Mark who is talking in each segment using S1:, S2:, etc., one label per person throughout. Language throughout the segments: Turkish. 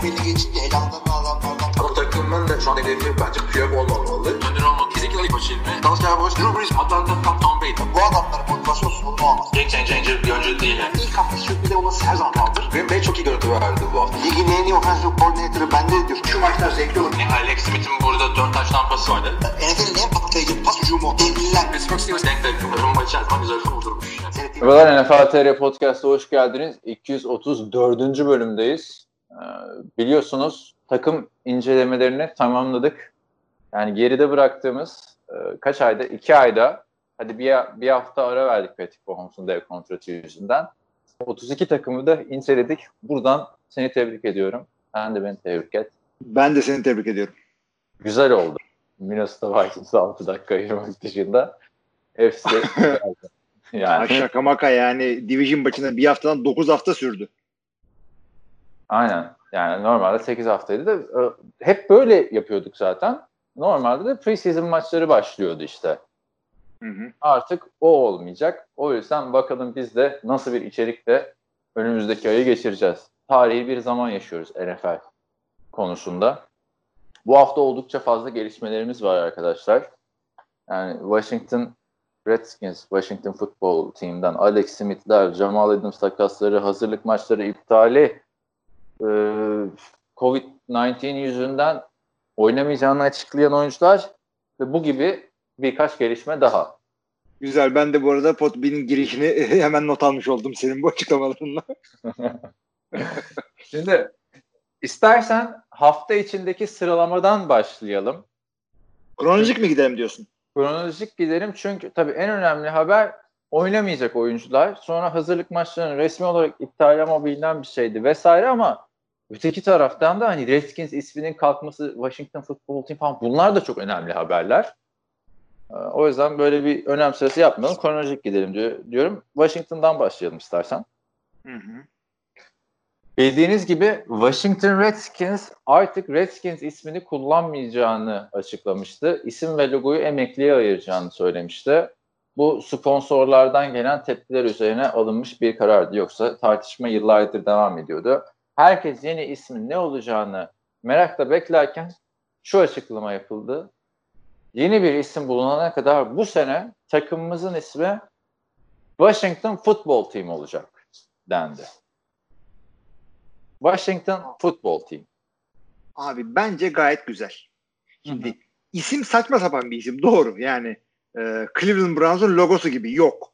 S1: belli geçince elamdan adamlardan.
S2: Ama takımın da şu an hedefi bence Piyok olmamalı. Önder olmalı. Kesinlikle ilk başı ilmi. Dalsya Boş, Drew Brees, Atlanta, Tom Brady.
S1: Bu adamların motivasyon sorunu olmaz.
S2: Game changer bir oyuncu değil. Yani.
S1: İlk hafta sürpriz olması her zaman kaldır.
S2: Green Bay çok iyi görüntü verdi bu hafta.
S1: Ligin en iyi offensive coordinator'ı bende diyor. Şu maçlar zevkli olur.
S2: Alex Smith'in burada 4 taş tampası vardı.
S1: NFL'in en patlayıcı pas hücumu. Devliler.
S2: Pittsburgh Steelers denk denk. Rumba içerisinde güzel kurdurmuş.
S3: Merhabalar, NFL TR Podcast'a hoş geldiniz. 234. bölümdeyiz. Biliyorsunuz takım incelemelerini tamamladık. Yani geride bıraktığımız kaç ayda? 2 ayda, hadi bir hafta ara verdik Patrick Mahomes'un dev kontratı yüzünden. 32 takımı da inceledik. Buradan seni tebrik ediyorum. Sen de beni tebrik et.
S4: Ben de seni tebrik ediyorum.
S3: Güzel oldu. Minnesota Vikings 6 dakika ayırmak dışında hepsi güzeldi.
S4: Yani. Şaka maka yani division başına bir haftadan 9 hafta sürdü.
S3: Aynen. Yani normalde 8 haftaydı da hep böyle yapıyorduk zaten. Normalde de preseason maçları başlıyordu işte.
S4: Hı.
S3: Artık o olmayacak. O yüzden bakalım biz de nasıl bir içerikle önümüzdeki ayı geçireceğiz. Tarihi bir zaman yaşıyoruz NFL konusunda. Bu hafta oldukça fazla gelişmelerimiz var arkadaşlar. Yani Washington Redskins, Washington Football Team'den Alex Smith'ler, Jamal Adams takasları, hazırlık maçları iptali, Covid-19 yüzünden oynamayacağını açıklayan oyuncular ve bu gibi birkaç gelişme daha.
S4: Güzel. Ben de bu arada Potbin'in girişini hemen not almış oldum senin bu açıklamalarınla.
S3: Şimdi istersen hafta içindeki sıralamadan başlayalım.
S4: Kronolojik mi gidelim diyorsun?
S3: Kronolojik gidelim çünkü tabii en önemli haber oynamayacak oyuncular. Sonra hazırlık maçlarının resmi olarak iptal ama bilinen bir şeydi vesaire ama öteki taraftan da hani Redskins isminin kalkması, Washington Football Team falan bunlar da çok önemli haberler. O yüzden böyle bir önem sırası yapmayalım. Kronolojik gidelim diyorum. Washington'dan başlayalım istersen.
S4: Hı.
S3: Bildiğiniz gibi Washington Redskins artık Redskins ismini kullanmayacağını açıklamıştı. İsim ve logoyu emekliye ayıracağını söylemişti. Bu sponsorlardan gelen tepkiler üzerine alınmış bir karardı. Yoksa tartışma yıllardır devam ediyordu. Herkes yeni ismin ne olacağını merakla beklerken şu açıklama yapıldı. Yeni bir isim bulunana kadar bu sene takımımızın ismi Washington Football Team olacak dendi. Washington Football Team.
S4: Abi bence gayet güzel. Şimdi isim saçma sapan bir isim. Doğru. Yani Cleveland Browns'un logosu gibi yok.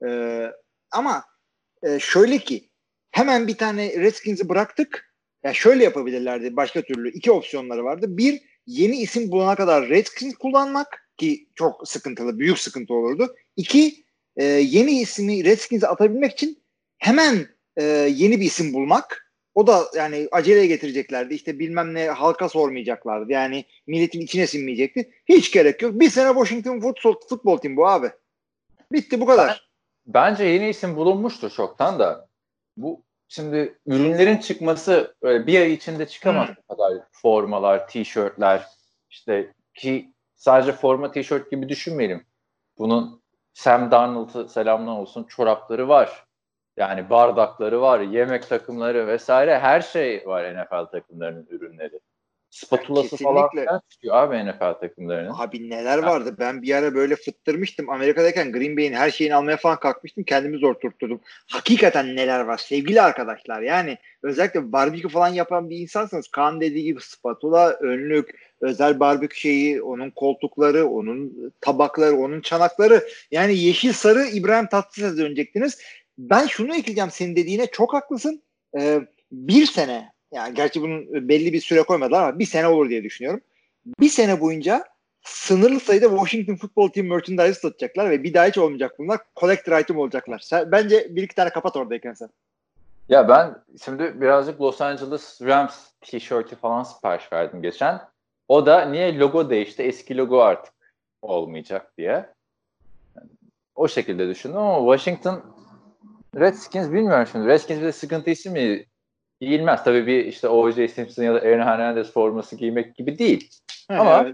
S4: Ama şöyle ki hemen bir tane Redskins'i bıraktık. Ya şöyle yapabilirlerdi başka türlü. 2 opsiyonları vardı. Bir, yeni isim bulana kadar Redskins kullanmak ki çok sıkıntılı, büyük sıkıntı olurdu. 2, yeni ismi Redskins'e atabilmek için hemen yeni bir isim bulmak. O da yani aceleye getireceklerdi. İşte bilmem ne halka sormayacaklardı. Yani milletin içine sinmeyecekti. Hiç gerek yok. Bir sene Washington Football Team bu abi. Bitti bu kadar.
S3: Bence yeni isim bulunmuştur çoktan da. Bu şimdi ürünlerin çıkması bir ay içinde çıkamaz bu kadar formalar, tişörtler işte ki sadece forma tişört gibi düşünmeyelim. Bunun Sam Darnold'u selamlar olsun çorapları var. Yani bardakları var, yemek takımları vesaire her şey var NFL takımlarının ürünleri. Spatulası falan çıkıyor abi NFL takımlarının.
S4: Abi neler vardı. Ben bir ara böyle fıttırmıştım. Amerika'dayken Green Bay'in her şeyini almaya falan kalkmıştım. Kendimi zor tutturdum. Hakikaten neler var sevgili arkadaşlar. Yani özellikle barbekü falan yapan bir insansanız Kaan dediği gibi spatula, önlük, özel barbekü şeyi, onun koltukları, onun tabakları, onun çanakları. Yani yeşil sarı İbrahim Tatlıses'e dönecektiniz. Ben şunu ekleyeceğim senin dediğine çok haklısın. Bir sene yani gerçi bunun belli bir süre koymadılar ama bir sene olur diye düşünüyorum. Bir sene boyunca sınırlı sayıda Washington Football Team merchandise satacaklar ve bir daha hiç olmayacak bunlar. Collector item olacaklar. Bence bir iki tane kapat oradayken sen.
S3: Ya ben şimdi birazcık Los Angeles Rams tişörtü falan sipariş verdim geçen. O da niye logo değişti? Eski logo artık olmayacak diye. Yani, o şekilde düşündüm ama Washington Redskins bilmiyorum şimdi. Redskins bir de sıkıntı isim mi? Giyilmez. Tabii bir işte O.J. Simpson ya da Aaron Hernandez forması giymek gibi değil. Ama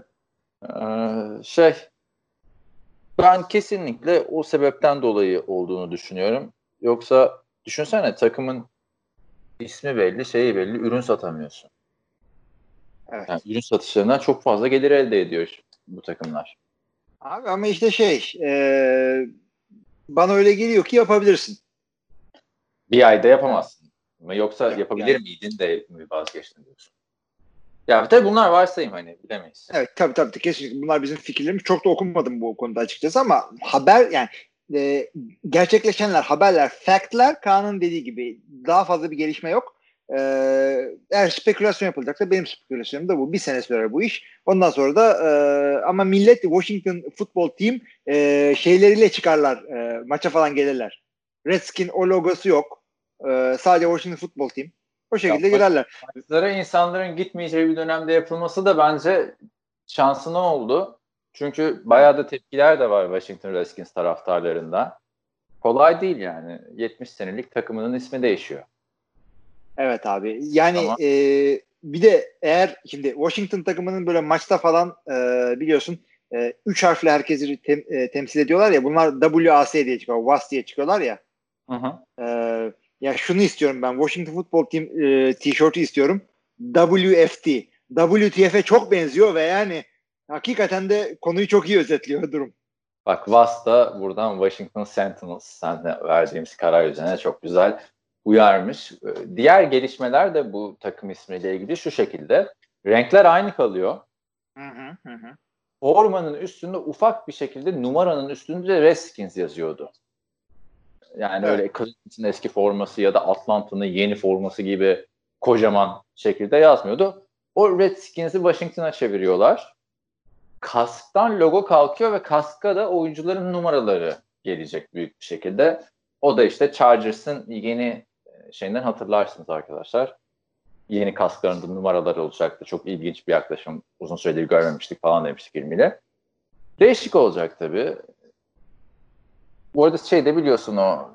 S3: ben kesinlikle o sebepten dolayı olduğunu düşünüyorum. Yoksa düşünsene takımın ismi belli, şeyi belli, ürün satamıyorsun.
S4: Evet.
S3: Yani ürün satışlarından çok fazla gelir elde ediyor bu takımlar.
S4: Abi ama işte bana öyle geliyor ki yapabilirsin.
S3: Bir ayda yapamazsın. Ama yoksa
S4: Yok,
S3: yapabilir
S4: yani.
S3: miydin de mi vazgeçtin diyorsun. Ya tabii bunlar varsayım, hani bilemeyiz.
S4: Evet, tabii kesinlikle bunlar bizim fikirlerimiz. Çok da okumadım bu konuda açıkçası ama haber yani e, gerçekleşenler, haberler, factler Kaan'ın dediği gibi daha fazla bir gelişme yok. Eğer spekülasyon yapılacaksa benim spekülasyonum da bu. Bir sene sürer bu iş. Ondan sonra da ama millet Washington Football Team şeyleriyle çıkarlar. Maça falan gelirler. Redskin o logosu yok. Sadece Washington Football Team. O
S3: Ya
S4: şekilde girerler.
S3: maçlara insanların gitmeyeceği bir dönemde yapılması da bence şansına oldu. Çünkü bayağı da tepkiler de var Washington Redskins taraftarlarından. Kolay değil yani. 70 senelik takımının ismi değişiyor.
S4: Evet abi. Yani
S3: Ama
S4: bir de eğer şimdi Washington takımının böyle maçta falan biliyorsun 3 harfli herkesi temsil ediyorlar ya, bunlar WAS diye çıkıyor. WAS diye çıkıyorlar ya.
S3: hı hı.
S4: E, ya şunu istiyorum ben. Washington Football Team tişörtü istiyorum. WFT. WTF'e çok benziyor ve yani hakikaten de konuyu çok iyi özetliyor durum.
S3: Bak Vas da buradan Washington Sentinels senle verdiğimiz karar üzerine çok güzel uyarmış. Diğer gelişmeler de bu takım ismiyle ilgili şu şekilde. Renkler aynı kalıyor.
S4: Hı hı.
S3: Formanın üstünde ufak bir şekilde numaranın üstünde Redskins yazıyordu. Yani
S4: Evet.
S3: öyle Cleveland'ın eski forması ya da Atlanta'nın yeni forması gibi kocaman şekilde yazmıyordu. O Redskins'i Washington'a çeviriyorlar. Kasktan logo kalkıyor ve kaska da oyuncuların numaraları gelecek büyük bir şekilde. O da işte Chargers'ın yeni şeyinden hatırlarsınız arkadaşlar. Yeni kasklarında numaraları olacaktı. Çok ilginç bir yaklaşım. Uzun süredir görmemiştik falan demiştik ilmiyle. Değişik olacak tabii. Bu arada de biliyorsun, o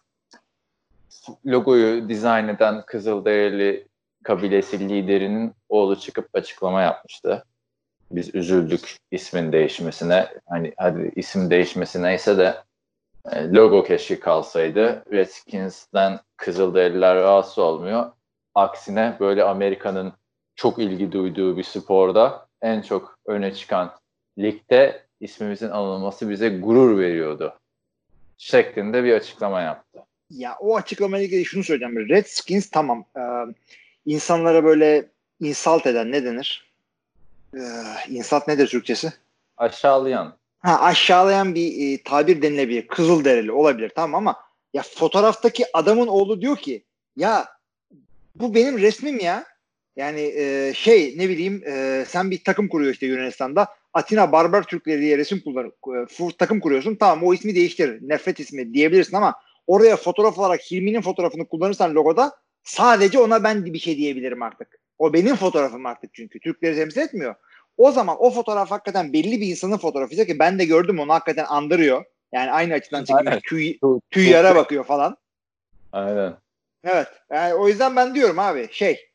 S3: logoyu dizayn eden Kızılderili kabilesi liderinin oğlu çıkıp açıklama yapmıştı. Biz üzüldük ismin değişmesine. Hani hadi isim değişmesi neyse de logo keşke kalsaydı. Redskins'ten Kızılderililer rahatsız olmuyor. Aksine böyle Amerika'nın çok ilgi duyduğu bir sporda en çok öne çıkan ligde ismimizin anılması bize gurur veriyordu şeklinde bir açıklama yaptı.
S4: Ya o açıklamayla ilgili şunu söyleyeceğim. Redskins tamam. İnsanlara böyle insult eden ne denir? İnsult nedir Türkçesi?
S3: Aşağılayan.
S4: Aşağılayan bir tabir denilebilir. Kızılderili olabilir tamam ama ya fotoğraftaki adamın oğlu diyor ki ya bu benim resmim ya. Yani ne bileyim sen bir takım kuruyor işte Yunanistan'da. Atina Barbar Türkleri diye resim takım kuruyorsun. Tamam o ismi değiştir. Nefret ismi diyebilirsin ama oraya fotoğraf olarak Hilmi'nin fotoğrafını kullanırsan logoda sadece ona ben bir şey diyebilirim artık. O benim fotoğrafım artık çünkü. Türkleri temsil etmiyor. O zaman o fotoğraf hakikaten belli bir insanın fotoğrafıysa ki ben de gördüm onu hakikaten andırıyor. Yani aynı açıdan çekilmiş tüy yara bakıyor falan.
S3: Aynen.
S4: Evet. Yani o yüzden ben diyorum abi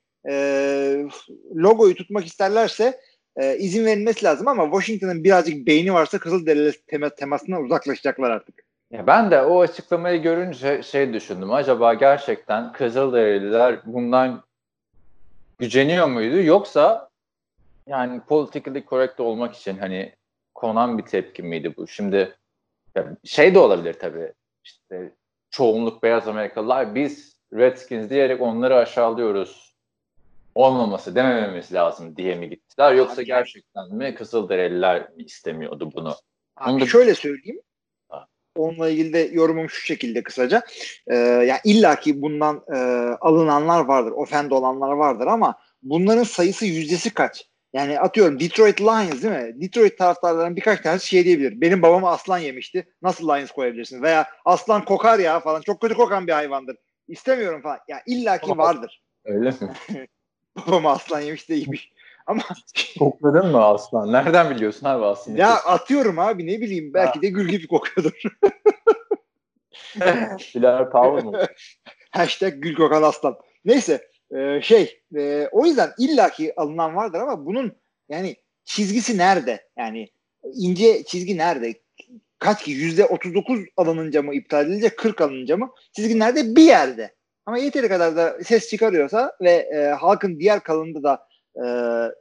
S4: logoyu tutmak isterlerse izin verilmesi lazım ama Washington'ın birazcık beyni varsa Kızılderili temasından uzaklaşacaklar artık.
S3: Ya ben de o açıklamayı görünce düşündüm. Acaba gerçekten Kızılderililer bundan güceniyor muydu? Yoksa yani politically correct olmak için hani konan bir tepki miydi bu? Şimdi de olabilir tabii. İşte çoğunluk beyaz Amerikalılar biz Redskins diyerek onları aşağılıyoruz. Olmaması, demememiz lazım diye mi gittiler? Yoksa
S4: Abi,
S3: gerçekten mi Kızılderililer mi istemiyordu bunu?
S4: abi şöyle söyleyeyim. Onunla ilgili de yorumum şu şekilde kısaca. Yani illaki bundan alınanlar vardır, ofend olanlar vardır ama bunların sayısı yüzdesi kaç? Yani atıyorum Detroit Lions değil mi? Detroit taraftarlarının birkaç tanesi diyebilir. Benim babama aslan yemişti. Nasıl Lions koyabilirsin? Veya aslan kokar ya falan. Çok kötü kokan bir hayvandır. İstemiyorum falan. Yani illaki vardır.
S3: Öyle mi?
S4: Babama aslan yemiş değilmiş. Ama
S3: Kokladın mı aslan? Nereden biliyorsun abi aslında?
S4: ya atıyorum abi ne bileyim belki de gül gibi kokuyordur.
S3: Bilal Powell mı?
S4: Hashtag gül kokan aslan. Neyse o yüzden illaki alınan vardır ama bunun yani çizgisi nerede? Yani ince çizgi nerede? Kaç ki? %39 alınınca mı iptal edilecek? 40 alınınca mı? Çizgi nerede? Bir yerde. Ama yeteri kadar da ses çıkarıyorsa ve halkın diğer kalanında da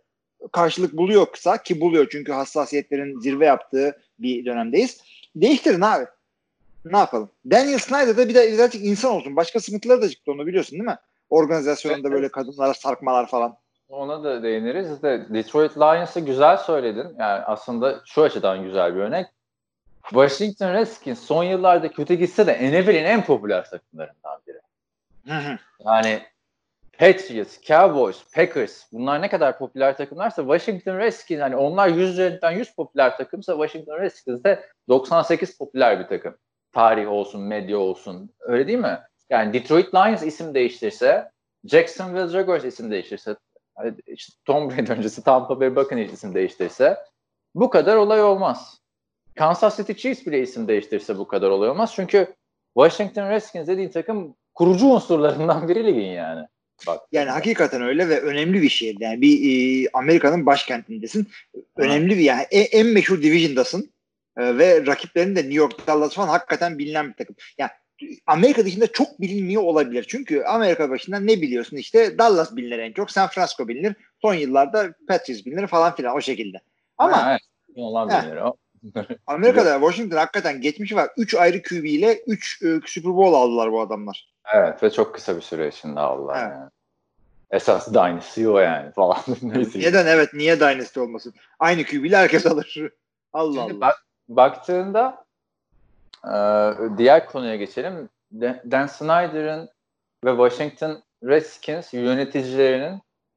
S4: karşılık buluyorsa, ki buluyor çünkü hassasiyetlerin zirve yaptığı bir dönemdeyiz. Değiştirin abi. Ne yapalım? Daniel Snyder da bir de birazcık insan olsun. Başka sıkıntıları da çıktı, onu biliyorsun değil mi? Organizasyonunda
S3: Evet.
S4: böyle kadınlara sarkmalar falan.
S3: Ona da değiniriz. Detroit Lions'ı güzel söyledin. Yani aslında şu açıdan güzel bir örnek. Washington Redskins son yıllarda kötü gitse de NFL'in en popüler takımlarından biri. Yani Patriots, Cowboys, Packers, bunlar ne kadar popüler takımlarsa Washington Redskins, hani onlar 100 üzerinden 100 popüler takımsa Washington Redskins de 98 popüler bir takım. Tarih olsun, medya olsun. Öyle değil mi? Yani Detroit Lions isim değiştirse, Jacksonville Jaguars isim değiştirse, işte Tom Brady öncesi Tampa Bay Buccaneers isim değiştirse bu kadar olay olmaz. Kansas City Chiefs bile isim değiştirse bu kadar olay olmaz. Çünkü Washington Redskins dediğin takım kurucu unsurlarından biri ligin yani. Bak.
S4: Yani hakikaten öyle ve önemli bir şehir. Yani bir Amerika'nın başkentindesin. Önemli bir, yani en meşhur division'dasın. Ve rakiplerin de New York, Dallas falan hakikaten bilinen bir takım. Yani Amerika dışında çok bilinmiyor olabilir. Çünkü Amerika başında ne biliyorsun, işte Dallas bilinir en çok, San Francisco bilinir. Son yıllarda Patriots bilinir falan filan, o şekilde. Ama
S3: evet. Olan bilinir o.
S4: Amerika'da Washington hakikaten geçmişi var. 3 ayrı QB ile 3 Super Bowl aldılar bu adamlar.
S3: Evet ve çok kısa bir süre içinde aldılar
S4: Evet.
S3: yani. Esas Dynasty o yani falan.
S4: Neden? Evet, niye Dynasty olmasın? Aynı QB ile herkes alır. Allah
S3: Şimdi
S4: Allah.
S3: baktığında diğer konuya geçelim. Dan Snyder'ın ve Washington Redskins yöneticilerinin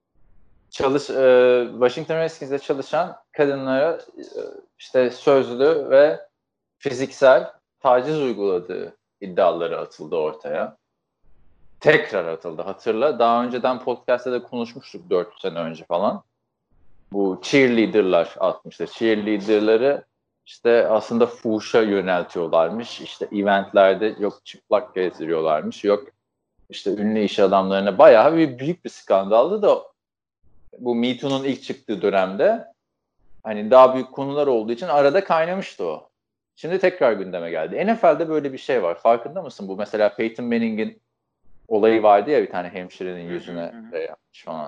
S3: Washington Redskins'de çalışan kadınlara işte sözlü ve fiziksel taciz uyguladığı iddiaları atıldı ortaya. Tekrar atıldı. Hatırla. Daha önceden podcast'ta da konuşmuştuk 4 sene önce falan. Bu cheerleader'lar atmıştı. Cheerleader'ları işte aslında fuhuşa yöneltiyorlarmış. İşte eventlerde yok çıplak gezdiriyorlarmış. Yok işte ünlü iş adamlarına, bayağı büyük bir skandaldı da bu Me Too'nun ilk çıktığı dönemde hani daha büyük konular olduğu için arada kaynamıştı o. Şimdi tekrar gündeme geldi. NFL'de böyle bir şey var. Farkında mısın? Bu mesela Peyton Manning'in olayı vardı ya, bir tane hemşirenin yüzüne yapmış falan.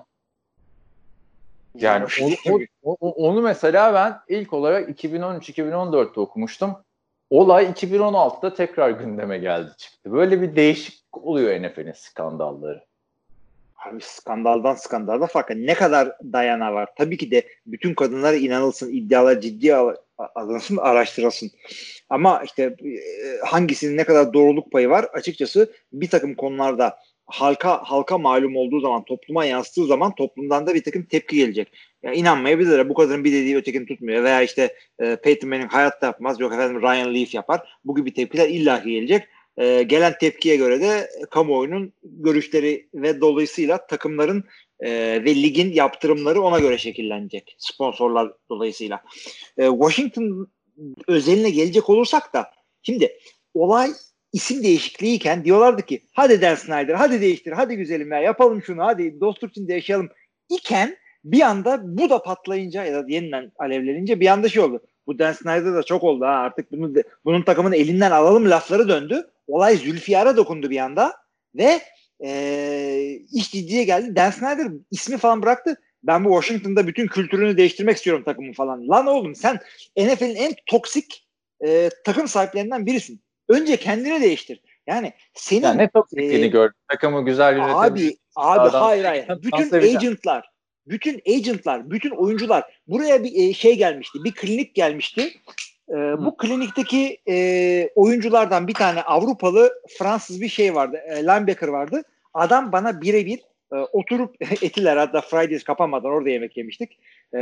S3: Yani onu mesela ben ilk olarak 2013-2014'te okumuştum. Olay 2016'da tekrar gündeme geldi çıktı. Böyle bir değişiklik oluyor NFL'in skandalları.
S4: Abi skandaldan skandalda fark. Ne kadar dayanağı var. Tabii ki de bütün kadınlara inanılsın, iddialar ciddiye alınsın, araştırılsın. Ama işte hangisinin ne kadar doğruluk payı var, açıkçası bir takım konularda halka malum olduğu zaman, topluma yansıttığı zaman toplumdan da bir takım tepki gelecek. Yani inanmayabilirler. Bu kadının bir dediği ötekini tutmuyor. Veya işte Peyton Manning hayatta yapmaz. Yok efendim Ryan Leaf yapar. Bu gibi tepkiler illaki gelecek. Gelen tepkiye göre de kamuoyunun görüşleri ve dolayısıyla takımların ve ligin yaptırımları ona göre şekillenecek. Sponsorlar dolayısıyla. Washington özeline gelecek olursak da şimdi olay isim değişikliğiyken diyorlardı ki hadi Dan Snyder, hadi değiştir, hadi güzelim ya, yapalım şunu, hadi dostluk içinde yaşayalım iken bir anda bu da patlayınca ya da yeniden alevlenince bir anda şey oldu. Bu Dan Snyder da çok oldu ha, artık bunun takımını elinden alalım lafları döndü. Olay Zülfiyar'a dokundu bir anda ve iş ciddiye geldi. Dan Snyder ismi falan bıraktı. Ben bu Washington'da bütün kültürünü değiştirmek istiyorum takımın falan. Lan oğlum, sen NFL'in en toksik takım sahiplerinden birisin. Önce kendini değiştir. Yani senin
S3: yani ne toksikliğini gördüm. Takımı güzel yönetebilir.
S4: Abi hayır. Bütün agentlar, bütün oyuncular buraya bir şey gelmişti. Bir klinik gelmişti. Bu klinikteki oyunculardan bir tane Avrupalı Fransız bir şey vardı. Linebacker vardı. Adam bana birebir oturup etiler, hatta Fridays kapanmadan orada yemek yemiştik.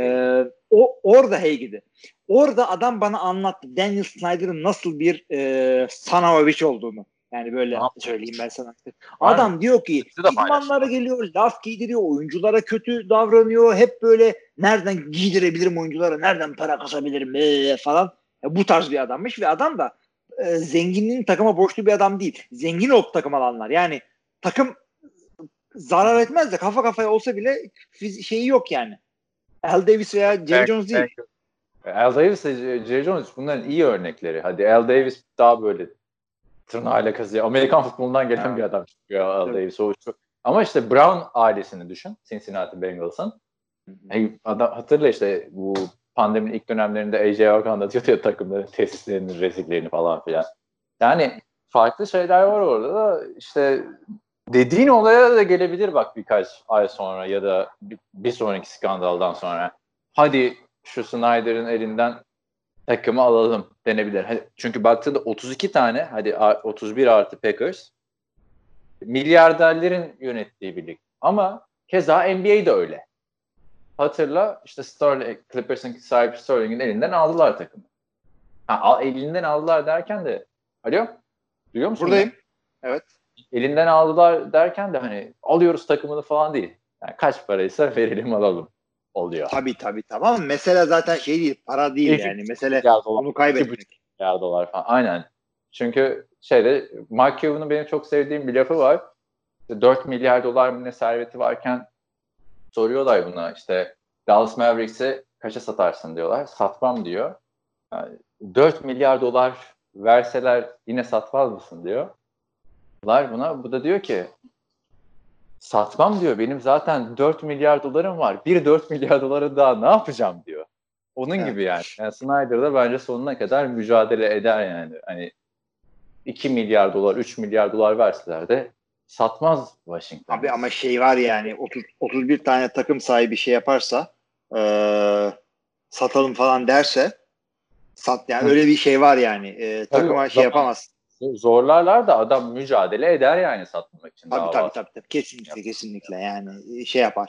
S4: Orada Heigi'di. Orada adam bana anlattı Daniel Snyder'ın nasıl bir Sanaovic olduğunu. Yani böyle söyleyeyim ben sana. Adam diyor ki idmanlara geliyor, laf giydiriyor, oyunculara kötü davranıyor. Hep böyle nereden giydirebilirim oyunculara, nereden para kasabilirim falan. Bu tarz bir adammış ve adam da zenginliğin takıma borçlu bir adam değil. Zengin olup takım alanlar. Yani takım zarar etmez de kafa kafaya olsa bile şeyi yok yani. Al Davis veya Jerry Jones değil.
S3: Al Davis ve Jerry Jones bunların iyi örnekleri. Hadi Al Davis daha böyle tırnağıyla kazıyor. Amerikan futbolundan gelen bir adam çıkıyor Al Davis. Ama işte Brown ailesini düşün. Cincinnati Bengals'ın. Adam, hatırla işte bu pandeminin ilk dönemlerinde AJ Hawk anlatıyordu ya takımların tesislerinin rezillerini falan filan. Yani farklı şeyler var orada da işte dediğin olaya da gelebilir bak birkaç ay sonra ya da bir sonraki skandaldan sonra. Hadi şu Snyder'ın elinden takımı alalım denebilir. Çünkü baktığında 32 tane, hadi 31 artı Packers, milyarderlerin yönettiği bir lig. Ama keza NBA de öyle. Hatırla işte Clippers'ın sahibi Sterling'in elinden aldılar takımı. Elinden aldılar derken de alo? Duyuyor musun?
S4: Buradayım. Evet.
S3: Elinden aldılar derken de hani alıyoruz takımını falan değil. Yani kaç paraysa verelim alalım oluyor.
S4: Tabii ama mesele zaten şey değil, para değil yani. Mesele onu kaybetmek.
S3: $2,5 falan. Aynen. Çünkü Mark Cuban'ın benim çok sevdiğim bir lafı var. İşte $4 milyar mı ne serveti varken soruyorlar buna işte Dallas Mavericks'e kaça satarsın diyorlar. Satmam diyor. Yani $4 milyar verseler yine satmaz mısın diyor. Buna. Bu da diyor ki satmam diyor. Benim zaten $4 milyar var. Bir $4 milyar daha ne yapacağım diyor. Onun gibi yani. Yani Snyder da bence sonuna kadar mücadele eder yani. Hani $2 milyar, $3 milyar verseler de satmaz Washington.
S4: Abi ama şey var yani 31 tane takım sahibi şey yaparsa satalım falan derse yani öyle bir şey var yani. Takıma şey yapamaz.
S3: Zorlarlar da adam mücadele eder yani satmak için.
S4: Tabii. Kesinlikle yani şey yapar.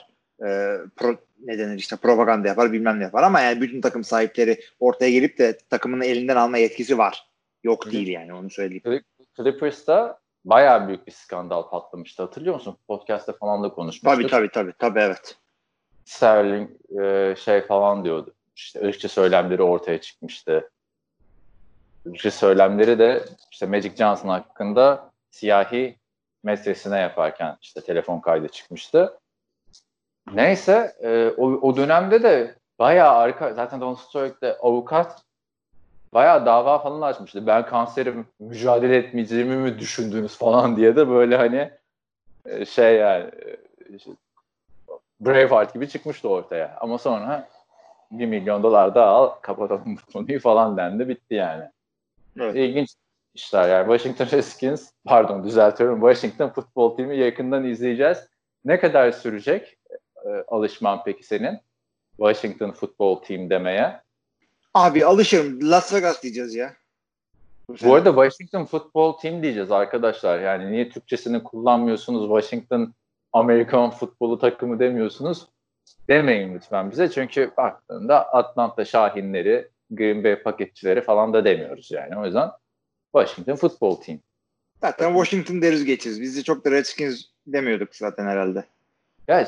S4: Ne denir işte propaganda yapar bilmem ne yapar ama yani bütün takım sahipleri ortaya gelip de takımını elinden alma yetkisi var. Yok değil yani onu söyleyeyim.
S3: Clippers'ta bayağı büyük bir skandal patlamıştı. Hatırlıyor musun? Podcast'ta falan da konuşmuştuk.
S4: Tabii evet.
S3: Sterling falan diyordu. İşte ırkçı söylemleri ortaya çıkmıştı. Irkçı söylemleri de işte Magic Johnson hakkında siyahi metresine yaparken işte telefon kaydı çıkmıştı. Neyse o dönemde de bayağı zaten Don Sterling avukat bayağı dava falan açmıştı. Ben kanserim, mücadele etmeyeceğimi mi düşündünüz falan diye de böyle hani yani Braveheart gibi çıkmıştı ortaya. Ama sonra $1 milyon daha al, kapatalım bu konuyu falan dendi. Bitti yani.
S4: Evet.
S3: İlginç işler yani. Washington Football Team'i yakından izleyeceğiz. Ne kadar sürecek alışman peki senin Washington Football Team demeye?
S4: Abi alışırım. Las Vegas diyeceğiz ya.
S3: Bu arada Washington Football Team diyeceğiz arkadaşlar. Yani niye Türkçesini kullanmıyorsunuz? Washington Amerikan futbolu takımı demiyorsunuz. Demeyin lütfen bize. Çünkü baktığında Atlanta Şahinleri, Green Bay paketçileri falan da demiyoruz yani. O yüzden Washington Football Team.
S4: Zaten Washington deriz geçeriz. Biz de çok da Redskins demiyorduk zaten herhalde.
S3: Ya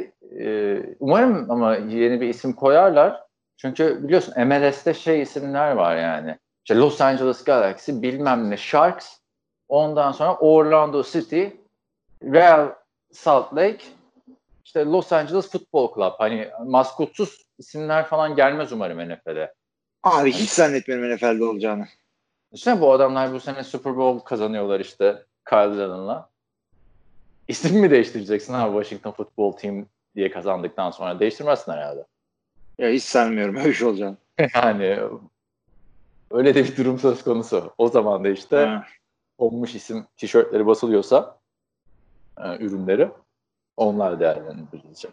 S3: umarım ama yeni bir isim koyarlar. Çünkü biliyorsun MLS'te isimler var yani. İşte Los Angeles Galaxy, bilmem ne Sharks, ondan sonra Orlando City, Real Salt Lake, işte Los Angeles Football Club. Hani maskotsuz isimler falan gelmez umarım NFL'e.
S4: Abi hiç zannetmiyorum NFL'de olacağını.
S3: Düşünsene bu adamlar bu sene Super Bowl kazanıyorlar işte Kyle Allen'la. İsim mi değiştireceksin Washington Football Team diye kazandıktan sonra? Değiştirmezsin herhalde.
S4: Ya hiç sanmıyorum öyle bir şey olacağını.
S3: Yani öyle de bir durum söz konusu. O zaman da işte olmuş isim tişörtleri basılıyorsa ürünleri onlar değerlendirilecek.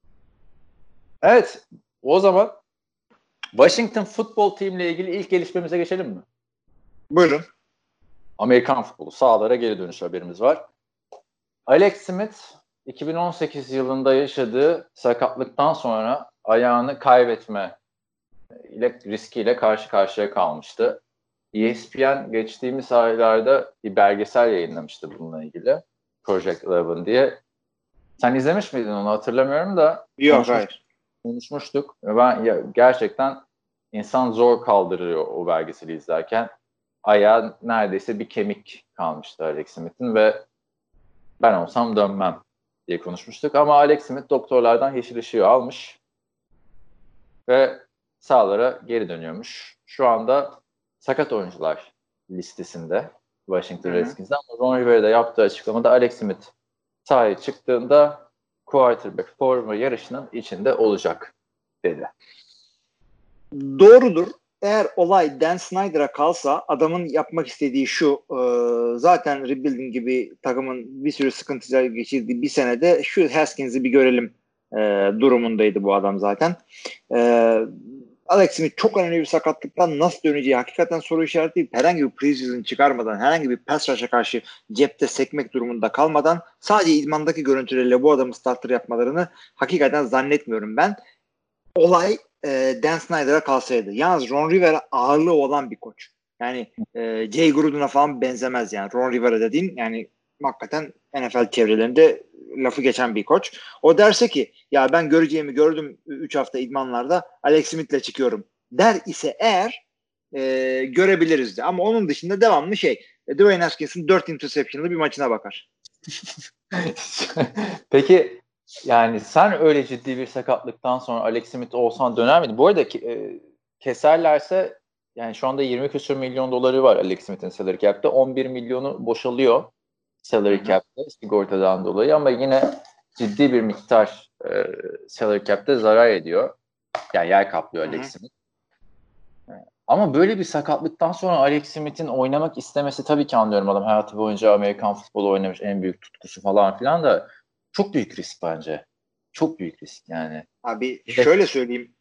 S3: Evet. O zaman Washington Football Team ile ilgili ilk gelişmemize geçelim mi?
S4: Buyurun.
S3: Amerikan futbolu. Sahalara geri dönüş haberimiz var. Alex Smith 2018 yılında yaşadığı sakatlıktan sonra ayağını kaybetme riskiyle karşı karşıya kalmıştı. ESPN geçtiğimiz aylarda bir belgesel yayınlamıştı bununla ilgili. Project 11 diye. Sen izlemiş miydin onu hatırlamıyorum da.
S4: Yok hayır.
S3: Konuşmuştuk. Ben gerçekten insan zor kaldırıyor o belgeseli izlerken. Ayağı neredeyse bir kemik kalmıştı Alex Smith'in ve ben olsam dönmem diye konuşmuştuk. Ama Alex Smith doktorlardan yeşil ışığı almış ve sahalara geri dönüyormuş. Şu anda sakat oyuncular listesinde Washington Redskins'den. Ron Rivera'da yaptığı açıklamada Alex Smith sahaya çıktığında quarterback forma yarışının içinde olacak dedi.
S4: Doğrudur. Eğer olay Dan Snyder'a kalsa adamın yapmak istediği şu, zaten rebuilding gibi takımın bir sürü sıkıntılar geçirdiği bir senede şu Haskins'i bir görelim durumundaydı bu adam zaten. Alex Smith çok önemli bir sakatlıktan nasıl döneceği hakikaten soru işareti. Herhangi bir preseason çıkarmadan, herhangi bir pass rush'a karşı cepte sekmek durumunda kalmadan sadece idmandaki görüntülerle bu adamı starter yapmalarını hakikaten zannetmiyorum ben. Olay Dan Snyder'a kalsaydı. Yalnız Ron Rivera ağırlığı olan bir koç. Yani Jay Gruden'a falan benzemez yani. Ron Rivera dediğim yani hakikaten NFL çevrelerinde lafı geçen bir koç. O derse ki ya ben göreceğimi gördüm 3 hafta idmanlarda Alex Smith'le çıkıyorum der ise eğer görebiliriz de. Ama onun dışında devamlı Dwayne Haskins'in 4 interception'lı bir maçına bakar.
S3: Peki yani sen öyle ciddi bir sakatlıktan sonra Alex Smith olsan döner miydin? Bu arada keserlerse yani şu anda 20 küsur milyon doları var Alex Smith'in salary cap'te. 11 milyonu boşalıyor salary cap'te sigortadan dolayı ama yine ciddi bir miktar salary cap'te zarar ediyor. Yani yer kaplıyor Alex Smith. Ama böyle bir sakatlıktan sonra Alex Smith'in oynamak istemesi tabii ki anlıyorum. Adam hayatı boyunca Amerikan futbolu oynamış, en büyük tutkusu falan filan da çok büyük risk bence. Çok büyük risk yani.
S4: Abi şöyle söyleyeyim.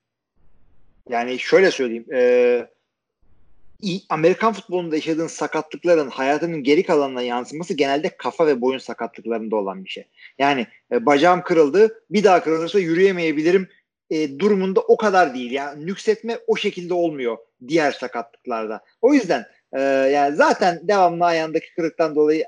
S4: Amerikan futbolunda yaşadığın sakatlıkların hayatının geri kalanına yansıması genelde kafa ve boyun sakatlıklarında olan bir şey. Yani bacağım kırıldı, bir daha kırılırsa yürüyemeyebilirim durumunda o kadar değil. Yani nüksetme o şekilde olmuyor diğer sakatlıklarda. O yüzden yani zaten devamlı ayağındaki kırıktan dolayı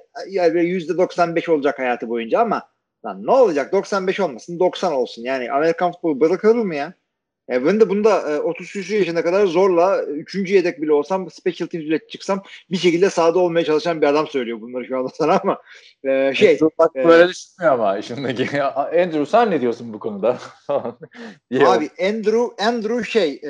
S4: %95 olacak hayatı boyunca ama lan ne olacak? 95 olmasın, 90 olsun. Yani Amerikan futbolu bırakılır mı ya? Ben de bunda 33 yaşına kadar zorla 3. yedek bile olsam special teams bile çıksam bir şekilde sahada olmaya çalışan bir adam söylüyor bunları şu anda sana ama
S3: Bak böyle düşünmüyor ama işindeki. Andrew sen ne diyorsun bu konuda?
S4: Abi Andrew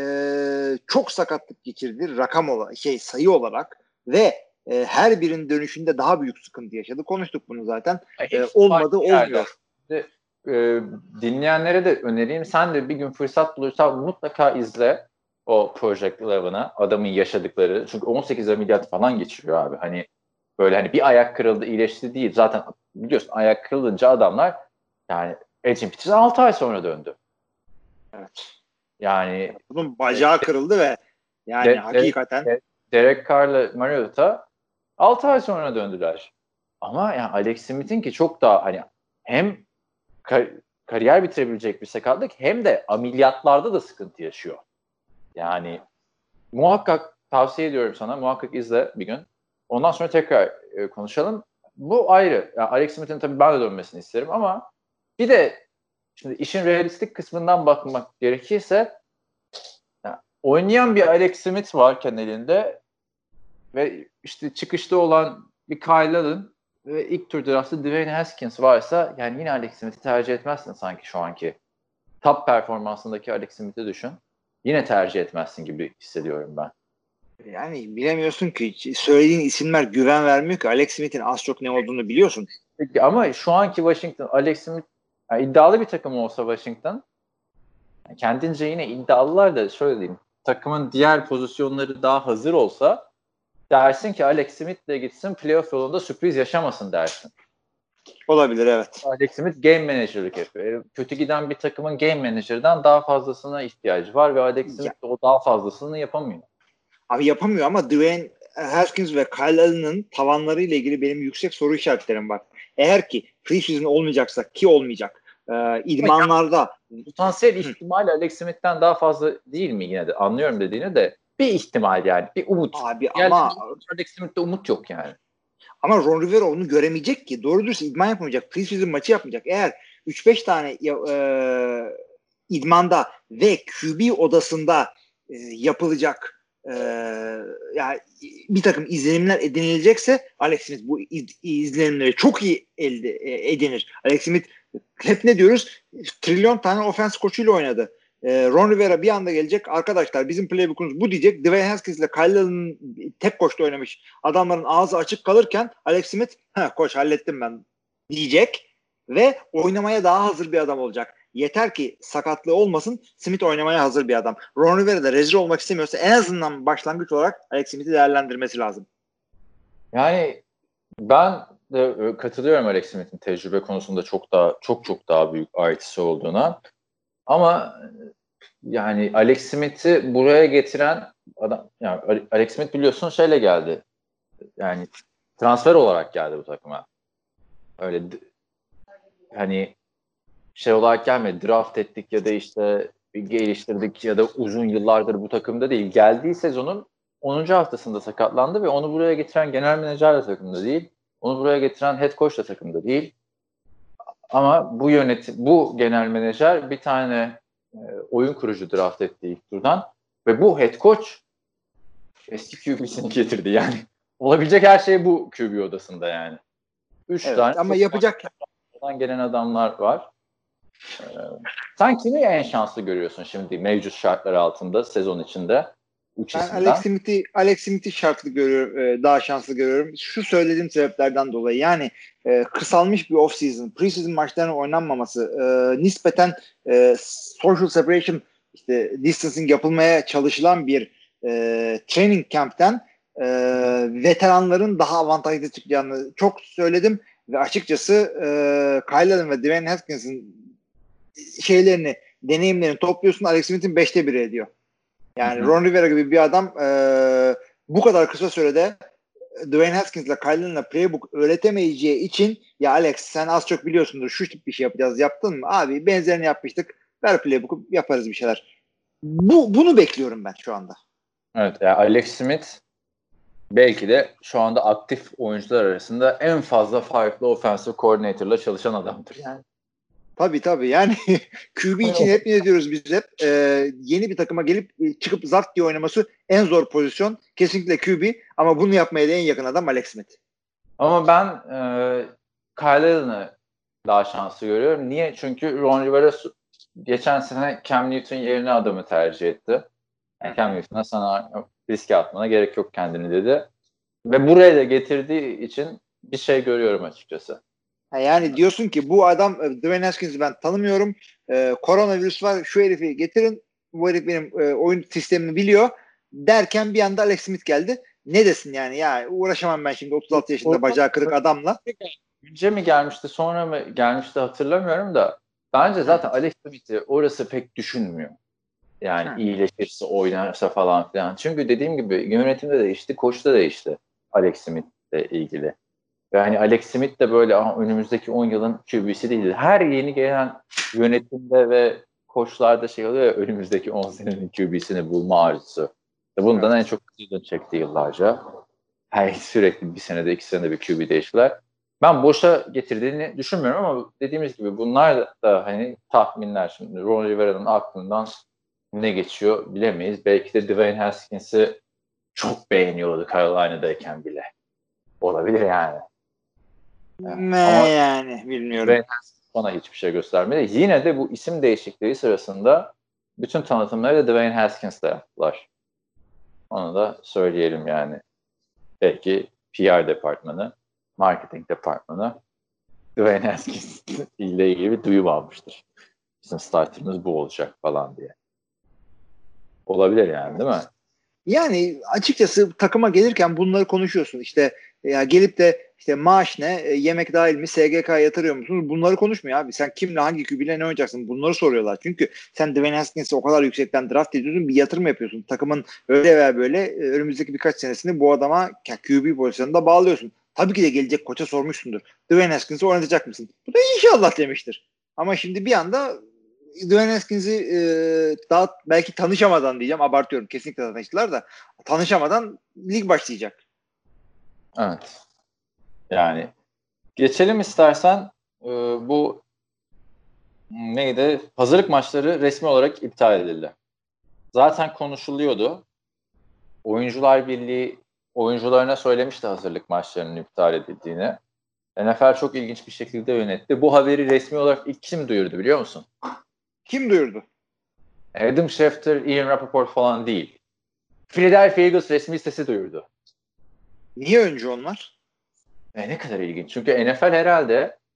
S4: çok sakatlık geçirdi rakam olarak sayı olarak ve her birinin dönüşünde daha büyük sıkıntı yaşadı. Konuştuk bunu zaten. Olmadı olmuyor.
S3: Dinleyenlere de önereyim. Sen de bir gün fırsat bulursan mutlaka izle o Project Eleven'ı. Adamın yaşadıkları. Çünkü 18 ameliyat falan geçiriyor abi. Hani böyle hani bir ayak kırıldı iyileşti değil. Zaten biliyorsun ayak kırılınca adamlar yani Adrian Peterson 6 ay sonra döndü.
S4: Evet.
S3: Yani
S4: bunun bacağı kırıldı ve yani hakikaten
S3: Derek Carr'la Mariota 6 ay sonra döndüler. Ama yani Alex Smith'in ki çok daha hani hem kariyer bitirebilecek bir sakatlık hem de ameliyatlarda da sıkıntı yaşıyor. Yani muhakkak tavsiye ediyorum sana. Muhakkak izle bir gün. Ondan sonra tekrar konuşalım. Bu ayrı. Yani Alex Smith'in tabii ben de dönmesini isterim ama bir de şimdi işin realistik kısmından bakmak gerekirse yani oynayan bir Alex Smith varken elinde ve işte çıkışta olan bir Kyle Allen ve ilk tur draftı Dwayne Haskins varsa yani yine Alex Smith'i tercih etmezsin sanki şu anki top performansındaki Alex Smith'i düşün. Yine tercih etmezsin gibi hissediyorum ben.
S4: Yani bilemiyorsun ki söylediğin isimler güven vermiyor ki Alex Smith'in az çok ne olduğunu biliyorsun.
S3: Peki, ama şu anki Washington Alex Smith yani iddialı bir takım olsa Washington yani kendince yine iddialılar da şöyle diyeyim takımın diğer pozisyonları daha hazır olsa dersin ki Alex Smith de gitsin playoff yolunda sürpriz yaşamasın dersin.
S4: Olabilir evet.
S3: Alex Smith game manager'lık yapıyor. Kötü giden bir takımın game manager'dan daha fazlasına ihtiyacı var ve Alex Smith de o daha fazlasını yapamıyor.
S4: Abi yapamıyor ama Dwayne Haskins ve Kyle Allen'ın tavanları ile ilgili benim yüksek soru işaretlerim var. Eğer ki preseason olmayacaksa ki olmayacak idmanlarda
S3: potansiyel ihtimali Alex Smith'ten daha fazla değil mi yine de? Anlıyorum dediğini de bir ihtimal yani. Bir umut.
S4: Abi
S3: ama Alex Smith'te umut yok yani.
S4: Ama Ron Rivera onu göremeyecek ki. Doğru dürüst idman yapmayacak. Preseason maçı yapmayacak. Eğer 3-5 tane idmanda ve QB odasında yapılacak yani bir takım izlenimler edinilecekse Alex Smith bu izlenimleri çok iyi elde edinir. Alex Smith hep ne diyoruz? Trilyon tane ofens koçuyla oynadı. Ron Rivera bir anda gelecek. Arkadaşlar bizim playbook'umuz bu diyecek. Dwayne Haskins ile Kyle Allen'ın tek koçta oynamış adamların ağzı açık kalırken Alex Smith koç hallettim ben diyecek ve oynamaya daha hazır bir adam olacak. Yeter ki sakatlığı olmasın, Smith oynamaya hazır bir adam. Ron Rivera da rezil olmak istemiyorsa en azından başlangıç olarak Alex Smith'i değerlendirmesi lazım.
S3: Yani ben de katılıyorum Alex Smith'in tecrübe konusunda çok daha büyük artısı olduğuna. Ama yani Alex Smith'i buraya getiren adam, yani Alex Smith biliyorsun şeyle geldi. Yani transfer olarak geldi bu takıma. Öyle hani şey olarak gelmedi. Draft ettik ya da işte geliştirdik ya da uzun yıllardır bu takımda değil. Geldiği sezonun 10. haftasında sakatlandı ve onu buraya getiren genel menajer de takımda değil. Onu buraya getiren head coach da takımda değil. Ama bu genel menajer bir tane oyun kurucu draft etti ilk turdan ve bu head coach eski QB'sini getirdi yani. Olabilecek her şey bu QB odasında yani. 3
S4: Evet,
S3: tane
S4: ama yapacak
S3: gelen adamlar var. Sen kimi en şanslı görüyorsun şimdi mevcut şartlar altında sezon içinde?
S4: Ben Alex Smith'i şartlı görüyorum, daha şanslı görüyorum. Şu söylediğim sebeplerden dolayı yani kısalmış bir off-season, pre-season maçlarının oynanmaması, nispeten social separation, işte distancing yapılmaya çalışılan bir training camp'ten veteranların daha avantajlı çıkacağını çok söyledim ve açıkçası Kyle Allen ve Dwayne Haskins'in deneyimlerini topluyorsun, Alex Smith'in 5'te 1'i ediyor. Yani Ron Rivera gibi bir adam bu kadar kısa sürede Dwayne Haskins'la Kyle Allen'la playbook öğretemeyeceği için ya Alex sen az çok biliyorsundur şu tip bir şey yapacağız, yaptın mı? Abi benzerini yapmıştık. Ver playbook'u yaparız bir şeyler. Bunu bekliyorum ben şu anda.
S3: Evet, yani Alex Smith belki de şu anda aktif oyuncular arasında en fazla farklı offensive coordinator'la çalışan adamdır yani.
S4: Tabii yani QB için hep ne diyoruz biz hep yeni bir takıma gelip çıkıp zart diye oynaması en zor pozisyon kesinlikle QB ama bunu yapmaya da en yakın adam Alex Smith.
S3: Ama ben Kyle Allen'ı daha şanslı görüyorum. Niye? Çünkü Ron Rivera geçen sene Cam Newton yerine adamı tercih etti. Yani Cam Newton'a sana riske atmana gerek yok kendini dedi. Ve buraya da getirdiği için bir şey görüyorum açıkçası.
S4: Yani diyorsun ki bu adam Dwayne Haskins'i ben tanımıyorum. Koronavirüs var, şu herifi getirin. Bu herif benim oyun sistemimi biliyor. Derken bir anda Alex Smith geldi. Ne desin yani? Ya uğraşamam ben şimdi 36 yaşında bacağı kırık adamla.
S3: Önce mi gelmişti sonra mı gelmişti hatırlamıyorum da bence zaten Alex Smith'i orası pek düşünmüyor. Yani iyileşirse oynarsa falan filan. Çünkü dediğim gibi yönetimde değişti, koç da değişti Alex Smith'le ilgili. Yani Alex Smith de böyle önümüzdeki 10 yılın QB'si değildi. Her yeni gelen yönetimde ve koçlarda şey oluyor ya, önümüzdeki 10 senenin QB'sini bulma arzusu. Bundan en çok kızıldın çekti yıllarca. Sürekli bir senede 2 senede bir QB değiştiler. Ben boşa getirdiğini düşünmüyorum ama dediğimiz gibi bunlar da hani tahminler. Şimdi Ron Rivera'nın aklından ne geçiyor bilemeyiz. Belki de Dwayne Haskins'i çok beğeniyordu Carolina'dayken bile. Olabilir yani.
S4: Ama yani bilmiyorum.
S3: Dwayne Haskins bana hiçbir şey göstermedi. Yine de bu isim değişikliği sırasında bütün tanıtımları da Dwayne Haskins'le yaptılar. Onu da söyleyelim yani. Belki PR departmanı, marketing departmanı Dwayne Haskins ile ilgili bir duyum almıştır. Bizim starterımız bu olacak falan diye. Olabilir yani, değil mi?
S4: Yani açıkçası takıma gelirken bunları konuşuyorsun. İşte ya gelip de işte maaş ne, yemek dahil mi, SGK'ya yatırıyor musunuz? Bunları konuşmuyor abi. Sen kimle, hangi QB'yle ne oynayacaksın? Bunları soruyorlar. Çünkü sen Dwayne Haskins'i o kadar yüksekten draft ediyorsun, bir yatırım yapıyorsun. Takımın öyle veya böyle önümüzdeki birkaç senesini bu adama QB pozisyonunda bağlıyorsun. Tabii ki de gelecek koça sormuşsundur. Dwayne Haskins'i oynatacak mısın? Bu da inşallah demiştir. Ama şimdi bir anda Dwayne Haskins'i daha belki tanışamadan diyeceğim. Abartıyorum. Kesinlikle tanıştılar da tanışamadan lig başlayacak.
S3: Evet. Yani geçelim istersen bu neydi? Hazırlık maçları resmi olarak iptal edildi. Zaten konuşuluyordu. Oyuncular Birliği oyuncularına söylemişti hazırlık maçlarının iptal edildiğini. NFL çok ilginç bir şekilde yönetti. Bu haberi resmi olarak ilk kim duyurdu biliyor musun?
S4: Kim duyurdu?
S3: Adam Schefter, Ian Rappaport falan değil. Philadelphia Eagles resmi sitesi duyurdu.
S4: Niye önce onlar?
S3: Ne kadar ilginç. Çünkü NFL herhalde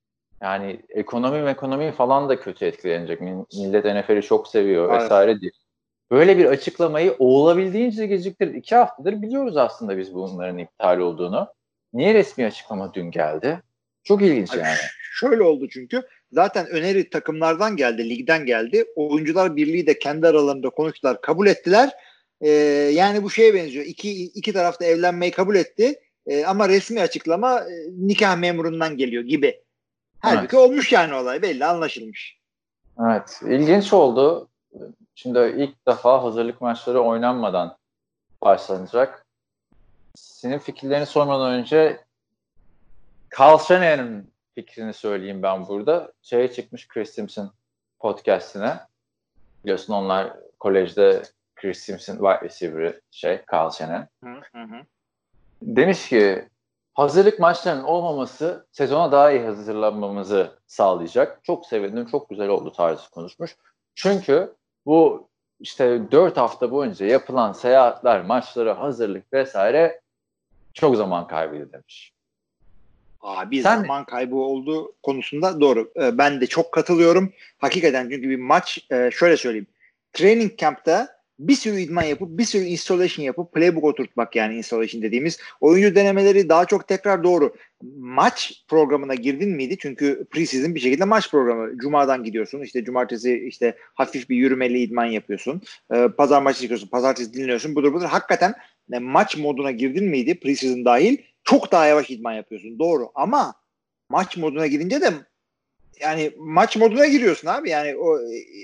S3: Yani ekonomi falan da kötü etkilenecek. Millet NFL'i çok seviyor
S4: Evet.
S3: vesaire diye. Böyle bir açıklamayı olabildiğince geciktirdi. 2 haftadır biliyoruz aslında biz bunların iptal olduğunu. Niye resmi açıklama dün geldi? Çok ilginç
S4: Abi
S3: yani.
S4: şöyle oldu çünkü zaten öneri takımlardan geldi, ligden geldi. Oyuncular Birliği de kendi aralarında konuştular, kabul ettiler. Yani bu şeye benziyor. İki taraf da evlenmeyi kabul etti. Ama resmi açıklama nikah memurundan geliyor gibi. Halbuki
S3: Evet.
S4: olmuş yani olay. Belli anlaşılmış.
S3: Evet. İlginç oldu. Şimdi ilk defa hazırlık maçları oynanmadan başlanacak. Senin fikirlerini sormadan önce Carl Shanahan'ın fikrini söyleyeyim ben burada. Şeye çıkmış Chris Simpson podcastine. Biliyorsun onlar kolejde Chris Simpson wide receiver'ı Carl Shanahan.
S4: Hı.
S3: Demiş ki hazırlık maçlarının olmaması sezona daha iyi hazırlanmamızı sağlayacak. Çok sevindim, çok güzel oldu tarzı konuşmuş. Çünkü bu işte 4 hafta boyunca yapılan seyahatler, maçlara hazırlık vesaire çok zaman kaybıydı demiş.
S4: Bir zaman kaybı olduğu konusunda doğru. Ben de çok katılıyorum. Hakikaten çünkü bir maç şöyle söyleyeyim. Training camp'ta bir sürü idman yapıp bir sürü installation yapıp playbook oturtmak yani installation dediğimiz oyuncu denemeleri daha çok tekrar doğru. Maç programına girdin miydi? Çünkü preseason bir şekilde maç programı. Cuma'dan gidiyorsun. İşte cumartesi işte hafif bir yürümeli idman yapıyorsun. Pazar maçı çıkıyorsun. Pazartesi dinliyorsun. Budur. Hakikaten maç moduna girdin miydi? Preseason dahil. Çok daha yavaş idman yapıyorsun. Doğru. Ama maç moduna girince de yani maç moduna giriyorsun abi. Yani o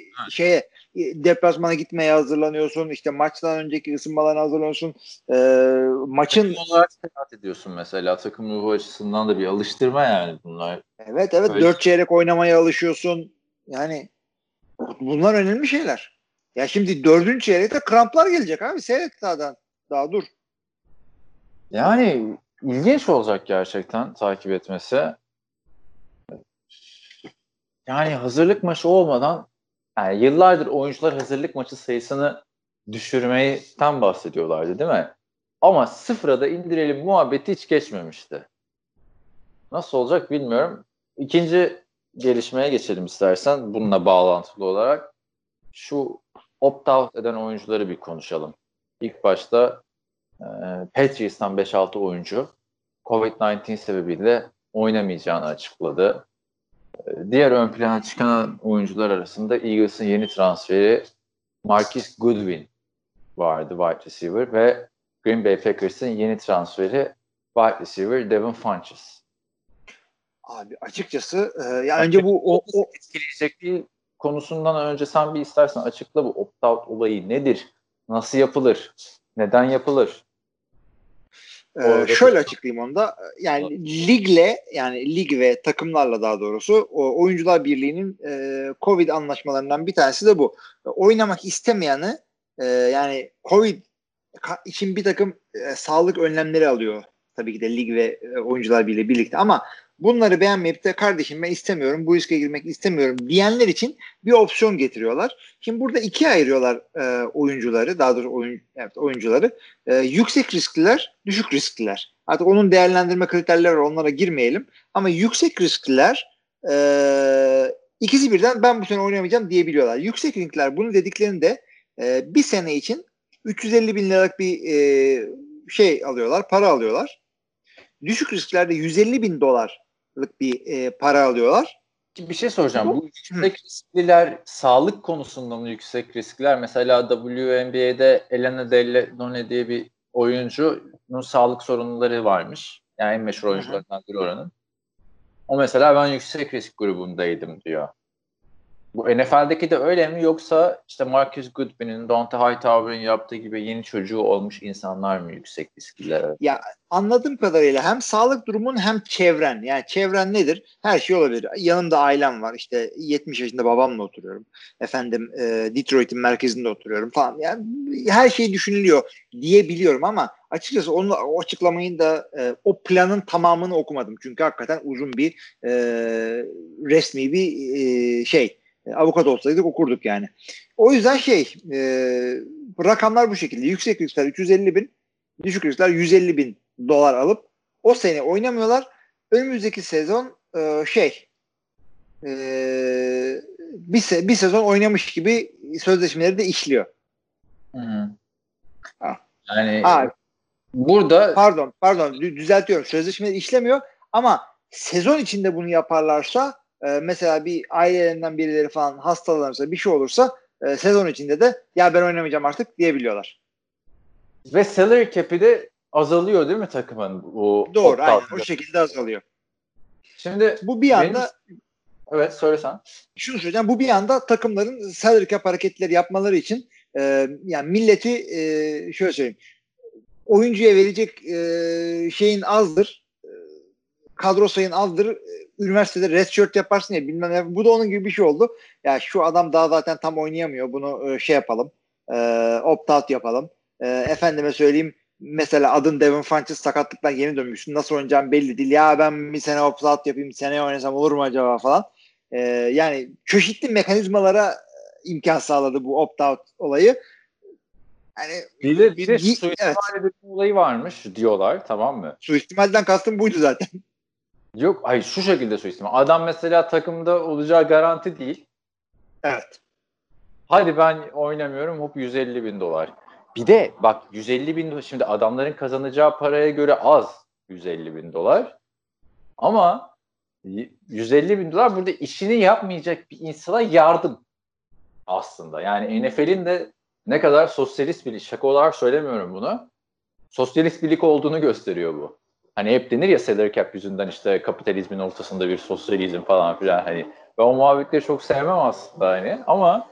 S4: deplasmana gitmeye hazırlanıyorsun. İşte maçtan önceki ısınmalarına hazırlanıyorsun. Maçın
S3: takım olarak seyahat ediyorsun mesela. Takım ruhu açısından da bir alıştırma yani bunlar.
S4: evet
S3: Böyle
S4: 4 çeyrek oynamaya alışıyorsun. Yani bunlar önemli şeyler. Ya şimdi 4. çeyrekte kramplar gelecek abi. Seyret daha dur.
S3: Yani ilginç olacak gerçekten takip etmesi. Yani hazırlık maçı olmadan yani yıllardır oyuncular hazırlık maçı sayısını düşürmekten bahsediyorlardı değil mi? Ama sıfıra da indirelim muhabbeti hiç geçmemişti. Nasıl olacak bilmiyorum. İkinci gelişmeye geçelim istersen bununla bağlantılı olarak. Şu opt-out eden oyuncuları bir konuşalım. İlk başta Patriots'tan 5-6 oyuncu COVID-19 sebebiyle oynamayacağını açıkladı. Diğer ön plana çıkan oyuncular arasında Eagles'ın yeni transferi Marquise Goodwin vardı, wide receiver, ve Green Bay Packers'ın yeni transferi wide receiver Devin Funchess.
S4: Abi açıkçası yani önce bu
S3: etkileyecekliği konusundan önce sen bir istersen açıkla, bu opt-out olayı nedir? Nasıl yapılır? Neden yapılır?
S4: Şöyle açıklayayım onu da. Yani lig ve takımlarla daha doğrusu o Oyuncular Birliği'nin Covid anlaşmalarından bir tanesi de bu. Oynamak istemeyeni yani Covid için bir takım sağlık önlemleri alıyor. Tabii ki de lig ve Oyuncular Birliği birlikte ama bunları beğenmeyip de kardeşim ben istemiyorum, bu riske girmek istemiyorum diyenler için bir opsiyon getiriyorlar. Şimdi burada ikiye ayırıyorlar oyuncuları, daha doğrusu oyuncuları. Yüksek riskliler, düşük riskliler. Artık onun değerlendirme kriterleri var, onlara girmeyelim. Ama yüksek riskliler ikisi birden ben bu sene oynamayacağım diyebiliyorlar. Yüksek riskliler bunu dediklerinde bir sene için 350 bin liralık bir alıyorlar, para alıyorlar. Düşük risklerde 150 bin dolarlık bir para alıyorlar.
S3: Bir şey soracağım. Bu yüksek riskliler sağlık konusunda mı yüksek riskliler? Mesela WNBA'de Elena Delle diye bir oyuncunun sağlık sorunları varmış. Yani en meşhur oyunculardan biri oranın. O mesela ben yüksek risk grubundaydım diyor. Bu NFL'deki de öyle mi, yoksa işte Marcus Goodwin'in, Donta Hightower'ın yaptığı gibi yeni çocuğu olmuş insanlar mı yüksek riskliler?
S4: Ya anladığım kadarıyla hem sağlık durumun hem çevren. Yani çevren nedir? Her şey olabilir. Yanımda ailem var. İşte 70 yaşında babamla oturuyorum. Efendim Detroit'in merkezinde oturuyorum falan. Yani her şey düşünülüyor diyebiliyorum ama açıkçası o açıklamayı da o planın tamamını okumadım. Çünkü hakikaten uzun bir resmi bir avukat olsaydık okurduk yani. O yüzden rakamlar bu şekilde. Yüksek riskler 350 bin, düşük riskler 150 bin dolar alıp o sene oynamıyorlar. Önümüzdeki sezon bir sezon oynamış gibi sözleşmeleri de işliyor.
S3: Hı.
S4: Ha.
S3: Yani burada
S4: pardon düzeltiyorum. Sözleşmeleri işlemiyor ama sezon içinde bunu yaparlarsa mesela bir ailelerinden birileri falan hastalanırsa bir şey olursa sezon içinde de ya ben oynamayacağım artık diyebiliyorlar.
S3: ve salary cap'i de azalıyor değil mi takımın bu
S4: Doğru aynen
S3: opt-out'da?
S4: o şekilde azalıyor.
S3: Şimdi
S4: Bu bir anda
S3: evet söylesen.
S4: şunu söyleyeceğim. Bu bir anda takımların salary cap hareketleri yapmaları için yani milleti şöyle söyleyeyim. Oyuncuya verecek şeyin azdır. Kadro sayın azdır. Üniversitede redshirt yaparsın ya bilmem ne. Bu da onun gibi bir şey oldu. Ya şu adam daha zaten tam oynayamıyor. Bunu şey yapalım. Opt-out yapalım. Efendime söyleyeyim mesela adın Devin Funchess sakatlıktan yeni dönmüşsün. Nasıl oynayacağım belli değil. Ya ben bir sene opt-out yapayım. Seneye oynasam olur mu acaba falan. Yani çeşitli mekanizmalara imkan sağladı bu opt-out olayı. Yani
S3: Bir de
S4: evet.
S3: suistimal edilme olayı varmış diyorlar, tamam mı?
S4: Suistimalden kastım buydu zaten.
S3: Yok, hayır, şu şekilde suistimal. Adam mesela takımda olacağı garanti değil.
S4: Evet.
S3: Hadi ben oynamıyorum, hop 150 bin dolar. Bir de bak 150 bin dolar, şimdi adamların kazanacağı paraya göre az 150 bin dolar. Ama 150 bin dolar burada işini yapmayacak bir insana yardım aslında. Yani NFL'in de ne kadar sosyalist bir, şaka olarak söylemiyorum bunu, sosyalist birlik olduğunu gösteriyor bu. Hani hep denir ya salary cap yüzünden işte kapitalizmin ortasında bir sosyalizm falan filan, hani ben o muhabbetleri çok sevmem aslında hani, ama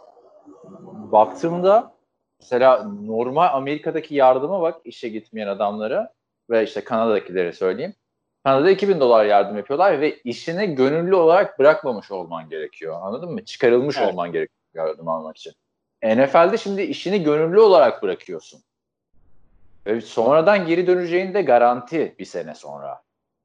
S3: baktığımda mesela normal Amerika'daki yardıma bak, işe gitmeyen adamlara ve işte Kanada'dakilere söyleyeyim. Kanada'da 2000 dolar yardım yapıyorlar ve işini gönüllü olarak bırakmamış olman gerekiyor. Anladın mı? Çıkarılmış
S4: Evet.
S3: olman gerekiyor yardım almak için. NFL'de şimdi işini gönüllü olarak bırakıyorsun. Ve sonradan geri döneceğin de garanti bir sene sonra.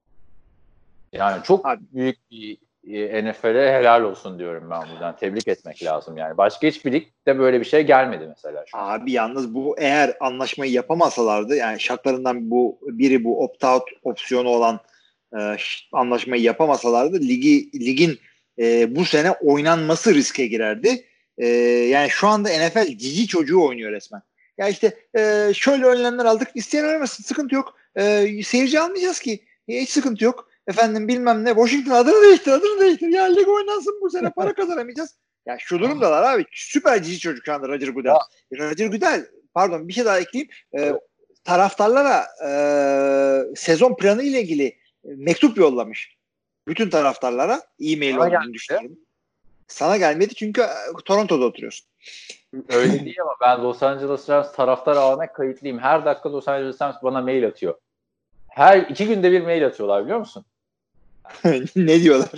S3: Yani çok
S4: Abi,
S3: büyük bir NFL'e helal olsun diyorum ben buradan. Tebrik etmek lazım yani. Başka hiçbir ligde böyle bir şey gelmedi mesela şu an.
S4: abi yalnız bu eğer anlaşmayı yapamasalardı yani şartlarından biri bu opt-out opsiyonu olan anlaşmayı yapamasalardı ligin bu sene oynanması riske girerdi. Yani şu anda NFL cici çocuğu oynuyor resmen. Ya işte şöyle önlemler aldık. İsteyen oynamasın. Sıkıntı yok. Seyirci almayacağız ki. Hiç sıkıntı yok. Efendim bilmem ne. Washington adını değiştir. Ya lig oynansın bu sene. Para kazanamayacağız. Ya şu durumdalar abi. Süper cici çocuk şu anda Roger Goodell. Roger Goodell pardon bir şey daha ekleyeyim. Taraftarlara sezon planı ile ilgili mektup yollamış. Bütün taraftarlara e-mail olduğunu düşünüyorum. Sana gelmedi çünkü Toronto'da oturuyorsun.
S3: Öyle değil ama ben Los Angeles Rams taraftar ağına kayıtlıyım. Her dakika Los Angeles Rams bana mail atıyor. Her 2 günde bir mail atıyorlar, biliyor musun?
S4: Ne diyorlar?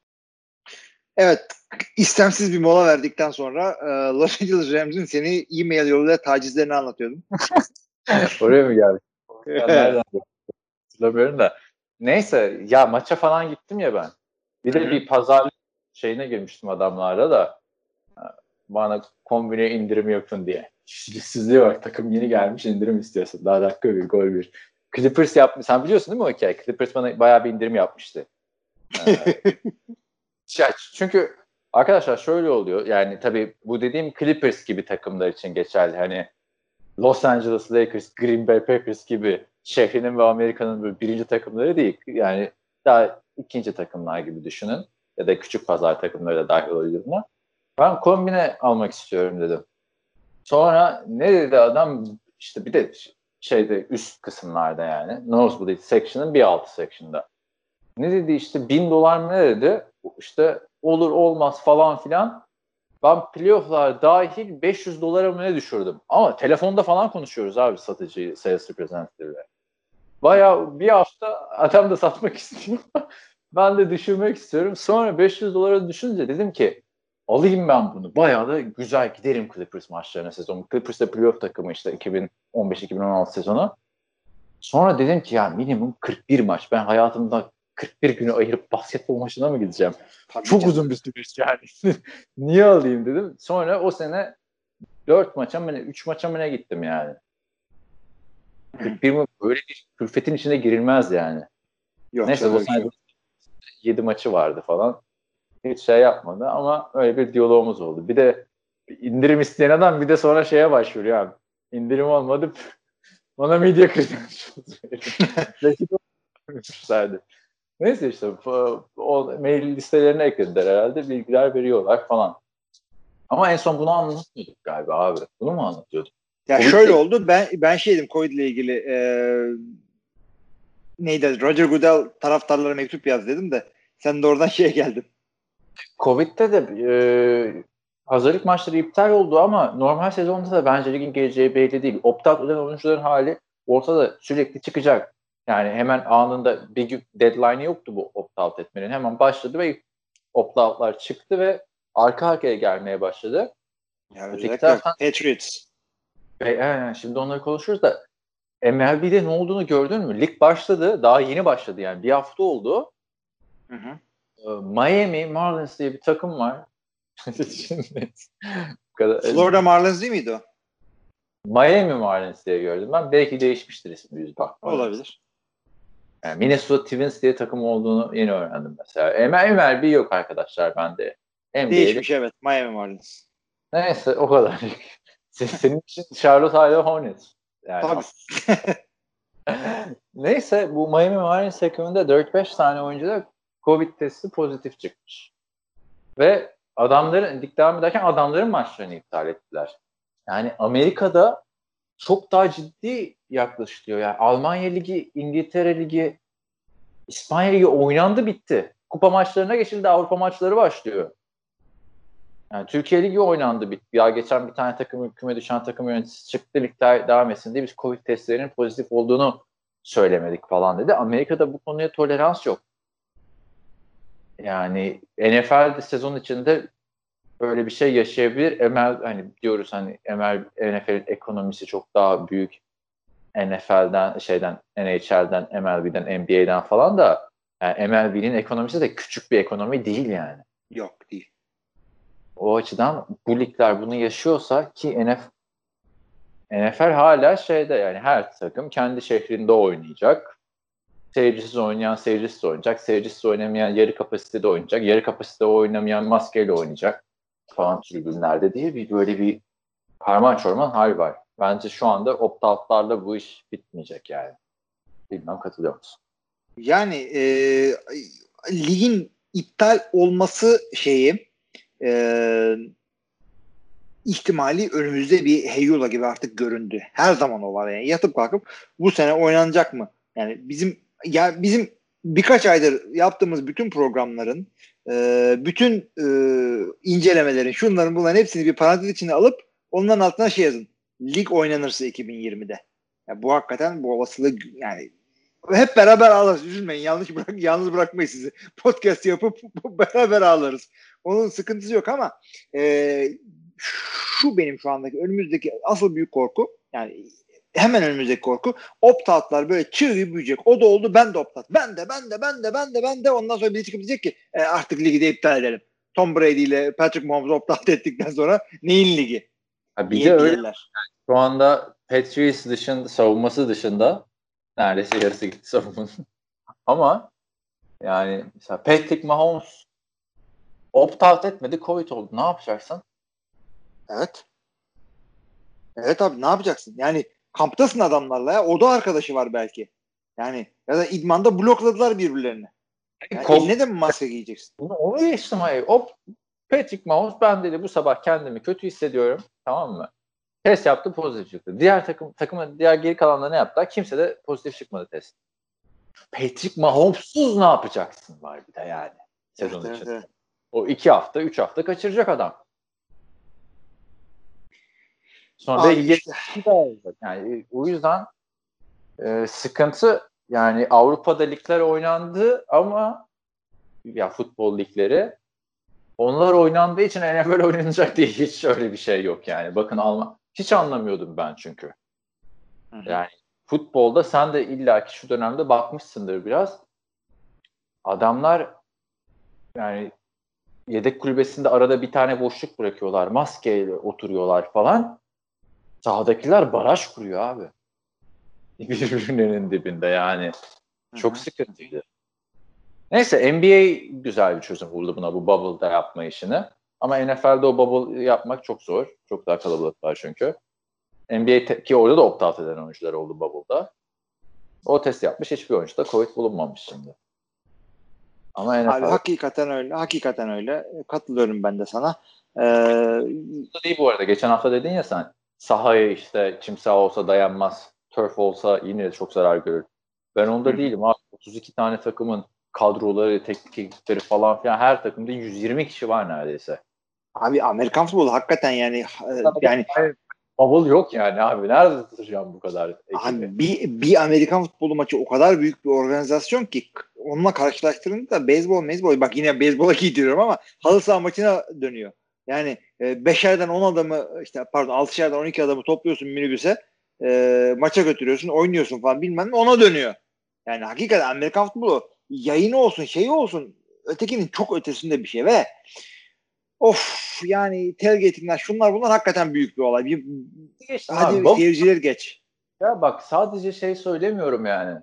S4: Evet. İstemsiz bir mola verdikten sonra Los Angeles Rams'in seni e-mail yoluyla tacizlerini anlatıyordum.
S3: Oraya mı geldik? Nereden hatırlamıyorum da. Neyse ya, maça falan gittim ya ben. Bir de bir pazarlık şeyine girmiştim adamlarla da. Bana kombine indirim yapın diye. Sizliğe bak, takım yeni gelmiş, indirim istiyorsun. Daha dakika bir gol bir. Clippers yapmış. Sen biliyorsun değil mi o hikaye? Clippers bana bayağı bir indirim yapmıştı. Çünkü arkadaşlar şöyle oluyor. Yani tabii bu dediğim Clippers gibi takımlar için geçerli. Hani Los Angeles Lakers, Green Bay Packers gibi şehrinin ve Amerika'nın böyle birinci takımları değil. Yani daha ikinci takımlar gibi düşünün. Ya da küçük pazar takımları da dahil olabilir buna. Ben kombine almak istiyorum dedim. Sonra ne dedi adam? İşte bir de şeyde üst kısımlarda, yani nosebleed section'ın bir altı section'da. Ne dedi işte, 1000 dolar mı ne dedi? İşte olur olmaz falan filan. Ben playoff'lar dahil 500 dolara mı ne düşürdüm? Ama telefonda falan konuşuyoruz abi, satıcı, sales representative'le. Bayağı bir hafta adam da satmak istiyor. Ben de düşürmek istiyorum. Sonra 500 dolara düşünce dedim ki alayım ben bunu. Bayağı da güzel giderim Clippers maçlarına sezon. Clippers de playoff takımı işte 2015-2016 sezonu. Sonra dedim ki ya minimum 41 maç. Ben hayatımda 41 günü ayırıp basketbol maçına mı gideceğim?
S4: Tabii
S3: Çok
S4: canım.
S3: uzun bir süreç yani. Niye alayım dedim. Sonra o sene 4 maça mı ne, 3 maça mı ne gittim yani. 41 mi? Böyle bir külfetin içine girilmez yani.
S4: Yok,
S3: Neyse
S4: öyle
S3: Los
S4: bir şey yok.
S3: Angeles 7 maçı vardı falan. Hiç şey yapmadı ama öyle bir diyalogumuz oldu. Bir de indirim isteyen adam bir de sonra şeye başvuruyor abi. İndirim olmadı bana medya credentials verin. Neyse işte o mail listelerine eklediler herhalde. Bilgiler veriyorlar falan. Ama en son bunu anlatmıyorduk galiba abi. Bunu mu anlatıyorduk?
S4: Ya
S3: Covid
S4: şöyle oldu. Ben şeydim Covid ile ilgili neydi? Roger Goodell taraftarlara mektup yaz dedim de sen de oradan şeye geldin.
S3: Covid'de de hazırlık maçları iptal oldu ama normal sezonda da bence ligin geleceği belli değil. Opt-out eden oyuncuların hali ortada sürekli çıkacak. Yani hemen anında bir deadline'ı yoktu bu opt-out etmenin. Hemen başladı ve opt-out'lar çıktı ve arka arkaya gelmeye başladı.
S4: Ya
S3: Öteki taraftan
S4: Patriots.
S3: yani şimdi onları konuşuruz da MLB'de ne olduğunu gördün mü? Lig başladı. Daha yeni başladı yani. Bir hafta oldu.
S4: Hı hı.
S3: Miami Marlins diye bir takım var.
S4: Florida Marlins değil miydi o?
S3: Miami Marlins diye gördüm ben. Belki değişmiştir ismi yüz bakmadan.
S4: Olabilir.
S3: Yani Minnesota Twins diye takım olduğunu yeni öğrendim mesela. MLB yok arkadaşlar bende.
S4: Değişmiş evet. Miami Marlins.
S3: Neyse o kadar. Senin için Charlotte Iowa Hornets. Yani
S4: Tabii.
S3: Neyse bu Miami Marlins takımında 4-5 tane oyuncuda Covid testi pozitif çıkmış. Ve lig devam ederken adamların maçlarını iptal ettiler. Yani Amerika'da çok daha ciddi yaklaşılıyor. Yani Almanya Ligi, İngiltere Ligi, İspanya Ligi oynandı bitti. Kupa maçlarına geçildi, Avrupa maçları başlıyor. Yani Türkiye Ligi oynandı bitti. Ya geçen bir tane küme düşen takım yöneticisi çıktı, lig devam etsin diye biz Covid testlerinin pozitif olduğunu söylemedik falan dedi. Amerika'da bu konuya tolerans yok. Yani NFL sezon içinde böyle bir şey yaşayabilir. Hani diyoruz hani NFL'in ekonomisi çok daha büyük. NFL'den, NHL'den, MLB'den, NBA'den falan da yani MLB'nin ekonomisi de küçük bir ekonomi değil yani.
S4: Yok değil.
S3: O açıdan bu ligler bunu yaşıyorsa ki NFL hala yani her takım kendi şehrinde oynayacak. Seyircisiz oynayan seyircisiz oynayacak. Seyircisiz oynamayan yarı kapasitede oynayacak. Yarı kapasitede oynamayan maskeyle oynayacak falan tribünlerde diye böyle bir karman çorman hal var. Bence şu anda opt-out'larla bu iş bitmeyecek yani. Bilmem katılıyor musun?
S4: Yani ligin iptal olması ihtimali önümüzde bir heyula gibi artık göründü. Her zaman o var yani. Yatıp kalkıp bu sene oynanacak mı? Yani bizim birkaç aydır yaptığımız bütün programların bütün incelemelerin şunların bunların hepsini bir parantez içine alıp onların altına yazın. Lig oynanırsa 2020'de. Yani bu hakikaten bu olasılığı yani hep beraber ağlarız. Üzülmeyin. Yalnız bırakmayız sizi. Podcast yapıp beraber ağlarız. Onun sıkıntısı yok ama şu benim şu andaki önümüzdeki asıl büyük korku yani hemen önümüzdeki korku opt-out'lar böyle çığ gibi büyüyecek. O da oldu ben de opt-out. Ben de ondan sonra biri çıkıp diyecek ki artık ligi de iptal edelim. Tom Brady ile Patrick Mahomes'u opt-out ettikten sonra neyin ligi?
S3: Bir de öyle şu anda Patriots savunması dışında neredeyse yarısı gitti savunmanın. Ama yani mesela Patrick Mahomes opt-out etmedi, Covid oldu. Ne yapacaksın?
S4: Evet. Evet abi ne yapacaksın? Yani kamptasın adamlarla ya. O da arkadaşı var belki. Yani ya da idmanda blokladılar birbirlerini. Yani eline de mi maske giyeceksin?
S3: Onu geçtim hayır. Patrick Mahomes ben dedi bu sabah kendimi kötü hissediyorum. Tamam mı? Test yaptı pozitif çıktı. Diğer diğer geri kalanlar ne yaptılar? Kimse de pozitif çıkmadı test. Patrick Mahomes'suz ne yapacaksın var bir de yani sezon için. Evet. O 2 hafta 3 hafta kaçıracak adam. Sonra da işte. Yani o yüzden sıkıntı yani Avrupa'da ligler oynandı ama ya futbol ligleri onlar oynandığı için NFL oynanacak diye hiç öyle bir şey yok yani. Bakın hiç anlamıyordum ben çünkü. Hı-hı. Yani futbolda sen de illaki şu dönemde bakmışsındır biraz. Adamlar yani yedek kulübesinde arada bir tane boşluk bırakıyorlar. Maskeyle oturuyorlar falan. Sahadakiler baraj kuruyor abi. Birbirlerinin dibinde yani. Çok sıkıntıydı. Neyse NBA güzel bir çözüm buldu buna, bu bubble'da yapma işini. Ama NFL'de o bubble yapmak çok zor. Çok daha kalabalık var çünkü. NBA ki orada da opt-out eden oyuncular oldu bubble'da. O test yapmış. Hiçbir oyuncuda Covid bulunmamış şimdi. Ama
S4: Abi hakikaten öyle. Hakikaten öyle. Katılıyorum ben de sana.
S3: Değil bu arada. Geçen hafta dedin ya sen. Sahaya işte çim saha olsa dayanmaz. Turf olsa yine de çok zarar görür. Ben onda değilim abi. 32 tane takımın kadroları, teknik ekipleri falan filan, her takımda 120 kişi var neredeyse.
S4: Abi Amerikan futbolu hakikaten yani
S3: bubble yok yani abi. Nerede tutacağım bu kadar ekibi?
S4: Abi bir Amerikan futbolu maçı o kadar büyük bir organizasyon ki onunla karşılaştırınca beyzbol bak yine beyzbola gidiyorum ama halı saha maçına dönüyor. Yani 5'erden 10 adamı işte pardon 6'şerden 12 adamı topluyorsun minibüse maça götürüyorsun oynuyorsun falan bilmem ne ona dönüyor. Yani hakikaten Amerikan futbolu yayını olsun şeyi olsun ötekinin çok ötesinde bir şey ve yani tailgating'ler şunlar bunlar hakikaten büyük bir olay. Hadi
S3: abi,
S4: seyircileri geç.
S3: Ya bak sadece şey söylemiyorum yani.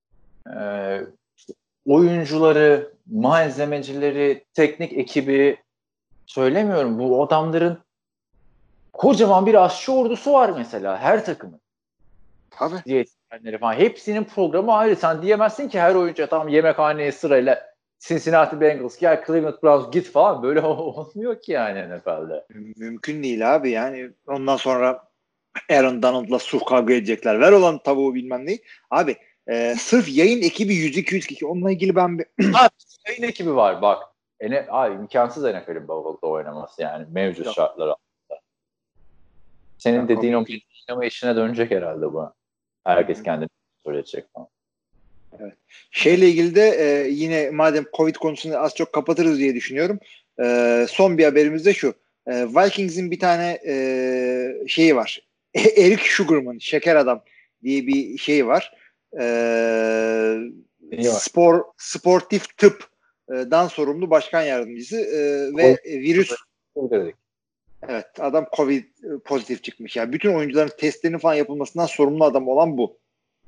S3: Oyuncuları, malzemecileri, teknik ekibi söylemiyorum. Bu adamların kocaman bir aşçı ordusu var mesela her takımın.
S4: Tabii.
S3: Diyetisyenleri falan. Hepsinin programı ayrı. Sen diyemezsin ki her oyuncu tamam yemekhaneye sırayla Cincinnati Bengals gel, Cleveland Browns git falan. Böyle olmuyor ki yani NFL'de.
S4: Mümkün değil abi yani. Ondan sonra Aaron Donald'la kavga edecekler. Ver olan tavuğu bilmem neyi. Abi sırf yayın ekibi 100-200 kişi. Onunla ilgili ben bir...
S3: Yayın ekibi var bak. İmkansız NFL'in bubble'da oynaması yani mevcut şartlar altında. Senin dediğin o oynama işine dönecek herhalde bu. Herkes kendini söyleyecek falan.
S4: Evet. Şeyle ilgili de yine madem Covid konusunu az çok kapatırız diye düşünüyorum. Son bir haberimiz de şu. Vikings'in bir tane şeyi var. Eric Sugarman, şeker adam diye bir şey var. Sportif tıpdan sorumlu başkan yardımcısı ve virüs. Evet, adam Covid pozitif çıkmış. Yani bütün oyuncuların testlerinin falan yapılmasından sorumlu adam olan bu.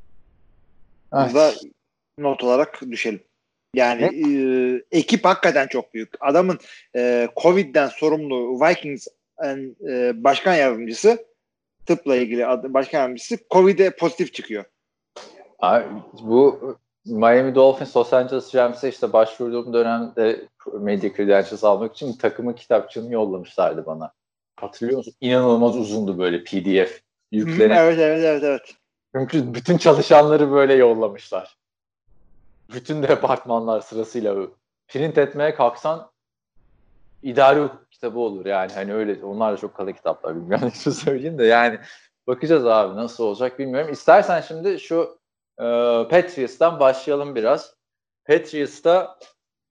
S3: Evet.
S4: Burada not olarak düşelim. Yani ekip hakikaten çok büyük. Adamın Covid'den sorumlu Vikings'in başkan yardımcısı, tıpla ilgili başkan yardımcısı Covid'e pozitif çıkıyor.
S3: Abi, bu Miami Dolphins Los Angeles Rams'e işte başvurduğum dönemde medya credentials almak için takımın kitapçığını yollamışlardı bana. Hatırlıyor musun? İnanılmaz uzundu böyle PDF yüklenen.
S4: Evet.
S3: Çünkü bütün çalışanları böyle yollamışlar. Bütün departmanlar sırasıyla print etmeye kalksan idari hukuk kitabı olur yani. Hani öyle, onlar da çok kalın kitaplar, bilmiyorum ne söyleyeyim de yani bakacağız abi nasıl olacak bilmiyorum. İstersen şimdi şu Patriots'tan başlayalım biraz. Patriots'ta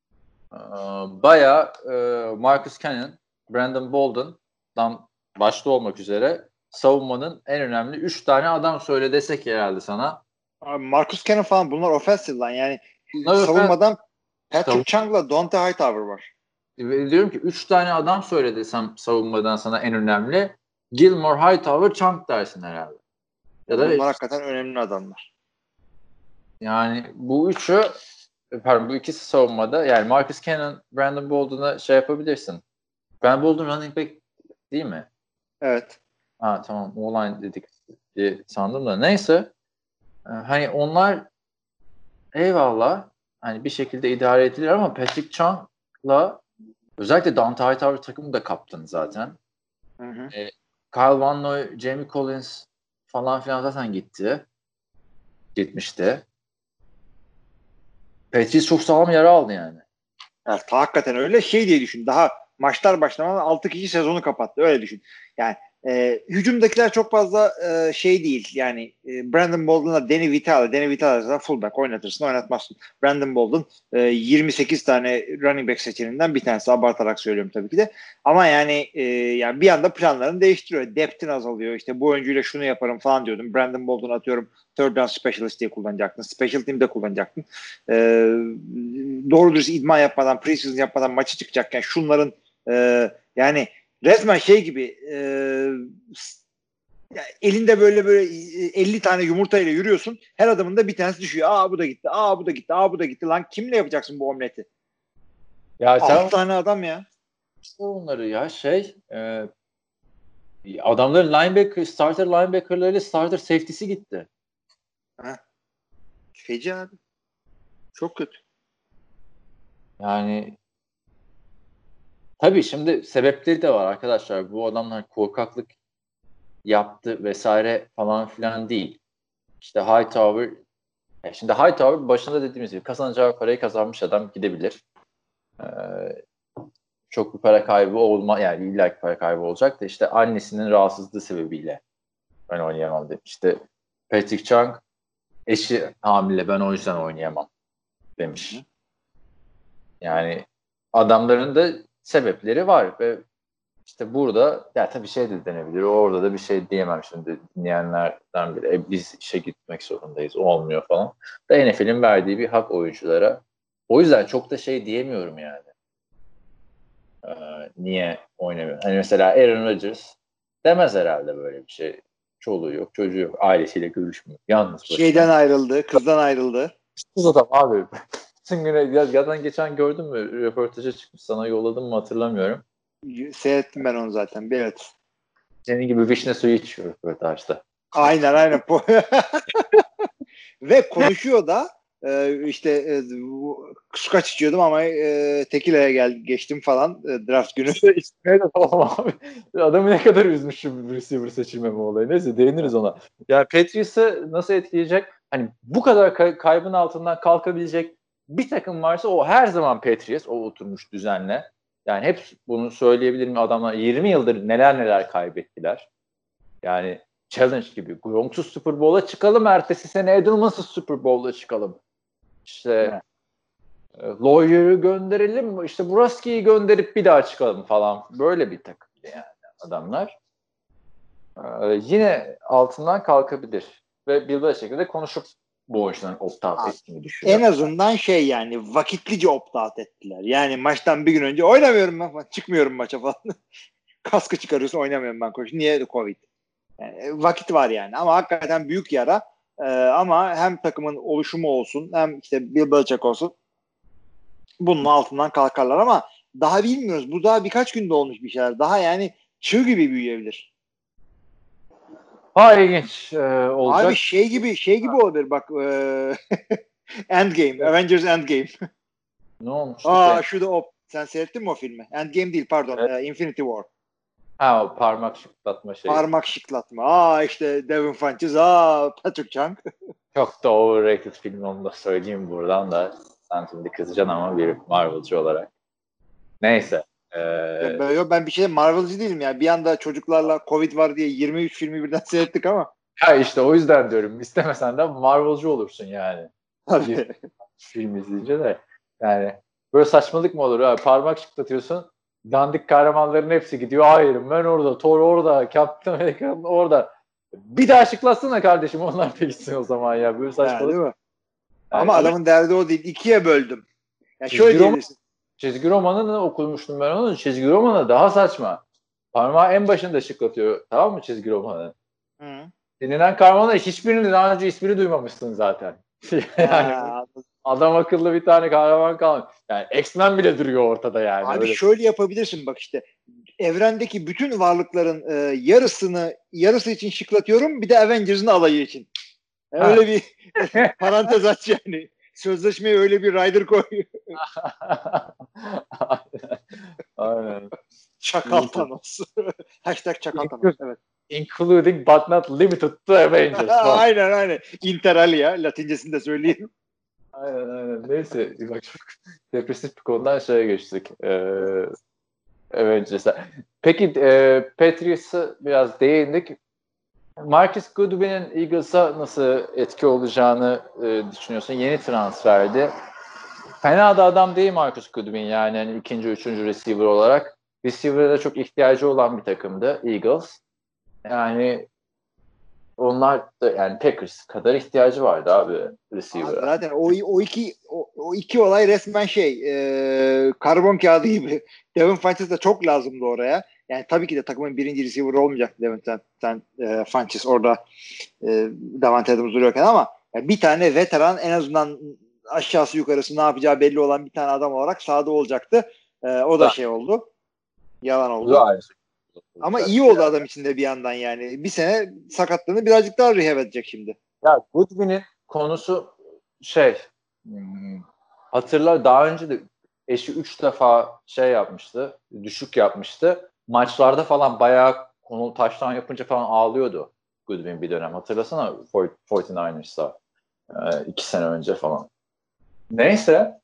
S3: bayağı Marcus Cannon, Brandon Bolden'dan başta olmak üzere savunmanın en önemli 3 tane adam söyle desek herhalde sana.
S4: Abi Marcus Cannon falan bunlar offensive line. Yani savunmadan Patrick Chung'la Dante Hightower var.
S3: Diyorum ki 3 tane adam söyle desem savunmadan sana en önemli. Gilmore, Hightower, Chung dersin herhalde. Ya da
S4: bunlar hakikaten önemli adamlar.
S3: Yani bu ikisi savunmada yani Marcus Cannon, Brandon Bolden'a şey yapabilirsin. Brandon Bolden running back değil mi?
S4: Evet.
S3: Ha tamam, O-line dedik diye sandım da neyse. Hani onlar eyvallah hani bir şekilde idare edilir ama Patrick Chung'la özellikle Dante Hightower takımı da kaptanı zaten.
S4: Hı.
S3: Kyle Van Noy, Jamie Collins falan filan zaten gitmişti. Patriots çok sağlam yara aldı yani.
S4: Evet, hakikaten öyle diye düşün. Daha maçlar başlamadan 6 kişi sezonu kapattı. Öyle düşün. Yani hücumdakiler çok fazla değil. Yani Brandon Bolden'la Danny Vitale fullback oynatırsın oynatmazsın. Brandon Bolden 28 tane running back seçeneğinden bir tanesi. Abartarak söylüyorum tabii ki de. Ama yani bir anda planlarını değiştiriyor. Depth'in azalıyor. İşte bu oyuncuyla şunu yaparım falan diyordum. Brandon Bolden atıyorum third down specialist diye kullanacaktın. Special team'de kullanacaktın. Doğru dürüst idman yapmadan, preseason yapmadan maçı çıkacakken şunların yani resmen gibi Ya elinde böyle 50 tane yumurtayla yürüyorsun. Her adımında bir tanesi düşüyor. Aa bu da gitti. Aa bu da gitti. Aa bu da gitti. Lan kimle yapacaksın bu omleti?
S3: Ya sen
S4: 6 tane adam ya.
S3: onları ya adamların starter linebacker'ları starter safety'si gitti.
S4: Feci abi. Çok kötü.
S3: Yani tabii şimdi sebepleri de var arkadaşlar. Bu adamlar korkaklık yaptı vesaire falan filan değil. İşte şimdi Hightower başında dediğimiz gibi kazanacağı parayı kazanmış adam gidebilir. Çok bir para kaybı yani illaki para kaybı olacak da işte annesinin rahatsızlığı sebebiyle ben oynayamam demiş. İşte Patrick Chung eşi hamile, ben o yüzden oynayamam demiş. Yani adamların da sebepleri var ve işte burada ya tabii şey de denebilir. Orada da bir şey diyemem şimdi dinleyenlerden biri. Biz işe gitmek zorundayız. Olmuyor falan. Da NFL'in verdiği bir hak oyunculara. O yüzden çok da şey diyemiyorum yani. Niye oynamıyor? Hani mesela Aaron Rodgers demez herhalde böyle bir şey. Çoluğu yok, çocuğu yok. Ailesiyle görüşmüyor. Yalnız başına.
S4: Şeyden ayrıldı. Kızdan ayrıldı.
S3: Kız adam abi. Bütün güne zaten geçen gördün mü? Röportaja çıkmış. Sana yolladım mı hatırlamıyorum.
S4: Seyrettim ben onu zaten. Evet.
S3: Senin gibi vişne suyu içiyor röportajda.
S4: Aynen. Ve konuşuyor da kaç içiyordum ama tekilaya geçtim falan draft günü.
S3: Evet tamam abi. Adamı ne kadar üzmüşüm receiver seçilmeme olayı. Neyse değiniriz ona. Yani Patriots'ı nasıl etkileyecek? Hani bu kadar kaybın altından kalkabilecek bir takım varsa o her zaman Patriots. O oturmuş düzenle. Yani hep bunu söyleyebilirim, adamlar 20 yıldır neler kaybettilar. Yani challenge gibi. Gronk'suz Super Bowl'a çıkalım. Ertesi sene Edelman'sız Super Bowl'a çıkalım. İşte Lawyer'ı gönderelim. İşte Buraski'yi gönderip bir daha çıkalım falan. Böyle bir takım yani adamlar. Yine altından kalkabilir. Ve Bill Belichick'le de konuşup bu oyuncuların opt-out ettiğini düşünüyorum.
S4: En azından yani vakitlice opt-out ettiler. Yani maçtan bir gün önce oynamıyorum ben falan. Çıkmıyorum maça falan. Kaskı çıkarıyorsun, oynamıyorum ben koç. Niye? Covid. Yani, vakit var yani. Ama hakikaten büyük yara. Ama hem takımın oluşumu olsun hem işte Bill Belichick olsun bunun altından kalkarlar ama daha bilmiyoruz. Bu daha birkaç günde olmuş bir şeyler. Daha yani çığ gibi büyüyebilir.
S3: İlginç olacak.
S4: Abi şey gibi olabilir bak. Endgame. Avengers Endgame.
S3: Ne olmuştu ki?
S4: Şurada sen seyrettin mi o filmi? Endgame değil pardon.
S3: Evet.
S4: Infinity War.
S3: O parmak şıklatma şeyi.
S4: Parmak şıklatma. İşte Devin Funches. Patrick Chung.
S3: Çok da overrated film, onu da söyleyeyim buradan da. Sen şimdi kızacaksın ama bir Marvel'cı olarak. Neyse.
S4: Ben bir şey Marvel'cı değilim yani. Bir anda çocuklarla Covid var diye 23 filmi birden seyrettik ama.
S3: İşte o yüzden diyorum. İstemesen de Marvel'cı olursun yani.
S4: Tabii.
S3: Film izleyince de. Yani böyle saçmalık mı olur? Parmak şıklatıyorsun. Dandik kahramanların hepsi gidiyor. Iron Man orada, Thor orada, Captain America orada. Bir daha şıklatsana kardeşim. Onlar da gitsin o zaman ya. Böyle saçmalık.
S4: Değil mi? Ama adamın derdi o değil. 2'ye böldüm. Yani şöyle diyebilirsin.
S3: Çizgi romanını okumuştum ben onu. Çizgi romanı daha saçma. Parmağı en başında şıklatıyor. Tamam mı çizgi romanı? Dinlenen kahramanlar hiçbirini daha önce ismini duymamışsın zaten. Yani adam akıllı bir tane kahraman kalmadı. Yani X-Men bile duruyor ortada yani.
S4: Abi
S3: öyle.
S4: Şöyle yapabilirsin bak işte. Evrendeki bütün varlıkların yarısı için şıklatıyorum. Bir de Avengers'ın alayı için. Öyle bir parantez aç yani. Sözleşmeye öyle bir rider koy.
S3: Aynen.
S4: Çakal Thanos. #Çakal Thanos. Evet.
S3: Including but not limited to Avengers.
S4: Aynen. Interalia. Latincesini de söyleyeyim.
S3: Aynen. Neyse. Bak çok depresif bir konudan geçtik. Avengers'a. Peki Patriots'a biraz değindik. Marcus Goodwin'in Eagles'a nasıl etki olacağını düşünüyorsun? Yeni transferdi. Fena da adam değil Marcus Goodwin yani. Yani ikinci, üçüncü receiver olarak. Receiver'a da çok ihtiyacı olan bir takımdı Eagles. Yani onlar da yani Packers kadar ihtiyacı vardı abi receiver'a.
S4: Zaten o iki olay resmen karbon kağıdı gibi. Devin Funches da çok lazımdı oraya. Yani tabii ki de takımın birinci receiver olmayacak Devin Funchess orada Davante Adams duruyorken ama yani bir tane veteran en azından aşağısı yukarısı ne yapacağı belli olan bir tane adam olarak sahada olacaktı. O da şey oldu. Yalan oldu. Ama iyi oldu adam için de bir yandan yani. Bir sene sakatlığını birazcık daha rehab edecek şimdi.
S3: Ya Goodwin'in konusu hatırlar daha önce de eşi 3 defa yapmıştı. Düşük yapmıştı. Maçlarda falan bayağı konu taştan yapınca falan ağlıyordu Goodwin bir dönem. Hatırlasana 49ers'ta 2 sene önce falan. Neyse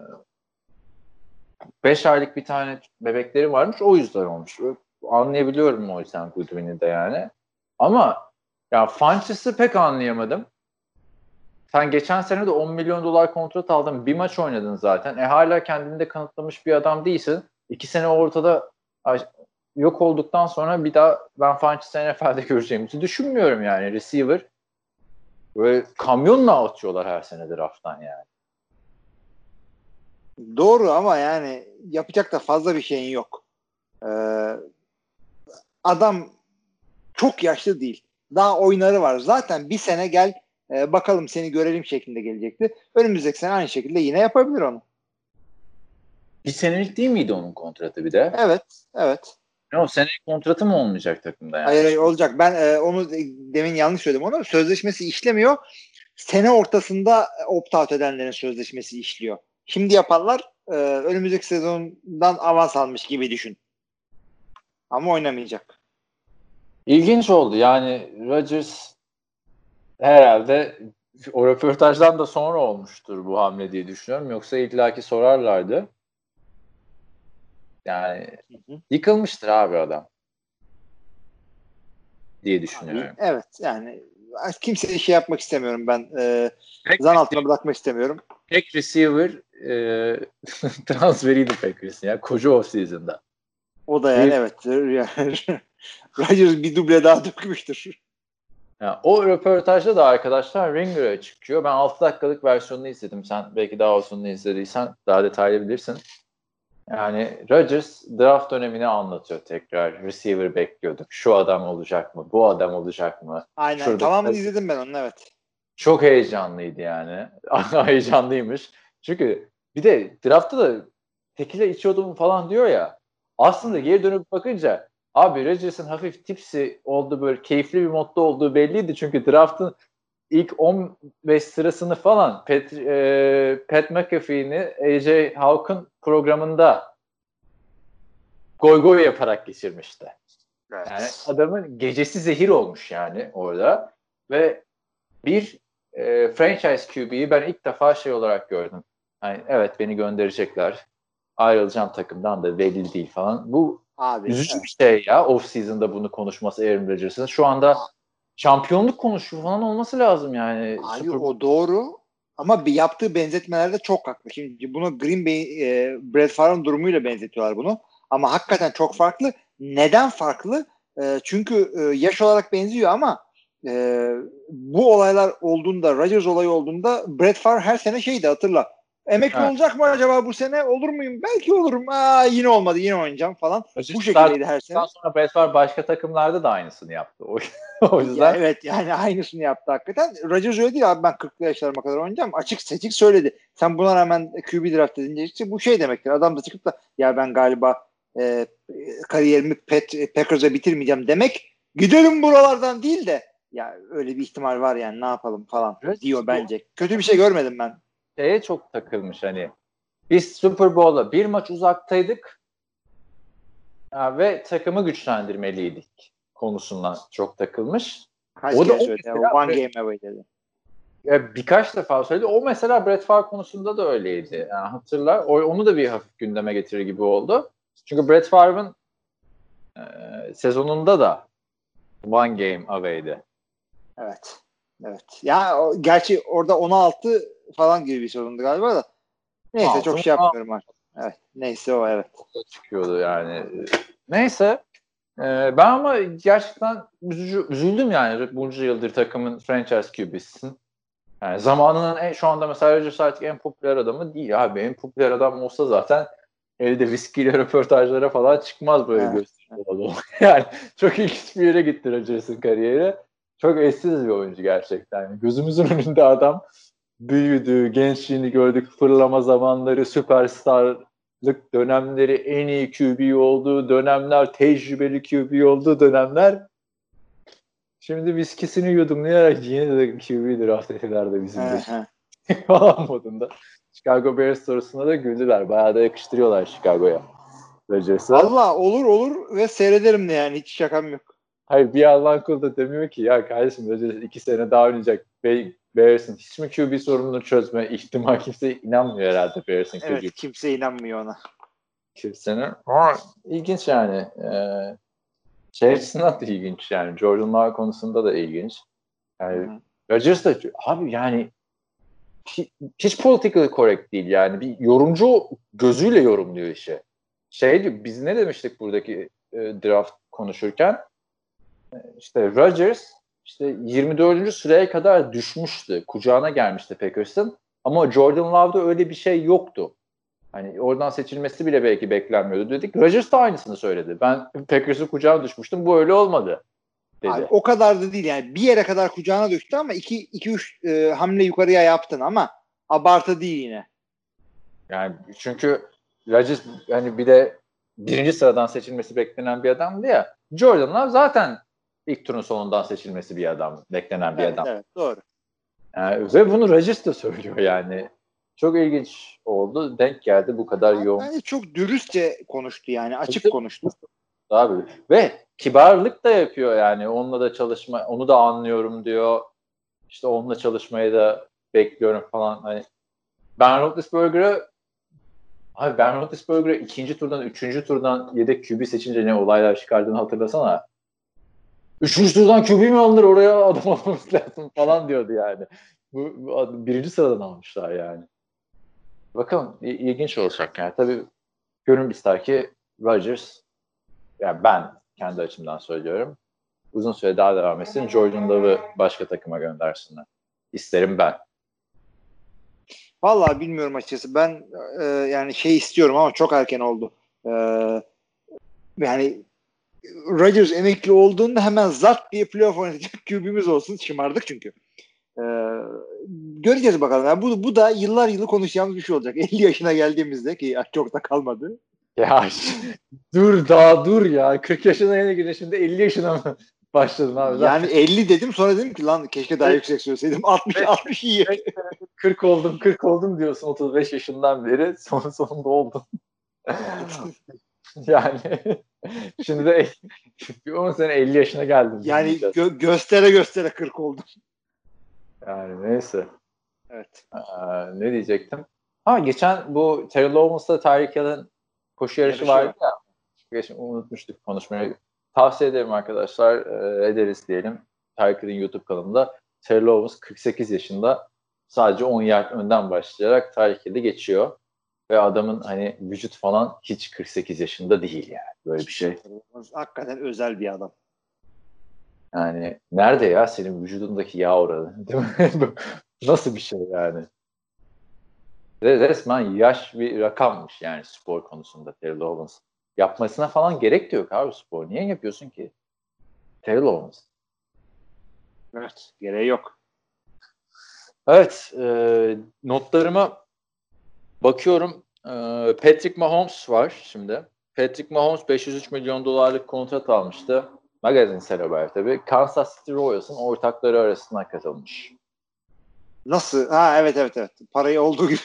S3: 5 aylık bir tane bebekleri varmış. O yüzden olmuş. Anlayabiliyorum o yüzden Goodwin'i de yani. Ama ya Funchess'ı pek anlayamadım. Sen geçen sene de 10 milyon dolar kontrat aldın. Bir maç oynadın zaten. Hala kendini de kanıtlamış bir adam değilsin. 2 sene ortada yok olduktan sonra bir daha ben Funchess'ı NFL'de göreceğimizi düşünmüyorum yani. Receiver böyle kamyonla atıyorlar her sene draft'tan yani.
S4: Doğru ama yani yapacak da fazla bir şeyin yok. Adam çok yaşlı değil. Daha oynarı var. Zaten bir sene gel bakalım seni görelim şeklinde gelecekti. Önümüzdeki sene aynı şekilde yine yapabilir onu.
S3: Bir senelik değil miydi onun kontratı bir de?
S4: Evet.
S3: O senelik kontratı mı olmayacak takımda yani?
S4: Hayır olacak. Ben onu demin yanlış söyledim onu. Sözleşmesi işlemiyor. Sene ortasında opt-out edenlerin sözleşmesi işliyor. Şimdi yaparlar önümüzdeki sezondan avans almış gibi düşün. Ama oynamayacak.
S3: İlginç oldu. Yani Rodgers herhalde o röportajdan da sonra olmuştur bu hamle diye düşünüyorum. Yoksa illaki sorarlardı. Yani yıkılmıştır abi adam diye düşünüyorum.
S4: Abi, evet yani kimseye şey yapmak istemiyorum ben. Zan altına bırakmak istemiyorum.
S3: Tek receiver transferiydi Packers'ın ya. Koca off-season'da.
S4: O da yani evet. Rodgers bir duble daha dökmüştür.
S3: Yani o röportajda da arkadaşlar Ringer'a çıkıyor. Ben 6 dakikalık versiyonunu izledim. Sen belki daha uzununu izlediysen daha detaylı bilirsin. Yani Rodgers draft dönemini anlatıyor tekrar. Receiver bekliyorduk. Şu adam olacak mı? Bu adam olacak mı?
S4: Aynen.
S3: Şurada
S4: Tamamını izledim ben onu evet.
S3: çok heyecanlıydı yani. Heyecanlıymış. Çünkü bir de draftta da tekile içiyordum falan diyor ya. Aslında geri dönüp bakınca abi Rodgers'ın hafif tipsi olduğu böyle keyifli bir modda olduğu belliydi. Çünkü draftın ilk 15 sırasını falan Pat McAfee'ni AJ Hawk'ın programında goy yaparak geçirmişti.
S4: Evet.
S3: Yani adamın gecesi zehir olmuş yani orada ve bir franchise QB'yi ben ilk defa olarak gördüm. Yani evet beni gönderecekler. Ayrılacağım takımdan da belli değil falan. Bu
S4: abi,
S3: üzücü
S4: evet.
S3: bir şey ya off-season'da bunu konuşması Aaron Rodgers'ın. Şu anda şampiyonluk konuşuyor falan olması lazım yani.
S4: Abi o doğru ama bir yaptığı benzetmelerde çok haklı. Şimdi bunu Green Bay Brett Favre'ın durumuyla benzetiyorlar bunu. Ama hakikaten çok farklı. Neden farklı? Çünkü yaş olarak benziyor ama bu olaylar olduğunda, Rodgers olayı olduğunda Brett Favre her sene şeydi hatırla. Emekli olacak mı acaba bu sene? Olur muyum? Belki olurum. Yine olmadı. Yine oynayacağım falan. Bu şekildeydi her sene.
S3: Sonra Brett Favre başka takımlarda da aynısını yaptı. O yüzden.
S4: Ya evet yani aynısını yaptı hakikaten. Rodgers öyle değil abi ben 40'lı yaşlarıma kadar oynayacağım. Açık seçik söyledi. Sen buna rağmen QB draft edince işte bu şey demektir. Adam da çıkıp da ya ben galiba kariyerimi Packers'a bitirmeyeceğim demek gidelim buralardan değil de ya öyle bir ihtimal var yani ne yapalım falan diyor bence. Kötü bir şey görmedim ben.
S3: Şeye çok takılmış hani. Biz Super Bowl'la bir maç uzaktaydık ve takımı güçlendirmeliydik konusundan çok takılmış.
S4: Kaç
S3: o da
S4: kere söyledi. One game away dedi.
S3: Birkaç defa söyledi. O mesela Brett Favre konusunda da öyleydi. Yani hatırlar. Onu da bir hafif gündeme getirir gibi oldu. Çünkü Brett Favre'ın sezonunda da one game away'di.
S4: Evet. Ya gerçi orada 16 falan gibi bir sorundu galiba da. Neyse çok şey yapmıyorum artık. Evet. Neyse o evet.
S3: Çıkıyordu yani. Neyse. Ben ama gerçekten üzüldüm yani bunca yıldır takımın franchise QB'sin. Yani zamanının şu anda mesela Rodgers artık en popüler adamı değil abi. En popüler adam olsa zaten elde viskiyle röportajlara falan çıkmaz böyle gösteri Yani çok ilginç bir yere gitti Rodgers'ın kariyeri. Çok eşsiz bir oyuncu gerçekten. Yani gözümüzün önünde adam büyüdü, gençliğini gördük, fırlama zamanları, süperstarlık dönemleri, en iyi QB olduğu dönemler, tecrübeli QB olduğu dönemler. Şimdi viskisini yudumlayarak yine de QB draft ettiler de bizim de falan modunda. Chicago Bears sorusunda da güldüler. Bayağı da yakıştırıyorlar Chicago'ya.
S4: Allah olur ve seyrederim de yani, hiç şakam yok.
S3: Hayır, bir Allah'ın kulu da demiyor ki ya kardeşim Rodgers 2 sene daha oynayacak. Bears'ın hiç mi QB sorununu çözme ihtimal, kimse inanmıyor herhalde Bears'ın QB.
S4: Evet, kimse inanmıyor ona.
S3: Kimsenin. Ama ilginç yani. Şey açısından da ilginç yani. Jordan Love konusunda da ilginç. Yani Rodgers da abi yani hiç politically correct değil yani. Bir yorumcu gözüyle yorumluyor işi. Biz ne demiştik buradaki draft konuşurken? İşte Rodgers işte 24. sıraya kadar düşmüştü. Kucağına gelmişti Packers'ın. Ama Jordan Love'da öyle bir şey yoktu. Hani oradan seçilmesi bile belki beklenmiyordu dedik. Rodgers da aynısını söyledi. Ben Packers'ın kucağına düşmüştüm. Bu öyle olmadı dedi.
S4: Abi, o kadar da değil yani. Bir yere kadar kucağına düştü ama 2-3 hamle yukarıya yaptın ama abartı değil yine.
S3: Yani çünkü Rodgers hani bir de birinci sıradan seçilmesi beklenen bir adamdı ya. Jordan Love zaten ilk turun sonundan seçilmesi bir adam. Beklenen bir adam.
S4: Evet, doğru.
S3: Yani, ve bunu Rodgers da söylüyor yani. Çok ilginç oldu. Denk geldi bu kadar yoğun.
S4: Bence çok dürüstçe konuştu yani. Açık konuştu.
S3: Abi. Ve kibarlık da yapıyor yani. Onunla da onu da anlıyorum diyor. İşte onunla çalışmayı da bekliyorum falan. Hani Ben Roethlisberger'ı ikinci turdan, üçüncü turdan yedek QB seçince ne olaylar çıkardığını hatırlasana. Üçüncü turdan QB mi alınır, oraya adam almamız lazım falan diyordu yani. Bu birinci sıradan almışlar yani. Bakalım ilginç olacak yani. Tabii gönül ister ki Rodgers, yani ben kendi açımdan söylüyorum, uzun süre daha devam etsin. Jordan Love'ı başka takıma göndersinler. İsterim ben.
S4: Vallahi bilmiyorum açıkçası. Ben yani istiyorum ama çok erken oldu. Yani Rodgers emekli olduğunda hemen zart diye playoff oynayacak QB'miz olsun. Şımardık çünkü. Göreceğiz bakalım. Yani bu da yıllar yılı konuşacağımız bir şey olacak. 50 yaşına geldiğimizde, ki çok da kalmadı.
S3: Ya dur ya. 40 yaşına yeni girdin, şimdi 50 yaşına mı başladın abi?
S4: Yani 50 dedim, sonra dedim ki lan keşke daha yüksek söyleseydim. 60 iyi.
S3: 40 oldum diyorsun 35 yaşından beri. Sonunda oldun. Yani şimdi de 10 sene 50 yaşına geldim.
S4: Yani göstere 40 oldum.
S3: Yani neyse.
S4: Evet.
S3: Ne diyecektim? Geçen bu Terrell Owens'la Tyreek Hill'in koşu yarışı vardı ya. Unutmuştuk konuşmayı. Tavsiye ederim arkadaşlar. Ederiz diyelim. Tyreek Hill'in YouTube kanalında. Terrell Owens 48 yaşında. Sadece 10 yard önden başlayarak Tyreek Hill'i geçiyor. Ve adamın hani vücut falan hiç 48 yaşında değil yani. Böyle bir şey.
S4: Hakikaten özel bir adam.
S3: Yani nerede ya senin vücudundaki yağ oranı? Değil mi? Nasıl bir şey yani? Resmen yaş bir rakammış yani spor konusunda Terrell Owens. Yapmasına falan gerek de yok abi spor. Niye yapıyorsun ki? Terrell Owens.
S4: Evet, gereği yok.
S3: Evet, notlarıma bakıyorum. Patrick Mahomes var şimdi. Patrick Mahomes 503 milyon dolarlık kontrat almıştı. Magazinsel haber tabii. Kansas City Royals'ın ortakları arasına katılmış.
S4: Nasıl? Evet. Parayı olduğu gibi.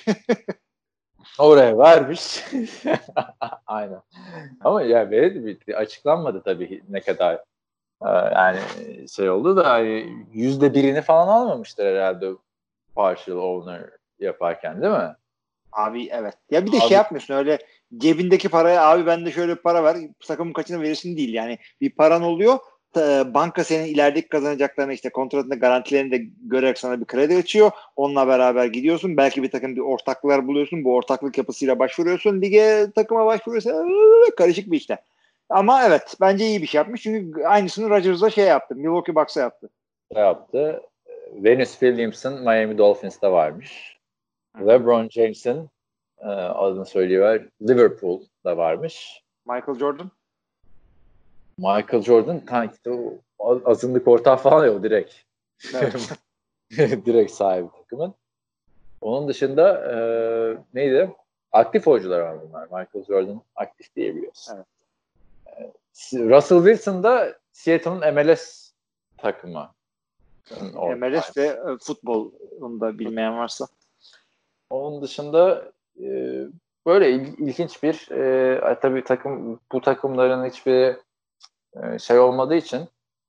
S3: Oraya vermiş. Aynen. Ama ya açıklanmadı tabii ne kadar yani oldu da %1'ini falan almamıştır herhalde partial owner yaparken, değil mi?
S4: Abi evet. Ya bir de yapmıyorsun öyle cebindeki paraya, abi bende şöyle bir para var, sakın kaçını verirsin değil yani. Bir paran oluyor. Banka senin ilerideki kazanacaklarını, işte kontratında garantilerini de görerek sana bir kredi açıyor. Onunla beraber gidiyorsun. Belki bir takım bir ortaklıklar buluyorsun. Bu ortaklık yapısıyla başvuruyorsun. Lige, takıma başvuruyorsun. Karışık bir işler. Ama evet, bence iyi bir şey yapmış. Çünkü aynısını Rodgers'a yaptı. Milwaukee Bucks'a yaptı.
S3: Yaptı. Venus Williamson Miami Dolphins'ta varmış. LeBron James'in adını söyleyiver Liverpool'da varmış.
S4: Michael Jordan?
S3: Michael Jordan azınlık ortağı falan ya o direkt.
S4: Evet.
S3: Direkt sahibi takımın. Onun dışında neydi? Aktif oyuncular var bunlar. Michael Jordan aktif diyebiliyoruz.
S4: Evet.
S3: Russell Wilson da Seattle'ın MLS takımı.
S4: MLS ve futbolunu da bilmeyen varsa.
S3: Onun dışında böyle ilginç bir tabii bu takımların hiçbir şey olmadığı için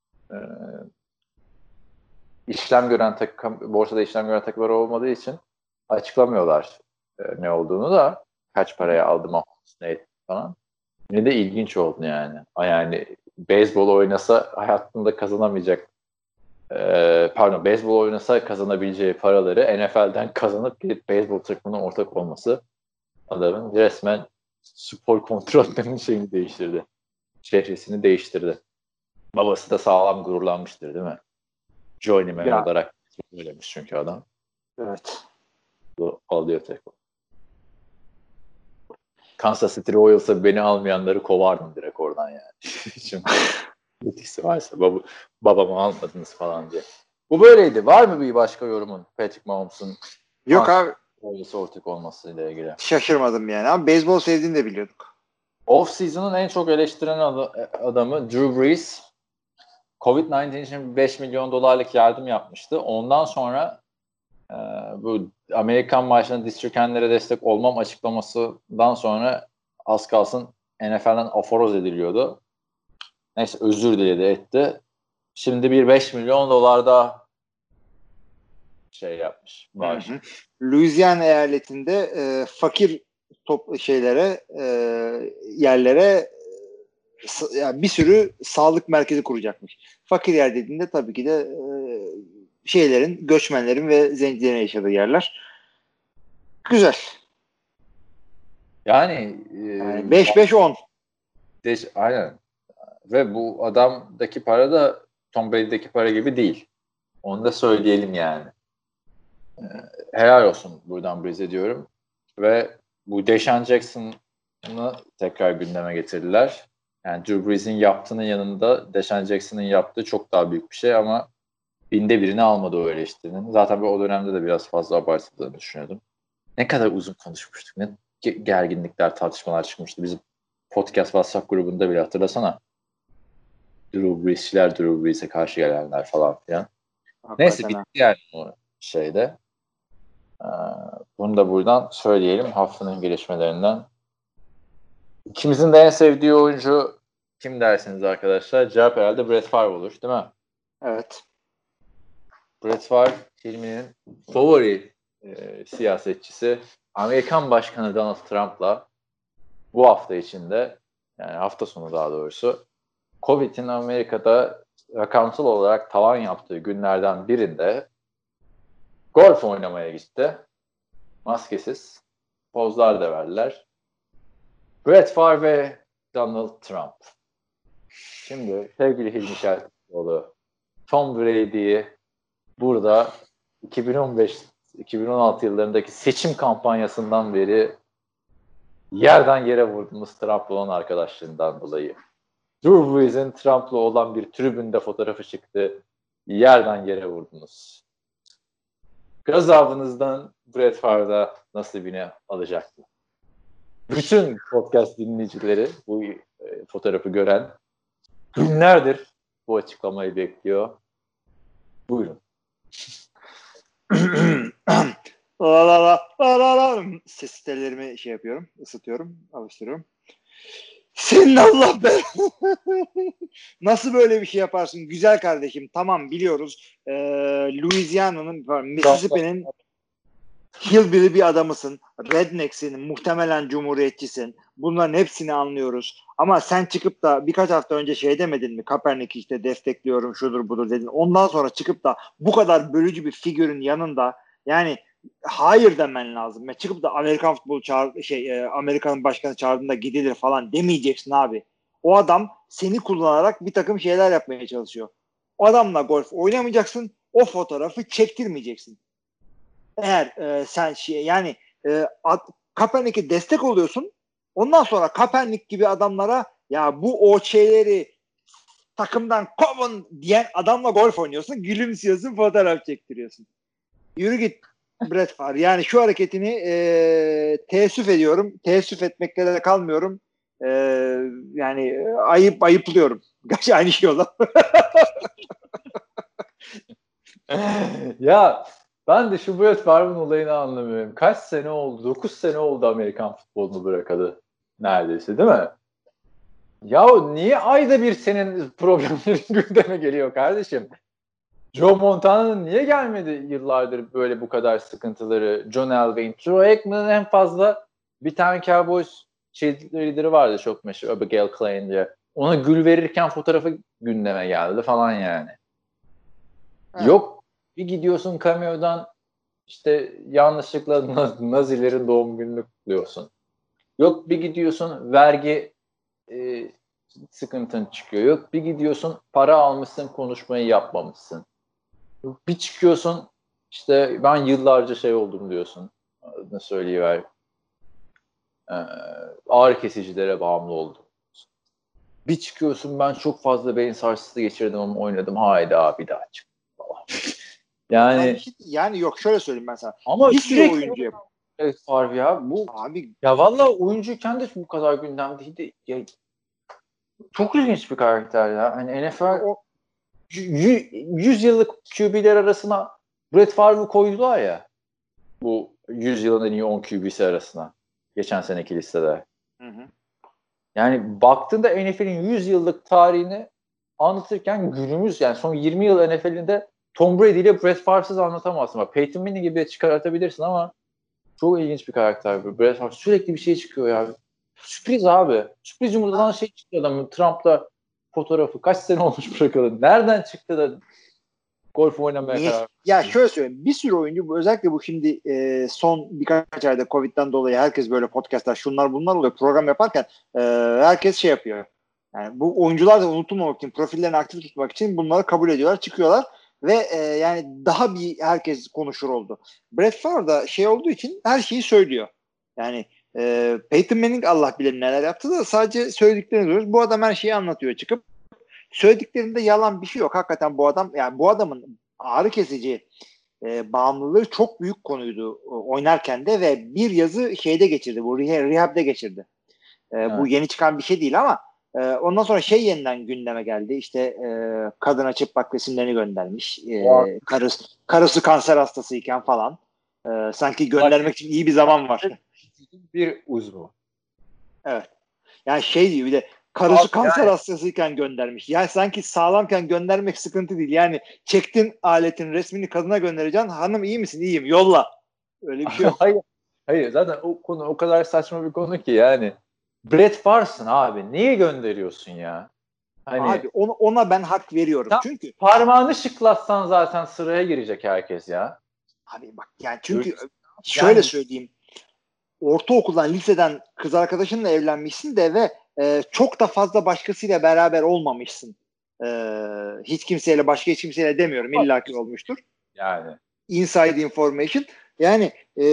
S3: borsada işlem gören takımlar olmadığı için açıklamıyorlar ne olduğunu da kaç paraya aldım ne falan. Ne de ilginç oldu yani. Yani beyzbol oynasa hayatında kazanamayacak beyzbol oynasa kazanabileceği paraları NFL'den kazanıp gidip beyzbol takımına ortak olması adamın resmen spor kontrollerinin şeyini değiştirdi. Şehresini değiştirdi. Babası da sağlam gururlanmıştır değil mi? Journeyman olarak söylemiş çünkü adam.
S4: Evet.
S3: Bu alıyor tekrar. Kansas City Royals'a beni almayanları kovardım direkt oradan yani. Şimdi etkisi varsa babamı almadınız falan diye. Bu böyleydi. Var mı bir başka yorumun Patrick Mahomes'un
S4: Yok abi.
S3: Royals'a ortak olmasıyla ilgili?
S4: Şaşırmadım yani. Ama beyzbol sevdiğini de biliyorduk.
S3: Off-season'ın en çok eleştiren adamı Drew Brees COVID-19 için 5 milyon dolarlık yardım yapmıştı. Ondan sonra bu Amerikan maaşına diz çökenlere destek olmam açıklamasından sonra az kalsın NFL'den aforoz ediliyordu. Neyse özür diledi etti. Şimdi bir 5 milyon dolar daha şey yapmış. Bağış.
S4: Louisiana eyaletinde fakir yerlere yani bir sürü sağlık merkezi kuracakmış. Fakir yer dediğinde tabii ki de göçmenlerin ve zencilerin yaşadığı yerler. Güzel.
S3: Yani
S4: 5-5-10.
S3: Aynen. Ve bu adamdaki para da Tom Brady'deki para gibi değil. Onu da söyleyelim yani. Helal olsun buradan Breeze diyorum. Ve bu Deshaun Jackson'ı tekrar gündeme getirdiler. Yani Drew Brees'in yaptığının yanında Deshaun Jackson'ın yaptığı çok daha büyük bir şey ama binde birini almadı o eleştirinin. Zaten o dönemde de biraz fazla abartıldığını düşünüyordum. Ne kadar uzun konuşmuştuk. Ne gerginlikler, tartışmalar çıkmıştı. Bizim podcast WhatsApp grubunda bile hatırlasana. Drew Brees'e karşı gelenler falan filan.
S4: Hakikaten
S3: neyse bitti yani o şeyde. Bunu da buradan söyleyelim haftanın gelişmelerinden. İkimizin de en sevdiği oyuncu kim dersiniz arkadaşlar? Cevap herhalde Brett Favre olur değil mi?
S4: Evet.
S3: Brett Favre filminin favori siyasetçisi Amerikan Başkanı Donald Trump'la bu hafta içinde yani hafta sonu daha doğrusu Covid'in Amerika'da rakamsal olarak tavan yaptığı günlerden birinde golf oynamaya gitti. Maskesiz. Pozlar da verdiler. Brett Favre ve Donald Trump. Şimdi sevgili Hilmi Şertioğlu, Tom Brady'yi burada 2015-2016 yıllarındaki seçim kampanyasından beri yerden yere vurduğumuz Trump'la olan arkadaşlığından dolayı. Drew Brees'in Trump'la olan bir tribünde fotoğrafı çıktı. Yerden yere vurdunuz. Gazabınızdan Brett Favre'da nasibini alacaktı. Bütün podcast dinleyicileri bu fotoğrafı gören günlerdir bu açıklamayı bekliyor. Buyurun.
S4: Ses tellerimi yapıyorum, ısıtıyorum, alıştırıyorum. Senin Allah be. Nasıl böyle bir şey yaparsın güzel kardeşim? Tamam biliyoruz. Louisiana'nın, Mississippi'nin hillbilly bir adamısın. Redneck'sin, muhtemelen cumhuriyetçisin. Bunların hepsini anlıyoruz. Ama sen çıkıp da birkaç hafta önce demedin mi? Kaepernick'i işte destekliyorum, şudur budur dedin. Ondan sonra çıkıp da bu kadar bölücü bir figürün yanında yani hayır demen lazım. Çıkıp da Amerikan futbolu Amerika'nın başkanı çağırdığında gidilir falan demeyeceksin abi. O adam seni kullanarak bir takım şeyler yapmaya çalışıyor. O adamla golf oynamayacaksın. O fotoğrafı çektirmeyeceksin. Eğer sen Kaepernick'e destek oluyorsun. Ondan sonra Kaepernick gibi adamlara ya bu şeyleri takımdan kovun diyen adamla golf oynuyorsun. Gülümsüyorsun, fotoğraf çektiriyorsun. Yürü git Brett Favre. Yani şu hareketini teessüf ediyorum. Teessüf etmekle de kalmıyorum. Yani ayıplıyorum. Gerçi aynı şey oldu.
S3: Ya ben de şu Brett Favre'ın olayını anlamıyorum. Kaç sene oldu? 9 sene oldu Amerikan futbolunu bırakalı. Neredeyse değil mi? Ya niye ayda bir senin problemlerin gündeme geliyor kardeşim? Joe Montana'nın niye gelmedi yıllardır böyle bu kadar sıkıntıları? John Elway, Troy Aikman'ın en fazla bir tane Cowboys lideri vardı çok meşhur, Abigail Klein diye. Ona gül verirken fotoğrafı gündeme geldi falan yani. Evet. Yok bir gidiyorsun cameo'dan işte yanlışlıkla Nazilerin doğum gününü kutluyorsun. Yok bir gidiyorsun vergi sıkıntın çıkıyor. Yok bir gidiyorsun para almışsın konuşmayı yapmamışsın. Bir çıkıyorsun işte ben yıllarca şey oldum diyorsun. Ne söyleyiver. Ağrı kesicilere bağımlı oldum. Bir çıkıyorsun ben çok fazla beyin sarsıntısı geçirdim ama oynadım. Hayda bir daha çık.
S4: Yani yok şöyle söyleyeyim ben sana.
S3: Ama
S4: bir sürü oyuncu yapıyor.
S3: Evet Harbi ya. Bu
S4: abi
S3: ya vallahi oyuncuyken de bu kadar gündemdeydi. Ya, çok ilginç bir karakter ya. Hani NFL 100 yıllık QB'ler arasına Brett Favre'ı koydular ya. Bu 100 yılın en iyi 10 QB'si arasına. Geçen seneki listede. Hı. Yani baktığında NFL'in 100 yıllık tarihini anlatırken günümüz yani son 20 yıl NFL'inde Tom Brady ile Brett Favre'sız anlatamazsın. Bak, Peyton Manning gibi de çıkartabilirsin ama çok ilginç bir karakter bu. Brett Favre sürekli bir şey çıkıyor ya. Sürpriz abi. Sürpriz yumurtadan şey çıkıyor adamın. Trump'la fotoğrafı. Kaç sene olmuş bırakalım. Nereden çıktı da golf oynamaya karar?
S4: Ya şöyle söyleyeyim. Bir sürü oyuncu özellikle bu şimdi son birkaç ayda Covid'den dolayı herkes böyle podcastlar şunlar bunlar oluyor. Program yaparken herkes şey yapıyor. Yani bu oyuncular da unutulmamak için profillerini aktif tutmak için bunları kabul ediyorlar. Çıkıyorlar ve yani daha bir herkes konuşur oldu. Brett Favre da şey olduğu için her şeyi söylüyor. Yani Peyton Manning Allah bilir neler yaptı da sadece söylediklerini duyuyoruz. Bu adam her şeyi anlatıyor çıkıp. Söylediklerinde yalan bir şey yok. Hakikaten bu adam yani bu adamın ağrı kesici bağımlılığı çok büyük konuydu oynarken de ve bir yazı şeyde geçirdi. Bu rehab'de geçirdi. Evet. Bu yeni çıkan bir şey değil ama ondan sonra şey yeniden gündeme geldi. İşte kadına çıplak resimlerini göndermiş. Karısı kanser hastasıyken falan. Sanki göndermek için iyi bir zaman var.
S3: Bir uzvu.
S4: Evet. Yani şey diyor bir de karısı kanser hastasıyken göndermiş. Yani sanki sağlamken göndermek sıkıntı değil. Yani çektin aletin resmini kadına göndereceksin. Hanım iyi misin? İyiyim. Yolla. Öyle bir şey yok.
S3: Hayır. Zaten o konu o kadar saçma bir konu ki yani. Brett Favre'sın abi. Niye gönderiyorsun ya?
S4: Hani, abi ona ben hak veriyorum. Çünkü
S3: parmağını şıklatsan zaten sıraya girecek herkes ya.
S4: Abi bak yani çünkü şöyle söyleyeyim. Ortaokuldan, liseden kız arkadaşınla evlenmişsin de ve çok da fazla başkasıyla beraber olmamışsın. Hiç kimseyle, başka hiç kimseyle demiyorum. İllaki olmuştur.
S3: Yani.
S4: Inside information. Yani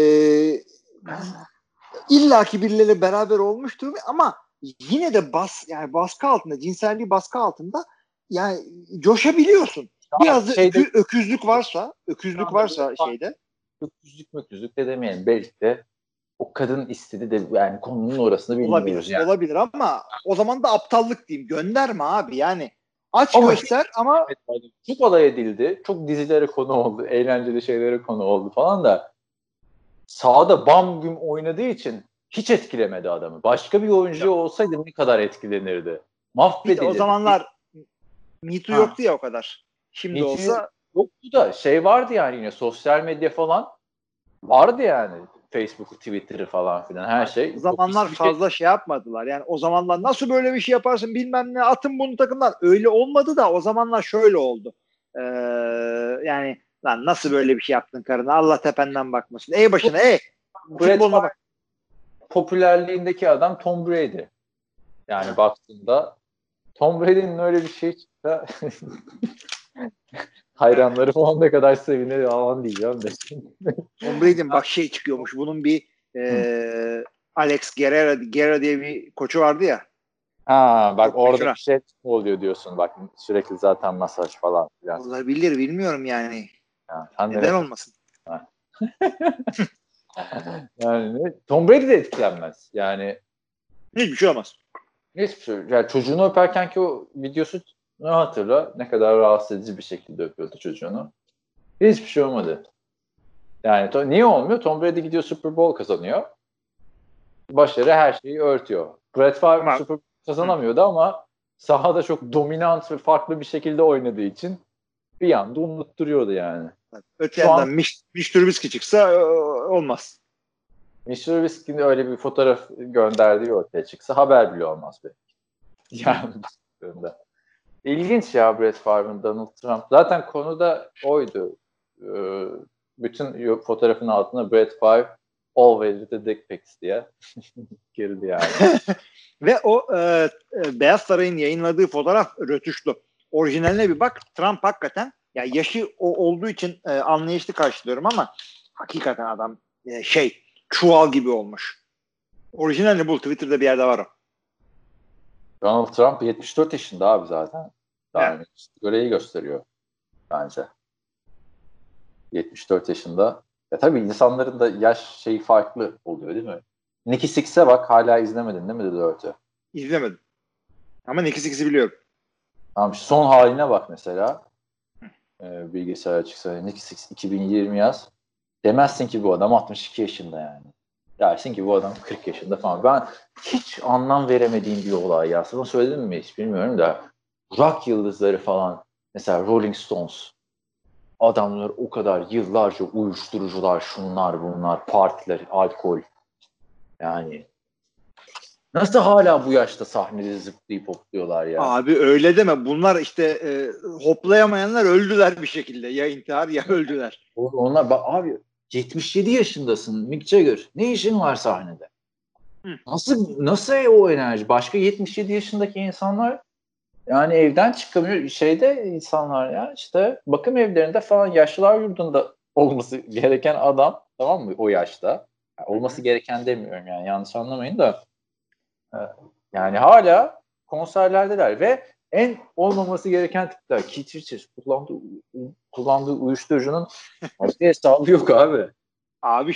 S4: illaki birileriyle beraber olmuştur ama yine de baskı altında, cinselliği baskı altında yani coşabiliyorsun. Biraz da öküzlük varsa şeyde.
S3: Öküzlük de demeyelim. Belki de o kadın istedi de yani konunun orasını bilmiyoruz yani.
S4: Olabilir ama o zaman da aptallık diyeyim. Gönderme abi yani. Aç göster ama
S3: çok olay edildi. Çok dizilere konu oldu. Eğlenceli şeylere konu oldu falan da sahada bam güm oynadığı için hiç etkilemedi adamı. Başka bir oyuncu olsaydı ne kadar etkilenirdi. Mahvedildi.
S4: O zamanlar Me Too yoktu ya o kadar. Şimdi Me olsa
S3: yoktu da şey vardı yani yine sosyal medya falan vardı yani. Facebook'u, Twitter'ı falan filan her şey.
S4: O zamanlar fazla şey yapmadılar. Yani o zamanlar nasıl böyle bir şey yaparsın bilmem ne atın bunu takımdan. Öyle olmadı da o zamanlar şöyle oldu. Yani lan nasıl böyle bir şey yaptın karına? Allah tependen bakmasın. Başına
S3: futboluna bak. Popülerliğindeki adam Tom Brady. Yani baktığında Tom Brady'nin öyle bir şey çıksa hayranları falan ne kadar sevinir falan diyeceğim de.
S4: Tom Brady'nin bak şey çıkıyormuş. Bunun bir Alex Guerrero diye bir koçu vardı ya.
S3: Ha bak
S4: Çok
S3: orada
S4: meşhur.
S3: bir şey oluyor diyorsun. Bak sürekli zaten masaj falan filan.
S4: Olabilir, bilmiyorum yani.
S3: Ya, sen de
S4: Neden olmasın?
S3: Ha. Yani Tom Brady de etkilenmez. Yani
S4: Hiçbir şey olmaz.
S3: hiçbir şey. Yani çocuğunu öperkenki o videosu ne hatırla? Ne kadar rahatsız edici bir şekilde öpüyordu çocuğunu. Hiçbir şey olmadı. Yani niye olmuyor? Tom Brady gidiyor Super Bowl kazanıyor. Başarı her şeyi örtüyor. Brett Favre
S4: Ama
S3: Super Bowl kazanamıyordu ama sahada çok dominant ve farklı bir şekilde oynadığı için bir anda unutturuyordu yani.
S4: öte
S3: Şu an
S4: yandan Mitch Trubisky çıksa olmaz.
S3: Mitch Trubisky'nin öyle bir fotoğraf gönderdiği ortaya çıksa haber bile olmaz belki. Yani baktığında. İlginç ya Brett Favre'ın Donald Trump. Zaten konu da oydu. Bütün fotoğrafın altına Brett Favre always with the dick pics diye girdi yani.
S4: Ve o Beyaz Saray'ın yayınladığı fotoğraf rötuşlu. Orijinaline bir bak. Trump hakikaten ya yaşı o olduğu için anlayışlı karşılıyorum ama hakikaten adam çuval gibi olmuş. Orijinalini bul. Twitter'da bir yerde var o.
S3: Donald Trump 74 yaşında abi zaten. Daha
S4: Evet.
S3: göreyi gösteriyor bence. 74 yaşında. Ya tabii insanların da yaş şeyi farklı oluyor değil mi? Nicky Six'e bak hala izlemedin değil mi The Dirt'ü?
S4: İzlemedim. Ama Nicky Six'i biliyorum.
S3: Tamam son haline bak mesela. Bilgisayar açıksa Nicky Six 2020 yaz. Demezsin ki bu adam 62 yaşında yani. Dersin ki bu adam 40 yaşında falan. Ben hiç anlam veremediğim bir olay ya. Sana söyledim mi hiç bilmiyorum da. Rock yıldızları falan. Mesela Rolling Stones. Adamlar o kadar yıllarca uyuşturucular, şunlar bunlar, partiler, alkol. Yani nasıl hala bu yaşta sahnede zıplayıp hopluyorlar ya?
S4: Abi öyle deme. Bunlar işte hoplayamayanlar öldüler bir şekilde. Ya intihar ya öldüler.
S3: Onlar abi 77 yaşındasın Mick Jagger. Ne işin var sahnede?
S4: Hı.
S3: Nasıl o enerji? Başka 77 yaşındaki insanlar yani evden çıkamıyor. Şeyde insanlar ya işte bakım evlerinde falan yaşlılar yurdunda olması gereken adam tamam mı o yaşta? Yani olması gereken demiyorum yani yanlış anlamayın da yani hala konserlerdeler ve en olmaması gereken tipler. Keith Richards kullandığı uyuşturucunun başka hesabı yok abi.
S4: Abi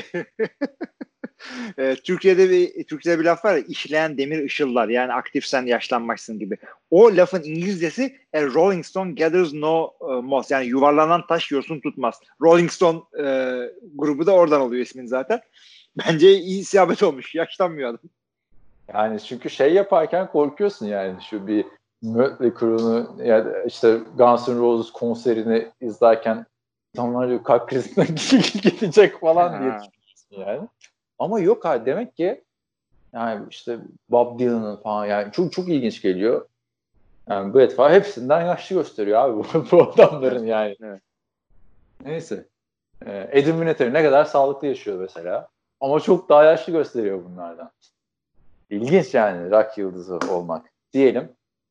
S4: Türkiye'de bir laf var ya, işleyen demir ışıllar, yani aktifsen yaşlanmazsın gibi. O lafın İngilizcesi Rolling Stone gathers no moss, yani yuvarlanan taş yosun tutmaz. Rolling Stone grubu da oradan oluyor ismin zaten. Bence iyi isabet olmuş. Yaşlanmıyor adam.
S3: Yani çünkü şey yaparken korkuyorsun yani şu bir Mötley Crue'nu ya da işte Guns N' Roses konserini izlerken insanlar diyor kalp krizinden gidecek falan diye düşünüyorsun yani. Ama yok abi demek ki yani işte Bob Dylan'ın falan yani çok çok ilginç geliyor. Yani Brett Favre hepsinden yaşlı gösteriyor abi bu adamların yani.
S4: Evet.
S3: Neyse. Eddie Vinatieri ne kadar sağlıklı yaşıyor mesela. Ama çok daha yaşlı gösteriyor bunlardan. İlginç yani rock yıldızı olmak diyelim.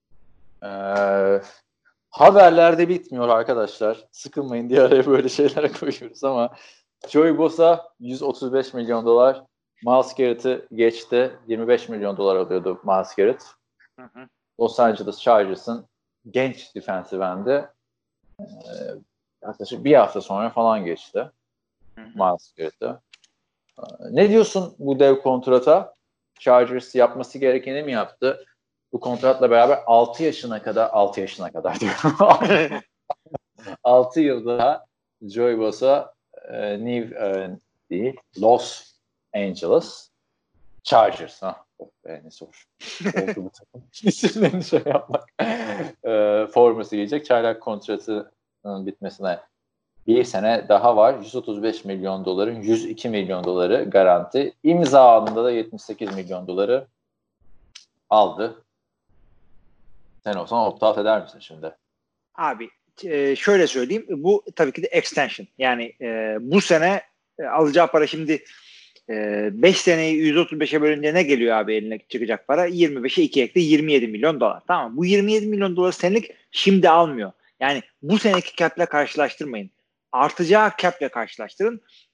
S3: Haberlerde bitmiyor arkadaşlar. Sıkılmayın diye araya böyle şeyler koyuyoruz ama Joey Bosa 135 milyon dolar. Myles Garrett'ı geçti. 25 milyon dolar alıyordu Myles Garrett. Los Angeles Chargers'ın genç defensive end'i yaklaşık bir hafta sonra falan geçti. Myles Garrett'ı. Ne diyorsun bu dev kontrata? Chargers yapması gerekeni mi yaptı? Bu kontratla beraber 6 yaşına kadar diyorum. 6 yıl daha Joey Bosa değil, Los Angeles Chargers. Ne zor. Oldu bu takım. İsimlerini şey yapmak. Forması giyecek. Çaylak kontratının bitmesine bir sene daha var. 135 milyon doların 102 milyon doları garanti. İmza anında da 78 milyon doları aldı. Sen olsan opt-out eder misin şimdi?
S4: Abi şöyle söyleyeyim. Bu tabii ki de extension. Yani bu sene alacağı para şimdi 5 seneyi 135'e bölünce ne geliyor abi eline çıkacak para? 25'e 2 ekle 27 milyon dolar. Tamam, bu 27 milyon dolar senelik şimdi almıyor. Yani bu seneki cap'le karşılaştırmayın. Artacağı cap'le karşılaştırın.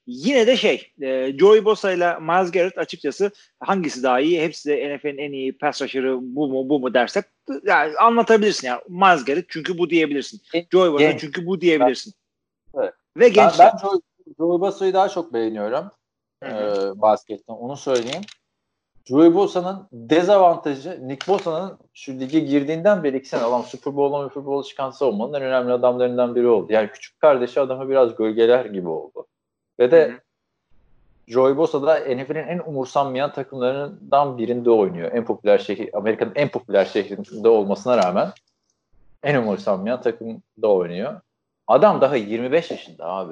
S4: yine de Joey Bosa ile Myles Garrett açıkçası hangisi daha iyi? Hepsi de NFL'in en iyi pass rusher'ı bu mu dersek yani anlatabilirsin. Yani Myles Garrett çünkü bu diyebilirsin. Joey Bosa çünkü bu diyebilirsin.
S3: Evet.
S4: Ve genç.
S3: Ben Joey Bosa'yı daha çok beğeniyorum basketten. Onu söyleyeyim. Joey Bosa'nın dezavantajı Nick Bosa'nın şu lige girdiğinden beri 2 sene adam Super Bowl'a çıkan savunmanın en önemli adamlarından biri oldu. Yani küçük kardeşi adamı biraz gölgeler gibi oldu. Ve de Joey Bosa da NFL'in en umursanmayan takımlarından birinde oynuyor. Amerika'nın en popüler şehrinde olmasına rağmen en umursanmayan takımda oynuyor. Adam daha 25 yaşında abi.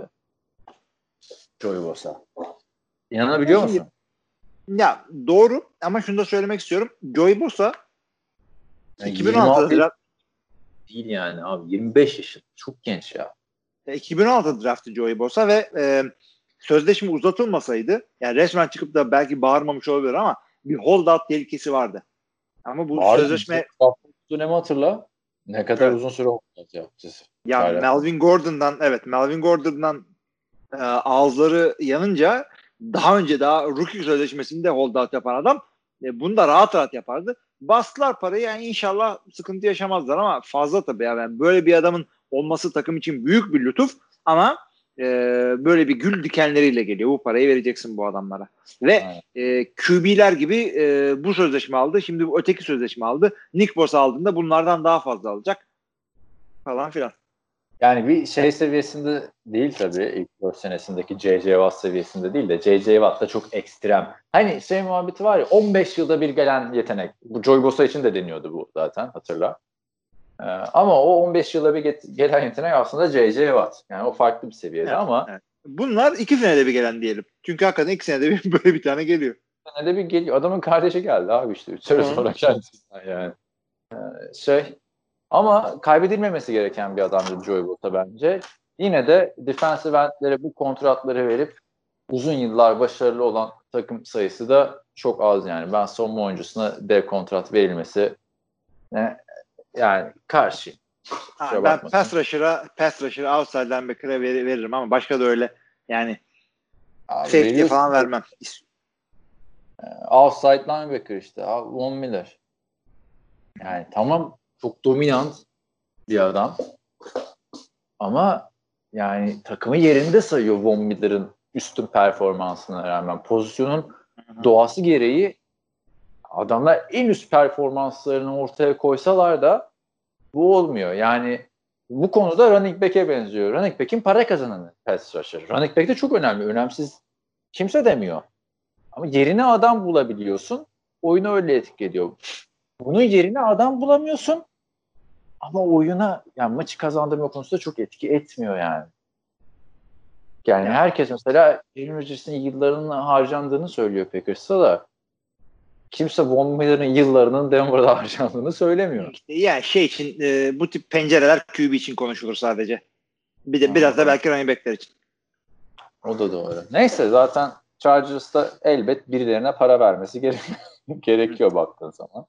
S3: Joey Bosa. İnanabiliyor musun?
S4: Ya doğru ama şunu da söylemek istiyorum. Joey Bosa
S3: Yani
S4: 2016 draft
S3: değil yani abi. 25 yaşında. Çok genç ya.
S4: 2016 draftı Joey Bosa ve sözleşme uzatılmasaydı yani resmen çıkıp da belki bağırmamış olabilir ama bir holdout tehlikesi vardı. Ama bu sözleşme
S3: dönemi hatırla. Ne kadar uzun süre holdout yaptı.
S4: Ya Melvin Gordon'dan ağızları yanınca daha rookie sözleşmesinde holdout yapan adam bunu da rahat yapardı. Bastılar parayı yani inşallah sıkıntı yaşamazlar ama fazla tabii yani böyle bir adamın olması takım için büyük bir lütuf ama böyle bir gül dikenleriyle geliyor. Bu parayı vereceksin bu adamlara. Ve QB'ler gibi bu sözleşme aldı. Şimdi bu öteki sözleşme aldı. Nick Bosa aldığında bunlardan daha fazla alacak. Falan filan.
S3: Yani bir seviyesinde değil tabii. İlk 4 senesindeki J.J. Watt seviyesinde değil de J.J. Watt da çok ekstrem. Hani muhabbeti var ya 15 yılda bir gelen yetenek. Bu Joey Bosa için de deniyordu bu zaten hatırla. Ama o 15 yılda bir gelen yetenek aslında J.J. Watt. Yani o farklı bir seviyede ama.
S4: Evet. Bunlar 2 senede bir gelen diyelim. Çünkü hakikaten 2 senede bir böyle bir tane geliyor.
S3: 2 senede bir geliyor. Adamın kardeşi geldi abi işte. 3 sene sonra kendisinden yani. Ama kaybedilmemesi gereken bir adamdı Joey Bosa bence. Yine de defensive endlere bu kontratları verip uzun yıllar başarılı olan takım sayısı da çok az yani. Ben savunma oyuncusuna dev kontrat verilmesi yani karşıyım.
S4: Ben pass rusher'a outside linebacker'a veririm ama başka da öyle yani safety falan vermem.
S3: Outside linebacker işte. Von Miller. Yani tamam çok dominant bir adam. Ama yani takımı yerinde sayıyor Von Miller'ın üstün performansına rağmen. Pozisyonun doğası gereği adamlar en üst performanslarını ortaya koysalar da bu olmuyor. Yani bu konuda running back'e benziyor. Running back'in para kazananı pass rusher. Running back de çok önemli. Önemsiz kimse demiyor. Ama yerine adam bulabiliyorsun. Oyunu öyle etki ediyor. Bunun yerine adam bulamıyorsun. Ama oyuna yani maçı kazandırma konusunda çok etki etmiyor yani. Yani herkes mesela Aaron Rodgers'ın yıllarının harcandığını söylüyor Packers'a da kimse Von Miller'ın yıllarının Denver'da harcandığını söylemiyor.
S4: Yani için bu tip pencereler QB için konuşulur sadece. Bir de biraz da belki running back'ler için.
S3: O da doğru. Neyse zaten Chargers'ta elbet birilerine para vermesi gerekiyor baktığın zaman.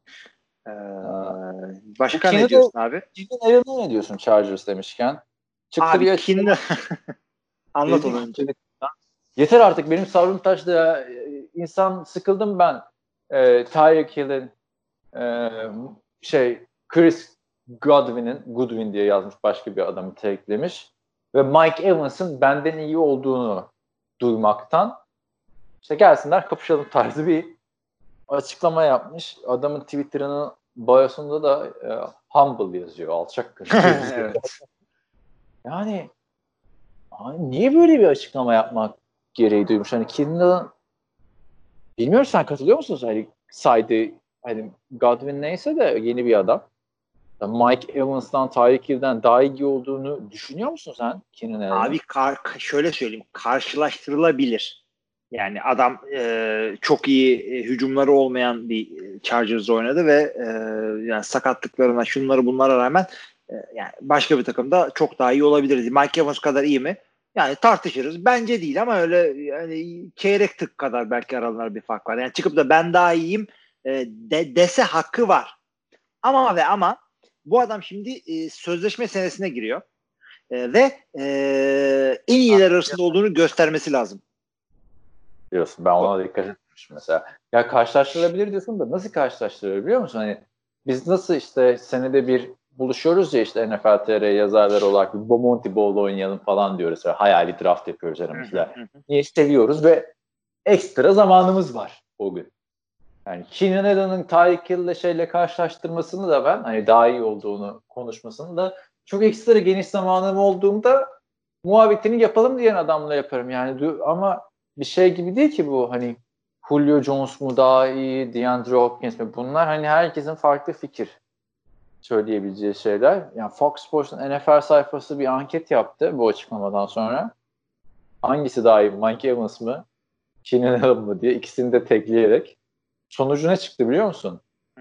S4: Başka ne diyorsun abi?
S3: Keenan Allen'a ne diyorsun Chargers demişken? Çıktı
S4: abi
S3: bir
S4: Keenan anlat onu önce.
S3: Yeter artık benim sabrım taştı ya. İnsan sıkıldım ben. Tyreek Hill'in Chris Goodwin diye yazmış başka bir adamı teklemiş. Ve Mike Evans'ın benden iyi olduğunu duymaktan işte gelsinler kapışalım tarzı bir açıklama yapmış. Adamın Twitter'ının biosunda da humble yazıyor. Alçak yazıyor.
S4: Evet.
S3: Yani niye böyle bir açıklama yapmak gereği duymuş? Hani Keenan'ın bilmiyorum sen katılıyor musun? Hani Godwin neyse de yeni bir adam. Mike Evans'tan, Tyreek Hill'den daha iyi olduğunu düşünüyor musun sen Keenan Allen'ın?
S4: Abi şöyle söyleyeyim. Karşılaştırılabilir. Yani adam çok iyi hücumları olmayan bir Chargers oynadı ve yani sakatlıklarına şunları bunlara rağmen yani başka bir takımda çok daha iyi olabilirdi. Mike Evans kadar iyi mi? Yani tartışırız. Bence değil ama öyle yani çeyrek tık kadar belki aralarında bir fark var. Yani çıkıp da ben daha iyiyim dese hakkı var. Ama bu adam şimdi sözleşme senesine giriyor ve en iyiler arasında olduğunu göstermesi lazım.
S3: Biliyorsun ben ona dikkat etmişim mesela. Ya karşılaştırılabilir diyorsun da nasıl karşılaştırılır biliyor musun? Hani biz nasıl işte senede bir buluşuyoruz ya işte NFL TR yazarları olarak bir Bomonti Bowl oynayalım falan diyoruz. Yani hayali draft yapıyoruz aramızda. Niye seviyoruz ve ekstra zamanımız var o gün. Yani Keenan Allen'ın Tyreek Hill'le şeyle karşılaştırmasını da ben hani daha iyi olduğunu konuşmasını da çok ekstra geniş zamanım olduğunda muhabbetini yapalım diyen adamla yaparım. Yani ama bir şey gibi değil ki bu hani Julio Jones mu daha iyi, DeAndre Hopkins mi? Bunlar hani herkesin farklı fikir söyleyebileceği şeyler. Yani Fox Sports'un NFL sayfası bir anket yaptı bu açıklamadan sonra. Hangisi daha iyi? Mike Evans mı? Keenan Allen mı diye ikisini de tekleyerek. Sonucu ne çıktı biliyor musun?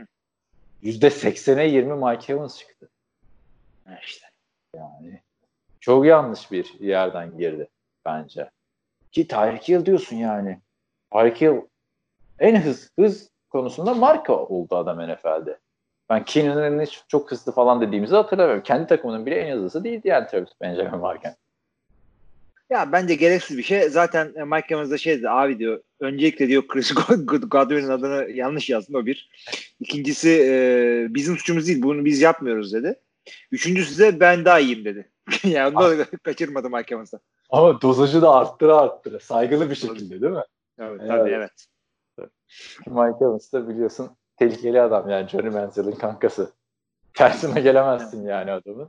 S3: %80'e 20 Mike Evans çıktı.
S4: İşte.
S3: Yani çok yanlış bir yerden girdi bence. Ki Tyreek Hill diyorsun yani. Tyreek Hill en hız konusunda marka oldu adam NFL'de. Ben Keenan Allen'ı çok hızlı falan dediğimizi hatırlamıyorum. Kendi takımının bile en hızlısı değildi yani Travis Benjamin varken.
S4: Ya bence gereksiz bir şey. Zaten Mike Evans da şey dedi abi diyor. Öncelikle diyor Chris Godwin'in adını yanlış yazdım o bir. İkincisi bizim suçumuz değil. Bunu biz yapmıyoruz dedi. Üçüncüsü de ben daha iyiyim dedi. Yani onu da kaçırmadı Mike Evans'a.
S3: Ama dozajı da arttıra. Saygılı bir şekilde değil mi?
S4: Evet, tabii evet.
S3: Mike Evans da biliyorsun tehlikeli adam yani Johnny Manziel'in kankası. Tersine gelemezsin yani adamın.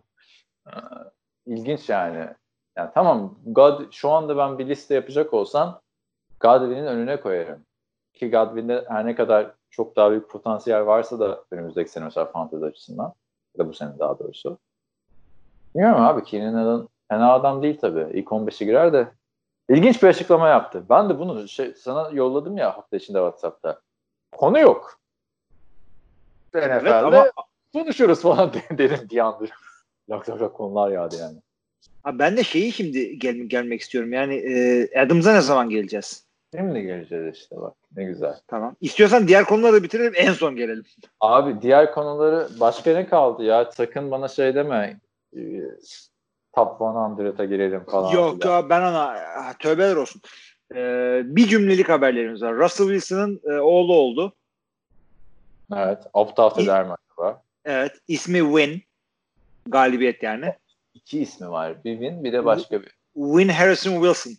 S3: İlginç yani. Yani tamam şu anda ben bir liste yapacak olsam Godwin'in önüne koyarım. Ki Godwin'de her ne kadar çok daha büyük potansiyel varsa da önümüzdeki sene mesela fantezi açısından ya da bu sene daha doğrusu. Bilmiyorum abi Keenan Allen fena adam değil tabii. İlk 15'e girer de ilginç bir açıklama yaptı. Ben de bunu sana yolladım ya hafta içinde WhatsApp'ta. Konu yok. NFL'de
S4: Evet, ama
S3: konuşuruz falan dedim bir anda. Lak konular yağdı yani.
S4: abi ben de şeyi şimdi gelmek istiyorum. Yani Adams'a ne zaman geleceğiz?
S3: Şimdi geleceğiz işte bak ne güzel.
S4: Tamam. İstiyorsan diğer konuları da bitirelim. En son gelelim.
S3: Abi diğer konuları başka ne kaldı ya? Sakın bana şey deme. Top 100'a girelim falan.
S4: Yok ya ben ona tövbeler olsun. Bir cümlelik haberlerimiz var. Russell Wilson'ın oğlu oldu.
S3: Evet. Opt-out eder mi acaba?
S4: Evet. İsmi Win. Galibiyet yani.
S3: İki ismi var. Bir Win bir de başka bir.
S4: Win Harrison Wilson.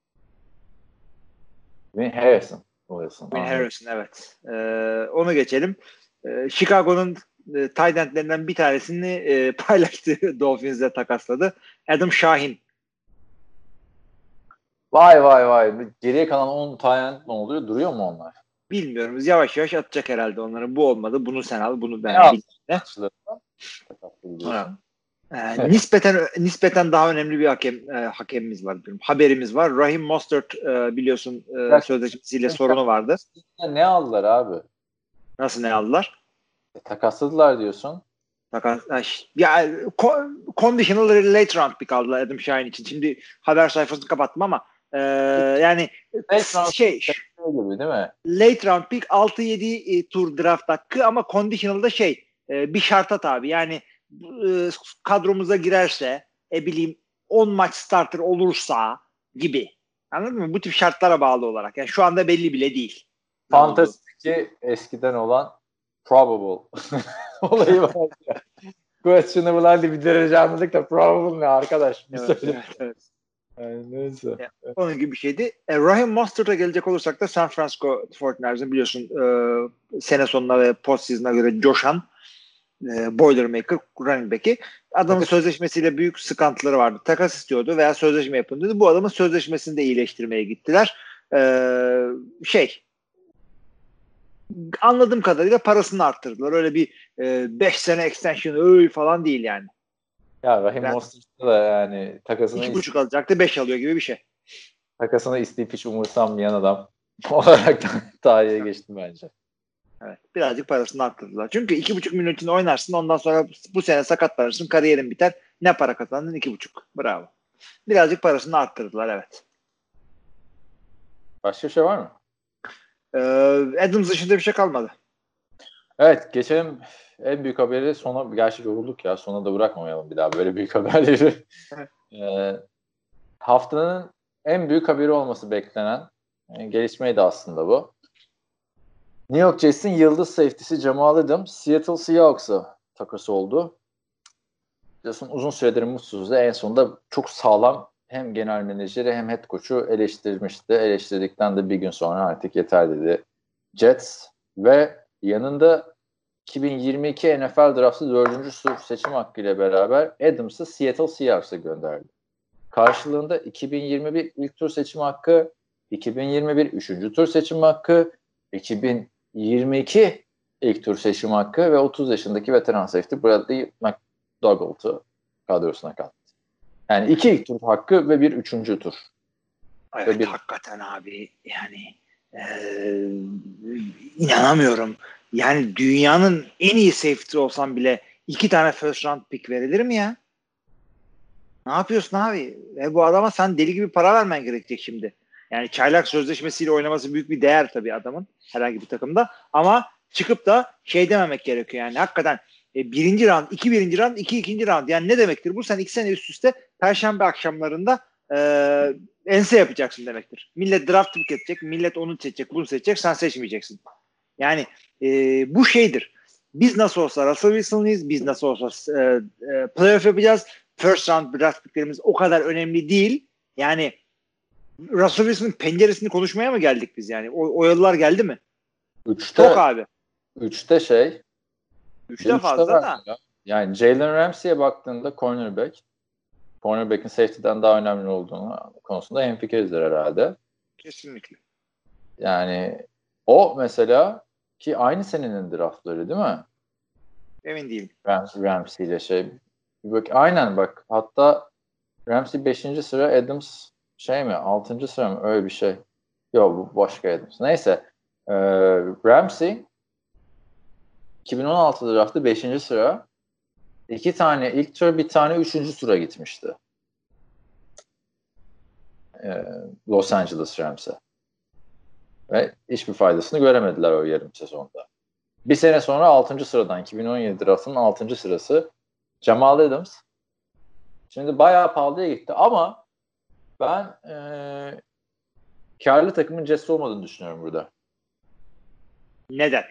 S3: Win Harrison. Wilson.
S4: Win Harrison evet. Onu geçelim. Chicago'nun tight endlerinden bir tanesini paylaştı. Dolphins'le takasladı. Adam Şahin.
S3: Vay. Geriye kalan 10 tane ne oluyor? Duruyor mu onlar?
S4: Bilmiyorum. Yavaş yavaş atacak herhalde onları. Bu olmadı. Bunu sen al. Bunu ben
S3: al.
S4: Nispeten daha önemli bir hakemimiz var. Haberimiz var. Raheem Mostert biliyorsun sözleşmesiyle sorunu vardı.
S3: Ne aldılar abi?
S4: Nasıl ne aldılar?
S3: Takasladılar diyorsun.
S4: Conditional late round pick aldılar Adam Shine için. Şimdi haber sayfasını kapattım ama yani
S3: gibi değil mi?
S4: Late round pick 6-7 tur draft hakkı ama conditional'da bir şarta tabi. Yani kadromuza girerse bileyim 10 maç starter olursa gibi. Anladın mı? Bu tip şartlara bağlı olarak. Yani şu anda belli bile değil.
S3: Fantasy'deki eskiden olan probable olayı var. Questionable hadi bir derece anladık da probable ne arkadaş?
S4: Evet.
S3: Yani neyse.
S4: Yani, onun gibi bir şeydi. Raheem Mostert'a gelecek olursak da San Francisco 49ers'ın biliyorsun sene sonuna ve postseason'a göre coşan Boilermaker running back'i. Adamın sözleşmesiyle büyük sıkıntıları vardı. Takas istiyordu veya sözleşme yapın dedi. Bu adamın sözleşmesini de iyileştirmeye gittiler. Anladığım kadarıyla parasını arttırdılar. Öyle bir 5 sene extension falan değil yani.
S3: Ya Raheem Mostert'ta da yani takasını
S4: 2,5 alacaktı 5 alıyor gibi bir şey.
S3: Takasını isteyip hiç umursanmayan adam olarak tarihe geçtim bence.
S4: Evet. Birazcık parasını arttırdılar. Çünkü 2,5 milyon için oynarsın. Ondan sonra bu sene sakatlanırsın. Kariyerin biter. Ne para kazandın? 2,5. Bravo. Birazcık parasını arttırdılar. Evet.
S3: Başka bir şey var mı?
S4: Adams dışında bir şey kalmadı.
S3: Evet. Geçelim en büyük haberi sona. Gerçi yorulduk ya. Sona da bırakmamayalım bir daha böyle büyük haberleri. Haftanın en büyük haberi olması beklenen gelişmeydi aslında bu. New York Jets'in yıldız safety'si Jamal Adams Seattle Seahawks'a takas oldu. Biliyorsun uzun süredir mutsuzdu. En sonunda çok sağlam hem genel menajeri hem head coach'u eleştirmişti. Eleştirdikten de bir gün sonra artık yeter dedi Jets ve yanında 2022 NFL Draft'ı 4. tur seçim hakkıyla beraber Adams'ı Seattle Seahawks'a gönderdi. Karşılığında 2021 ilk tur seçim hakkı, 2021 3. tur seçim hakkı, 2022 ilk tur seçim hakkı ve 30 yaşındaki veteran safety Bradley McDougall'ı kadrosuna kattı. Yani 2 ilk tur hakkı ve bir 3. tur.
S4: Evet, hakikaten abi yani inanamıyorum. Yani dünyanın en iyi safety olsan bile 2 tane first round pick verilir mi ya? Ne yapıyorsun abi? Bu adama sen deli gibi para vermen gerekecek şimdi. Yani çaylak sözleşmesiyle oynaması büyük bir değer tabii adamın herhangi bir takımda. Ama çıkıp da şey dememek gerekiyor yani. Hakikaten 1. round, 2 1. round, 2 2. round. Yani ne demektir bu? Sen 2 sene üst üste Perşembe akşamlarında ense yapacaksın demektir. Millet draft pick edecek, millet onu seçecek, bunu seçecek, sen seçmeyeceksin. Yani bu şeydir. Biz nasıl olsa Russell Wilson'lıyız, biz nasıl olsa playoff yapacağız. First round draft picklerimiz o kadar önemli değil. Yani Russell Wilson'ın penceresini konuşmaya mı geldik biz yani? O yıllar geldi mi?
S3: 3'te,
S4: çok abi.
S3: 3'te şey.
S4: 3'te fazla da.
S3: Yani Jalen Ramsey'e baktığında cornerback'in safety'den daha önemli olduğunu konusunda hemfikirizdir herhalde.
S4: Kesinlikle.
S3: Yani o mesela ki aynı senenin draftları değil mi?
S4: Emin değilim.
S3: Ramsey ile şey. Aynen bak. Hatta Ramsey 5. sıra, Adams şey mi? 6. sıra mı? Öyle bir şey. Yok bu başka Adams. Neyse. Ramsey 2016 draftı 5. sıra. 2 tane ilk tur, bir tane 3. tura gitmişti. Los Angeles Rams'e. Ve hiçbir faydasını göremediler o yarım sezonda. Bir sene sonra 6. sıradan 2017 draftının 6. sırası Jamal Adams. Şimdi bayağı pahalıya gitti ama ben karlı takımın Jets olmadığını düşünüyorum burada.
S4: Neden?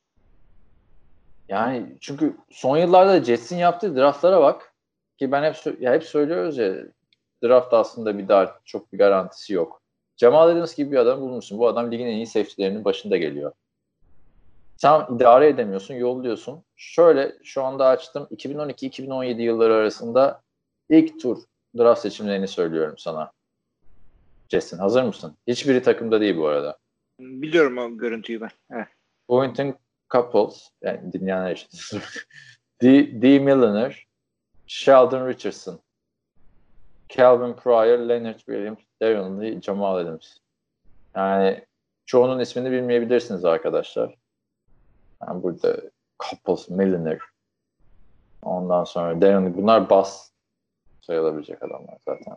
S3: Yani çünkü son yıllarda Jets'in yaptığı draftlara bak ki ben hep söylüyoruz ya, draft aslında çok bir garantisi yok. Jamal Adams gibi bir adam bulmuşsun. Bu adam ligin en iyi safety'lerinin başında geliyor. Sen idare edemiyorsun, yolluyorsun. Şöyle şu anda açtım. 2012-2017 yılları arasında ilk tur draft seçimlerini söylüyorum sana. Jason, hazır mısın? Hiçbiri takımda değil bu arada.
S4: Biliyorum o görüntüyü ben. Evet.
S3: Boynton Couples, yani dinleyenler için. D. Milliner, Sheldon Richardson, Calvin Pryor, Leonard Williams, Darren Lee, Jamal Adams. Yani çoğunun ismini bilmeyebilirsiniz arkadaşlar. Yani burada Couples, Milliner, ondan sonra Darren Lee, bunlar bas sayılabilecek adamlar zaten.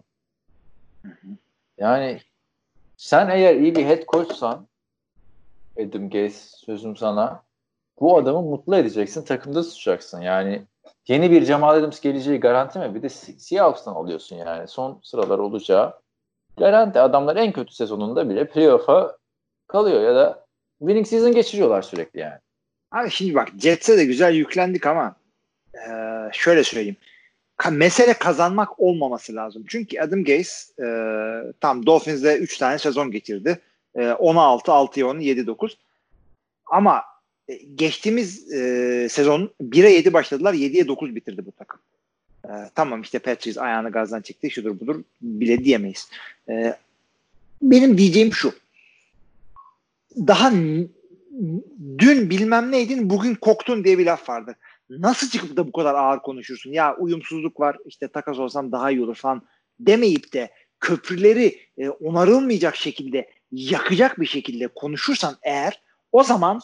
S3: Yani sen eğer iyi bir head coachsan, Adam Gase sözüm sana, bu adamı mutlu edeceksin, takımda tutacaksın. Yani yeni bir Jamal Adams geleceği garanti mi? Bir de Seahawks'tan alıyorsun yani. Son sıralar olacağı garanti. Adamlar en kötü sezonunda bile playoff'a kalıyor ya da winning season geçiriyorlar sürekli yani.
S4: Abi şimdi bak, Jets'e de güzel yüklendik ama şöyle söyleyeyim. Mesele kazanmak olmaması lazım. Çünkü Adam Gase tam Dolphins'de 3 tane sezon geçirdi. 10'a 6, 6'ya 10, 7-9. Ama geçtiğimiz sezon 1'e 7 başladılar. 7'ye 9 bitirdi bu takım. Tamam işte Patriots ayağını gazdan çekti. Şudur budur bile diyemeyiz. Benim diyeceğim şu. Daha dün bilmem neydin, bugün koktun diye bir laf vardı. Nasıl çıkıp da bu kadar ağır konuşursun? Ya uyumsuzluk var, işte takas olsam daha iyi olur falan demeyip de köprüleri onarılmayacak şekilde, yakacak bir şekilde konuşursan eğer, o zaman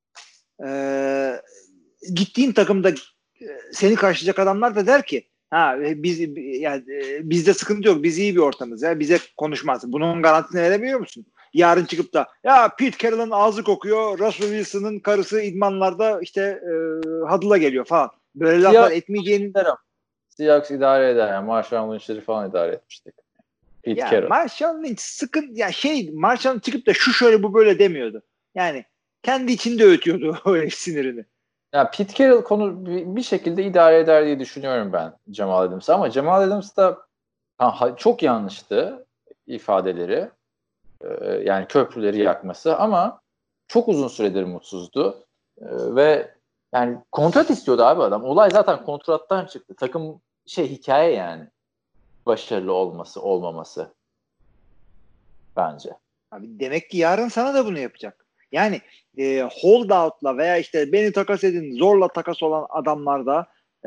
S4: gittiğin takımda seni karşılayacak adamlar da der ki bizde sıkıntı yok, biz iyi bir ortamız ya, bize konuşmaz. Bunun garantisini verebiliyor musun? Yarın çıkıp da ya Pete Carroll'ın ağzı kokuyor, Russell Wilson'ın karısı idmanlarda işte huddle'a geliyor falan. Böyle laflar etmeyeceğini...
S3: Seahawks idare eder. Yani Marshall Lynch'leri falan idare etmiştik. Pete
S4: Ya
S3: Carroll.
S4: Marshall Lynch Marshall çıkıp da şu şöyle bu böyle demiyordu. Yani kendi içinde ötüyordu o sinirini.
S3: Ya Pete Carroll konu bir şekilde idare eder diye düşünüyorum ben Jamal Adams'ı, ama Jamal Adams da çok yanlıştı ifadeleri. Yani köprüleri yakması, ama çok uzun süredir mutsuzdu. Ve yani kontrat istiyordu abi adam. Olay zaten kontrattan çıktı. Takım hikaye yani. Başarılı olması, olmaması bence.
S4: Abi demek ki yarın sana da bunu yapacak. Yani holdout'la veya işte beni takas edin zorla takas olan adamlar da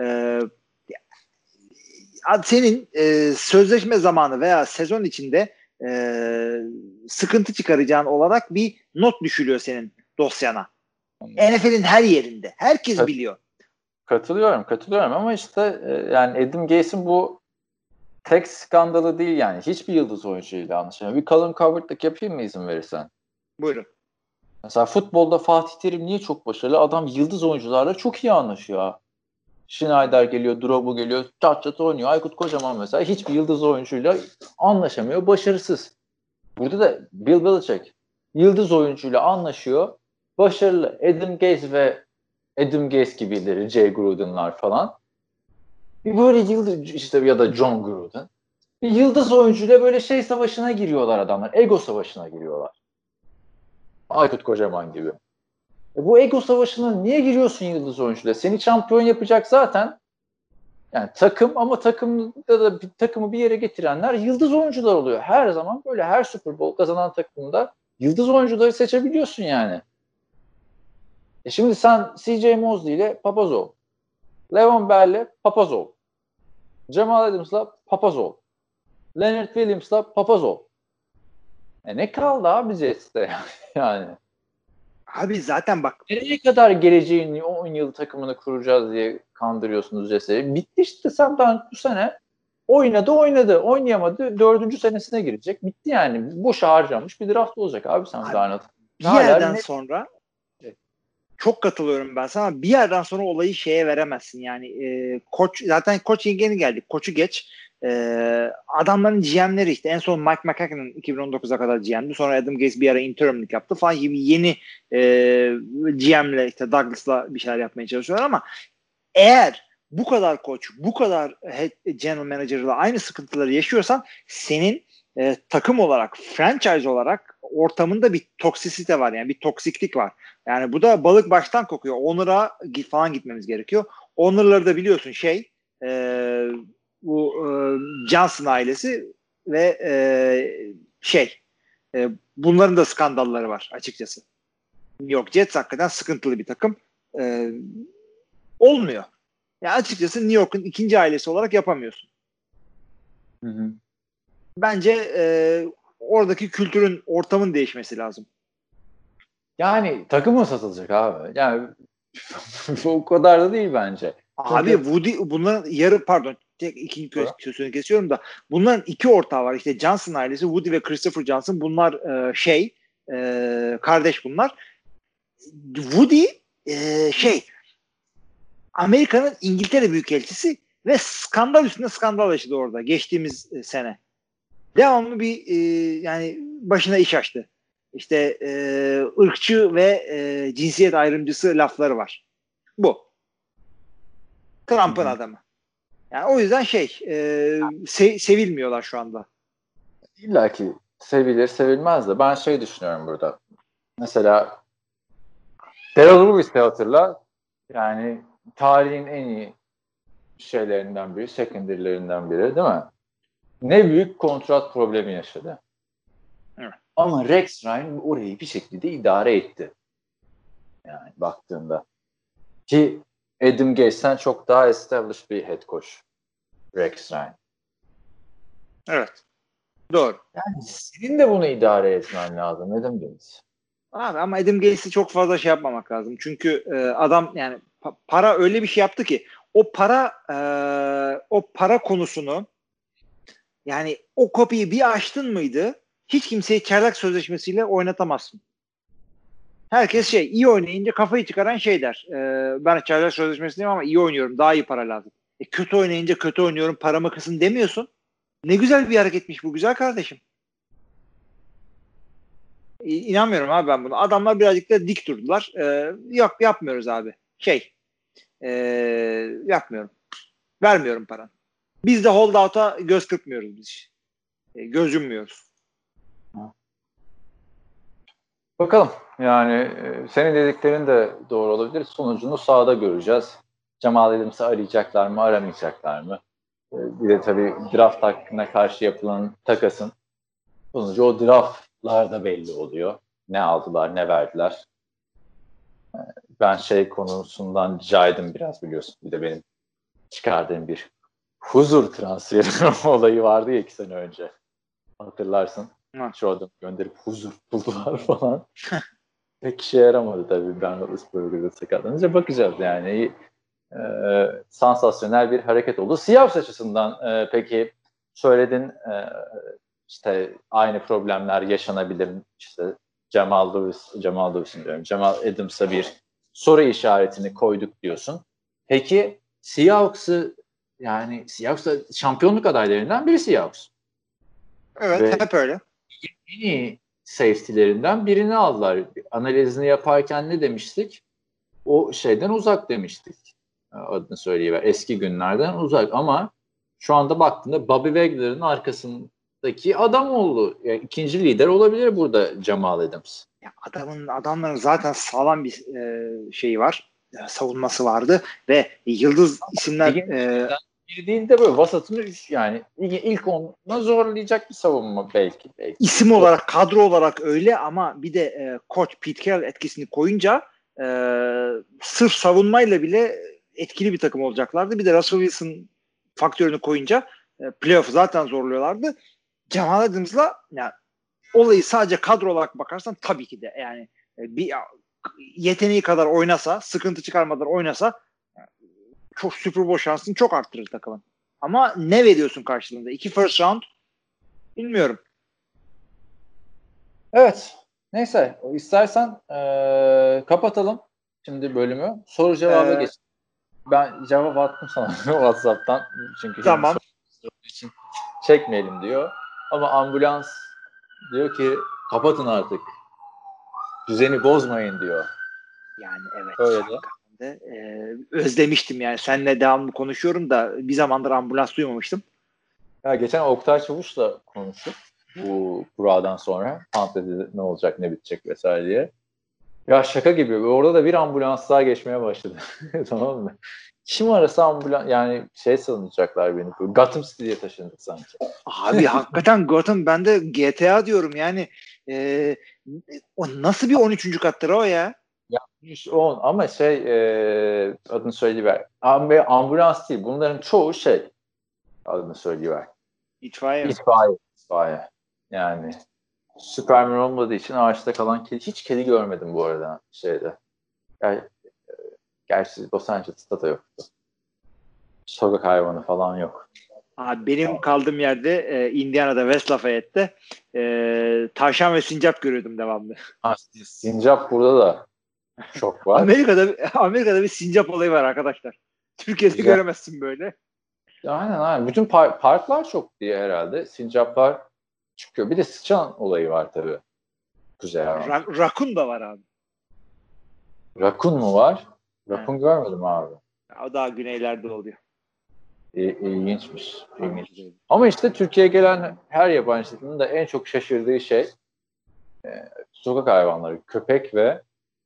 S4: senin sözleşme zamanı veya sezon içinde sıkıntı çıkaracağın olarak bir not düşülüyor senin dosyana. NFL'in her yerinde. Herkes biliyor.
S3: Katılıyorum ama işte yani Adam Gase'in bu tek skandalı değil yani. Hiçbir yıldız oyuncuyla anlaşamıyor. Bir Colin Cowherd'lık yapayım mı izin verirsen?
S4: Buyurun.
S3: Mesela futbolda Fatih Terim niye çok başarılı? Adam yıldız oyuncularla çok iyi anlaşıyor. Schneider geliyor, Drogba geliyor, çat çat oynuyor. Aykut Kocaman mesela hiçbir yıldız oyuncuyla anlaşamıyor, başarısız. Burada da Bill Belichick yıldız oyuncuyla anlaşıyor, başarılı. Adam Gase ve Adam Gase gibileri, Jay Gruden'lar falan. Bir böyle yıldız işte, ya da John Gruden. Bir yıldız oyuncuyla böyle savaşına giriyorlar adamlar. Ego savaşına giriyorlar. Aykut Kocaman gibi. Bu ego savaşına niye giriyorsun yıldız oyuncuyla? Seni şampiyon yapacak zaten yani takım, ama takımda da takımı bir yere getirenler yıldız oyuncular oluyor. Her zaman böyle, her Super Bowl kazanan takımda yıldız oyuncuları seçebiliyorsun yani. Şimdi sen CJ Mosley ile Papazov, Le'Veon Bell'le Papazov, Jamal Adams'la Papazov, Leonard Williams'la Papazov. Ne kaldı abi Jets'te yani?
S4: Abi zaten bak.
S3: Nereye kadar geleceğin 10 yıl takımını kuracağız diye kandırıyorsunuz Jets'i. Bitti işte, sen daha bu sene oynadı. Oynayamadı. 4. senesine girecek. Bitti yani. Boşa harcanmış bir draft olacak abi sen daha anlat.
S4: Bir yerden sonra çok katılıyorum ben sana. Bir yerden sonra olayı veremezsin. Yani koç zaten koç yeni geldi. Koçu geç. Adamların GM'leri işte en son Mike McCagnon 2019'a kadar GM'di. Sonra Adam Gase bir ara interimlik yaptı falan gibi yeni GM'le işte Douglas'la bir şeyler yapmaya çalışıyorlar ama eğer bu kadar koç, bu kadar general manager'la aynı sıkıntıları yaşıyorsan senin takım olarak, franchise olarak ortamında bir toksisite var yani bir toksiklik var. Yani bu da balık baştan kokuyor. Owner'a falan gitmemiz gerekiyor. Owner'ları da biliyorsun bu Johnson ailesi ve bunların da skandalları var açıkçası. New York Jets hakikaten sıkıntılı bir takım. Olmuyor. Yani açıkçası New York'un ikinci ailesi olarak yapamıyorsun.
S3: Hı.
S4: Bence oradaki kültürün, ortamın değişmesi lazım.
S3: Yani takım mı satılacak abi? Yani o kadar da değil bence.
S4: Abi Woody bunların ikinci sözünü kesiyorum da bunların iki ortağı var. İşte Johnson ailesi, Woody ve Christopher Johnson. Bunlar kardeş bunlar. Woody Amerika'nın İngiltere Büyükelçisi ve skandal üstünde skandal yaşadı orada geçtiğimiz sene. Devamlı bir yani başına iş açtı. İşte ırkçı ve cinsiyet ayrımcısı lafları var. Bu. Trump'ın adamı. Yani o yüzden sevilmiyorlar şu anda.
S3: İlla ki sevilir sevilmez de ben düşünüyorum burada. Mesela Daryl Lewis'i hatırla, yani tarihin en iyi şeylerinden biri, secondary'lerinden biri değil mi? Ne büyük kontrat problemi yaşadı.
S4: Evet.
S3: Ama Rex Ryan orayı bir şekilde idare etti. Yani baktığında. Ki Adam Gase'den çok daha established bir head coach Rex Ryan.
S4: Evet. Doğru.
S3: Yani senin de bunu idare etmen lazım Adam Gase.
S4: Abi ama Adam Gase'i çok fazla yapmamak lazım. Çünkü adam yani para öyle bir şey yaptı ki o para konusunu yani o kapıyı bir açtın mıydı hiç kimseyi çaylak sözleşmesiyle oynatamazsın. Herkes iyi oynayınca kafayı çıkaran der. Ben çaylak sözleşmesindeyim ama iyi oynuyorum. Daha iyi para lazım. Kötü oynayınca kötü oynuyorum. Paramı kısın demiyorsun. Ne güzel bir hareketmiş bu güzel kardeşim. İnanmıyorum abi ben buna. Adamlar birazcık da dik durdular. Yok yapmıyoruz abi. Yapmıyorum. Vermiyorum paranı. Biz de holdout'a göz kırpmıyoruz biz. Göz yummuyoruz.
S3: Bakalım. Yani senin dediklerin de doğru olabilir. Sonucunu sahada göreceğiz. Jamal Adams'ı arayacaklar mı, aramayacaklar mı? Bir de tabii draft hakkına karşı yapılan takasın sonucu o draftlarda belli oluyor. Ne aldılar, ne verdiler. Ben konusundan caydım biraz biliyorsun. Bir de benim çıkardığım bir huzur transferi olayı vardı ya 2 sene önce. Hatırlarsın. Şu adam gönderip huzur buldular falan. Pek işe yaramadı tabii Ben Roethlisberger'da sakatlanınca. Bakacağız yani. Sansasyonel bir hareket oldu. Seahawks açısından peki söyledin işte aynı problemler yaşanabilir. İşte Jamal Adams'a bir soru işaretini koyduk diyorsun. Peki Seahawks'ı yani Seahawks'ta şampiyonluk adaylarından biri Seahawks.
S4: Evet,
S3: ve
S4: hep öyle.
S3: En iyi safety'lerinden birini aldılar. Analizini yaparken ne demiştik? O şeyden uzak demiştik. Adını söyleyiver. Eski günlerden uzak ama şu anda baktığında Bobby Wagner'ın arkasındaki adam oldu. Yani ikinci lider olabilir burada Jamal Adams.
S4: Ya adamların zaten sağlam bir şeyi var. Savunması vardı ve yıldız isimler
S3: bir değil de böyle vasatını yani ilk onunla zorlayacak bir savunma belki.
S4: İsim olarak, kadro olarak öyle ama bir de koç Pete Carroll etkisini koyunca sırf savunmayla bile etkili bir takım olacaklardı. Bir de Russell Wilson faktörünü koyunca playoff'u zaten zorluyorlardı. Jamal Adams'la yani olayı sadece kadro olarak bakarsan tabii ki de yani bir yeteneği kadar oynasa, sıkıntı çıkarmadan oynasa çok Super Bowl şansını çok arttırır takımın. Ama ne veriyorsun karşılığında? 2 first round bilmiyorum.
S3: Evet. Neyse. İstersen kapatalım şimdi bölümü. Soru cevabı geç. Ben cevap attım sana WhatsApp'tan. Çünkü
S4: tamam.
S3: için çekmeyelim diyor. Ama ambulans diyor ki kapatın artık. Düzeni bozmayın diyor.
S4: Yani evet.
S3: Öyle de.
S4: Özlemiştim yani. Seninle devamlı konuşuyorum da bir zamandır ambulans duymamıştım.
S3: Ya geçen Oktay Çavuş'la konuştuk. Bu kuradan sonra fantezide ne olacak, ne bitecek vesaire diye. Ya şaka gibi. Orada da bir ambulans daha geçmeye başladı. Tamam mı? Kim arasa ambulans yani sanacaklar beni. Gotham City'ye taşındık sanki.
S4: Abi hakikaten Gotham, ben de GTA diyorum yani. O nasıl bir 13. kattır o ya?
S3: Yapmış 10 ama adını söyleyiver. Ambulans değil. Bunların çoğu adını söyleyiver. İtfaiye. Yani Superman olmadığı için ağaçta kalan kedi. Hiç kedi görmedim bu arada şeyde. Yani, gerçi Los Angeles'ta da yoktu. Sokak hayvanı falan yok.
S4: Abi benim kaldığım yerde Indiana'da West Lafayette'te tavşan ve sincap görüyordum devamlı.
S3: Sincap burada da çok var.
S4: Amerika'da bir sincap olayı var arkadaşlar. Türkiye'de güzel. Göremezsin böyle.
S3: Aynen. Bütün parklar çok diye herhalde. Sincaplar çıkıyor. Bir de sıçan olayı var tabii. Kuzey hayvan.
S4: Rakun da var abi.
S3: Rakun mu var? Rakun görmedim abi.
S4: O daha güneylerde oluyor.
S3: İlginçmiş. Ama işte Türkiye'ye gelen her yabancının da en çok şaşırdığı şey sokak hayvanları. Köpek ve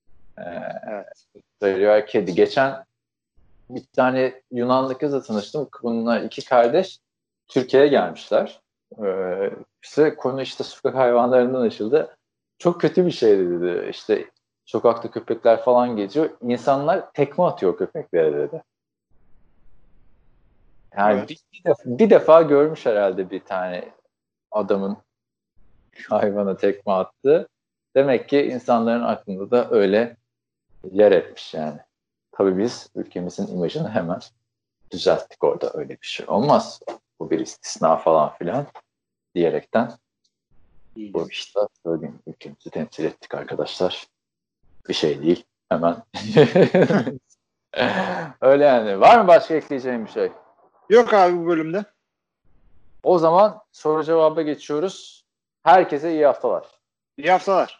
S3: kedi. Geçen bir tane Yunanlı kızla tanıştım. Bunlar 2 kardeş Türkiye'ye gelmişler. İşte konu sokak hayvanlarından açıldı. Çok kötü bir şey dedi. İşte sokakta köpekler falan geziyor. İnsanlar tekme atıyor köpeklere dedi. Yani evet. bir defa görmüş herhalde bir tane adamın hayvana tekme attı. Demek ki insanların aklında da öyle yer etmiş yani. Tabii biz ülkemizin imajını hemen düzelttik orada, öyle bir şey olmaz. Bu bir istisna falan filan diyerekten. Bu işte söyleyeyim, ülkemizi temsil ettik arkadaşlar. Bir şey değil. Hemen. Öyle yani. Var mı başka ekleyeceğim bir şey?
S4: Yok abi bu bölümde.
S3: O zaman soru cevaba geçiyoruz. Herkese iyi haftalar.
S4: İyi haftalar.